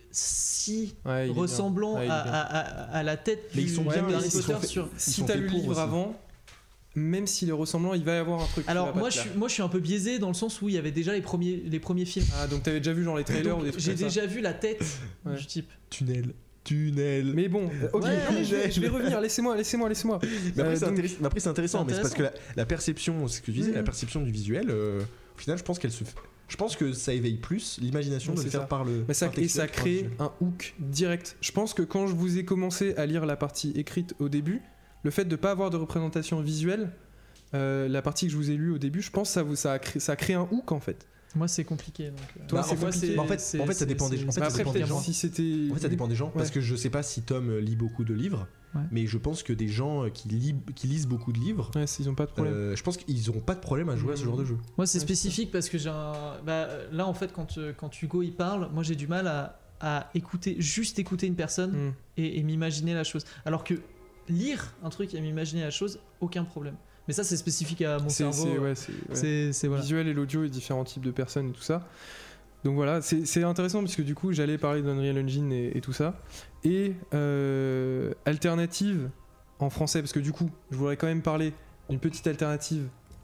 si Ouais, il est bien. ressemblant Ouais, il est à, bien. à- à- à la tête Mais du ils sont du bien, Harry ils sont Potter faits- sur. Ils Si sont t'as faits lu le pour livre aussi. avant, même s'il est ressemblant, il va y avoir un truc. qui va Alors pas moi te je, plaire. suis, moi je suis un peu biaisé dans le sens où il y avait déjà les premiers, les premiers films. Ah donc t'avais déjà vu genre les trailers Donc, ou des trucs j'ai comme ça. déjà vu la tête Ouais. du type. Tunnel. Tunnel. Mais bon, euh, ok, Ouais, non, mais je, vais, je vais revenir, laissez-moi, laissez-moi, laissez-moi. Mais après, Euh, c'est donc- intéress- mais après, c'est intéressant, C'est mais c'est parce que la, la perception, c'est ce que tu disais, Mhm. la perception du visuel, euh, au final, je pense qu'elle se fait. Je pense que ça éveille plus l'imagination Ouais, de c'est le faire ça. par le. Mais ça, par et textuel ça que par crée visuel. un hook direct. Je pense que quand je vous ai commencé à lire la partie écrite au début, le fait de pas avoir de représentation visuelle, euh, la partie que je vous ai lue au début, je pense que ça, vous, ça, a créé, ça a créé un hook en fait. Moi c'est compliqué donc. euh, Toi, Bah, c'est en fait, compliqué. bah, en fait- c'est- en fait, ça c'est- dépend des c'est- gens. En fait, Mais ça après, dépend des peut-être gens. si c'était. En fait, ça dépend des gens, parce Ouais. que je sais pas si Tom lit beaucoup de livres, Ouais. mais je pense que des gens qui, lit- qui lisent beaucoup de livres, Ouais, s'ils ont pas de problème. euh, je pense qu'ils n'auront pas de problème à jouer à ce genre de jeu. Moi c'est Ouais, spécifique parce que j'ai un. Bah, là en fait quand, euh, quand Hugo il parle, moi j'ai du mal à, à écouter, juste écouter une personne Mm. et, et m'imaginer la chose. Alors que lire un truc et m'imaginer la chose, aucun problème. Mais ça c'est spécifique à mon C'est, cerveau. c'est, ouais, c'est, ouais. C'est c'est- voilà. Le visuel et l'audio et différents types de personnes et tout ça. donc voilà, c'est, c'est intéressant parce que du coup j'allais parler d'Unreal Engine et, et tout ça. Et euh, alternative en français, parce que du coup je voudrais quand même parler d'une petite alternative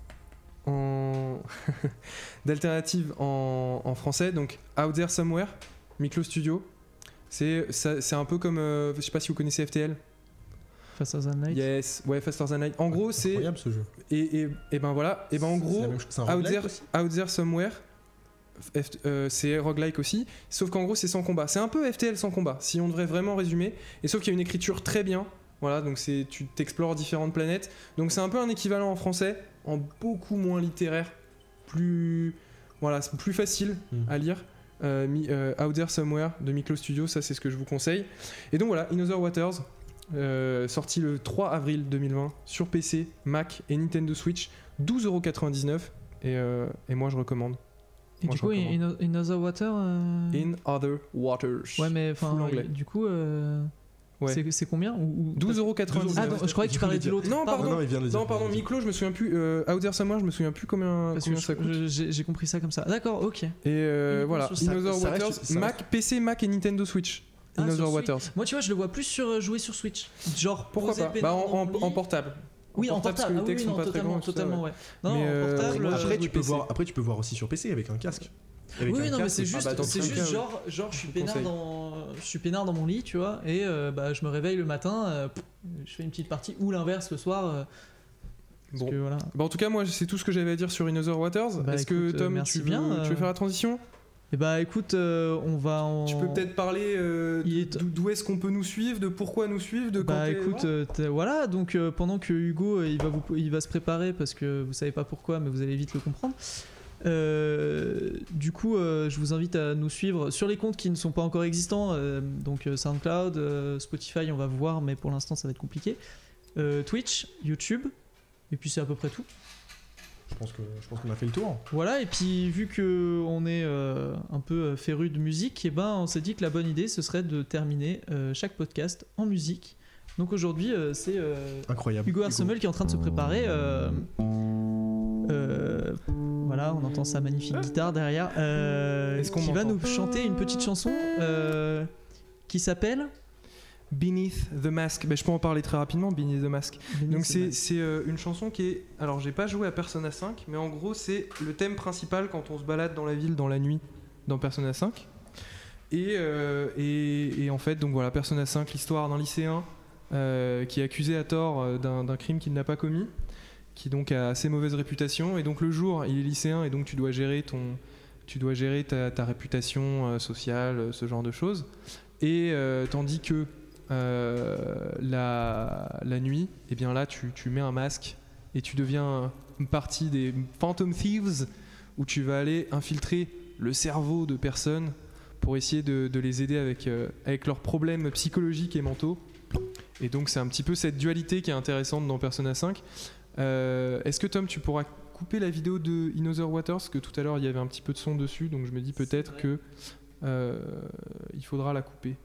en d'alternative en, en français. Donc Out There Somewhere, Miklo Studio. C'est, ça, c'est un peu comme, euh, je sais pas si vous connaissez F T L. Faster Than Light. Yes, ouais, Faster Than Light. En gros, c'est incroyable ce jeu. et, et, et ben voilà, et ben en C'est gros, la même chose- c'est un Out roguelike There, aussi Out There Somewhere, F- euh, c'est roguelike aussi, sauf qu'en gros c'est sans combat. C'est un peu F T L sans combat, si on devrait vraiment résumer. Et sauf qu'il y a une écriture très bien. Voilà, donc c'est tu t'explores différentes planètes. Donc c'est un peu un équivalent en français, en beaucoup moins littéraire, plus voilà, c'est plus facile Mm. à lire. Euh, mi- euh, Out There Somewhere de Miklo Studio, ça c'est ce que je vous conseille. Et donc voilà, In Other Waters, euh, sorti le trois avril deux mille vingt sur P C, Mac et Nintendo Switch, douze euros quatre-vingt-dix-neuf. Et, euh, et moi je recommande. Et Moi, du je coup, recommande. In, In Other Water. euh, In Other Waters. Ouais, mais enfin, Full anglais. du coup, euh, Ouais. c'est, c'est combien ou, ou- douze euros Ah, quatre-vingt-dix-neuf. non, je croyais que tu parlais de l'autre. Non, pardon. Non, non, il vient de le dire. Non, pardon, Miklo, je me souviens plus. Euh, Out There Somewhere, je me souviens plus combien, Parce que combien je- ça coûte. je- j'ai, j'ai compris ça comme ça. D'accord, ok. Et euh, Uniquement voilà, sur In ça. Other Ça reste- Waters, ça reste- Mac, P C, Mac et Nintendo Switch. Ah, In sur Other Switch. Waters. Moi, tu vois, je le vois plus sur euh, jouer sur Switch. Genre, Pourquoi poser pas peinard Bah en, dans en- mon en lit. portable. Oui, en portable, parce portable. que Ah les oui, textes oui, sont non, pas très totalement, grands et tout ça, totalement, ouais. ouais. Non, Mais, en euh, portable. moi, euh, Après, je tu peux P C. voir, après, tu peux voir aussi sur P C avec un casque. Avec Oui, un non, mais casque, c'est tu- juste, Ah bah, dans c'est tous les juste cas, genre, genre, je suis je vous peinard conseille. dans, je suis peinard dans mon lit, tu vois, et euh, bah, je me réveille le matin, euh, pff, je fais une petite partie, ou l'inverse le soir. euh, parce Bon. que, voilà. Bah en tout cas, moi, c'est tout ce que j'avais à dire sur In Other Waters. Bah, Est-ce que écoute, Tom, merci tu veux, bien, tu veux euh, faire la transition Et bah, écoute, euh, on va en. Tu peux peut-être parler euh, Il est- d'où d'où est-ce qu'on peut nous suivre, de pourquoi nous suivre, de quand Bah t'es- écoute, voilà. euh, t'es- voilà, donc euh, pendant que Hugo euh, il va, vous, il va se préparer parce que vous savez pas pourquoi, mais vous allez vite le comprendre. Euh, du coup, euh, je vous invite à nous suivre sur les comptes qui ne sont pas encore existants, euh, donc euh, SoundCloud, euh, Spotify, on va voir, mais pour l'instant ça va être compliqué. Euh, Twitch, YouTube, et puis c'est à peu près tout. Je pense que je pense qu'on a fait le tour. Voilà, et puis vu que on est euh, un peu féru de musique, et ben on s'est dit que la bonne idée ce serait de terminer euh, chaque podcast en musique. Donc aujourd'hui euh, c'est euh, Incroyable. Hugo Arsemel qui est en train de se préparer. euh, euh, voilà, on entend sa magnifique guitare derrière. euh, Est-ce qu'on qui va m'entend nous chanter une petite chanson euh, qui s'appelle Beneath the Mask. Bah, je peux en parler très rapidement, Beneath the Mask. Beneath Donc the c'est, Mask. c'est euh, une chanson qui est... Alors j'ai pas joué à Persona cinq, mais en gros c'est le thème principal quand on se balade dans la ville dans la nuit dans Persona cinq. Et, euh, et, et en fait, donc voilà, Persona cinq, l'histoire d'un lycéen euh, qui est accusé à tort euh, d'un, d'un crime qu'il n'a pas commis, qui donc a assez mauvaise réputation. Et donc le jour, il est lycéen et donc tu dois gérer, ton, tu dois gérer ta, ta réputation euh, sociale, euh, ce genre de choses. Et euh, tandis que euh, la, la nuit, et bien là tu, tu mets un masque et tu deviens une partie des Phantom Thieves où tu vas aller infiltrer le cerveau de personnes pour essayer de, de les aider avec, euh, avec leurs problèmes psychologiques et mentaux. Et donc c'est un petit peu cette dualité qui est intéressante dans Persona cinq. Euh, est-ce que Tom, tu pourras couper la vidéo de In Other Waters, parce que tout à l'heure il y avait un petit peu de son dessus, donc je me dis peut-être que euh, il faudra la couper.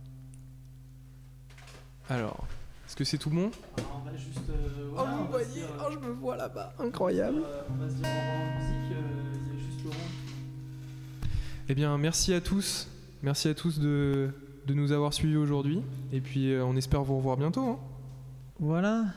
Alors, est-ce que c'est tout bon? Alors, on va juste, euh, voilà, on va se dire, euh, je me vois là-bas, incroyable. euh, on va se dire au revoir en musique, euh, il y a juste Laurent. Eh bien, merci à tous, merci à tous de, de nous avoir suivis aujourd'hui, et puis euh, on espère vous revoir bientôt. Hein. Voilà.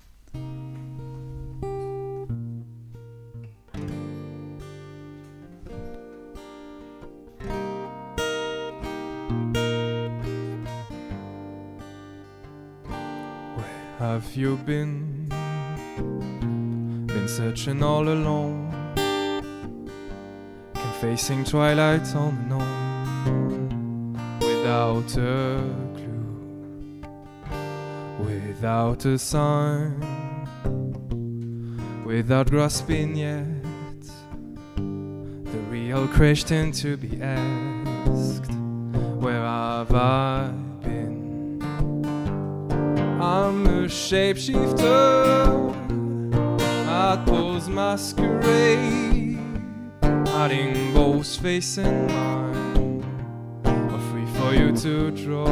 Have you been, been searching all alone, facing twilight on and on, without a clue, without a sign, without grasping yet the real question to be asked, where have I been? I'm a shapeshifter at Poe's masquerade, hiding both face and mind, or free for you to draw.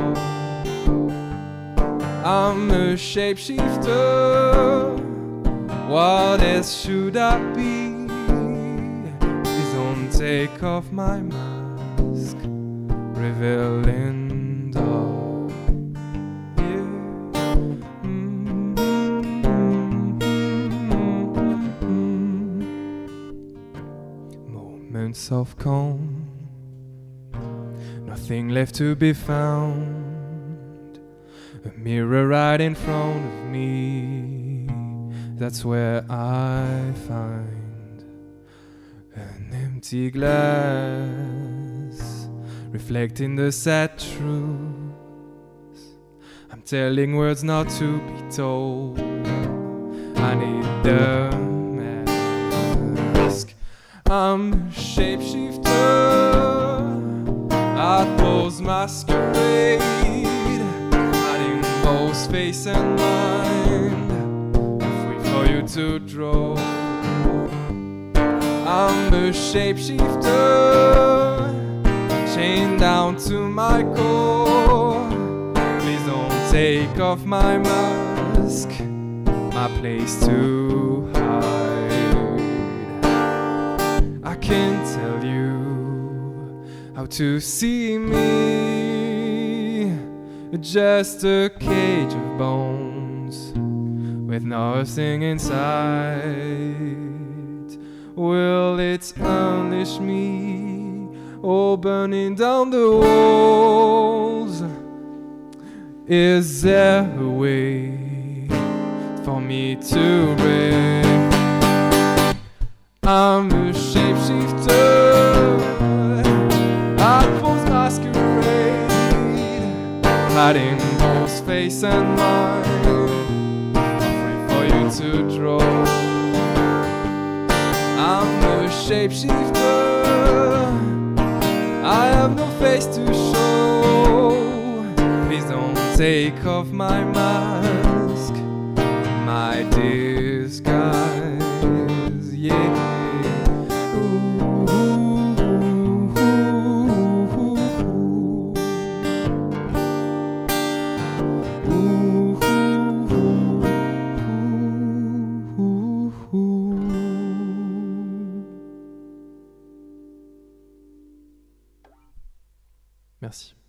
I'm a shapeshifter, what else should I be? Please don't take off my mask, revealing dark. Yeah. Mm-hmm. Moments of calm, nothing left to be found. A mirror right in front of me, that's where I find an empty glass, reflecting the sad truth. I'm telling words not to be told. I need the mask. I'm a shapeshifter, outpost masquerade, hiding both face and mind, free for you to draw. I'm a shapeshifter, chained down to my core. Please don't take off my mask, my place to hide. I can't tell you how to see me, just a cage of bones with nothing inside. Will it unleash me, or burning down the walls? Is there a way for me to break? I'm a shapeshifter, outpost masquerade, hiding both face and mind, free for you to draw. I'm a shapeshifter, I have no face to show. Please don't take off my mask, my disguise, yeah. Merci.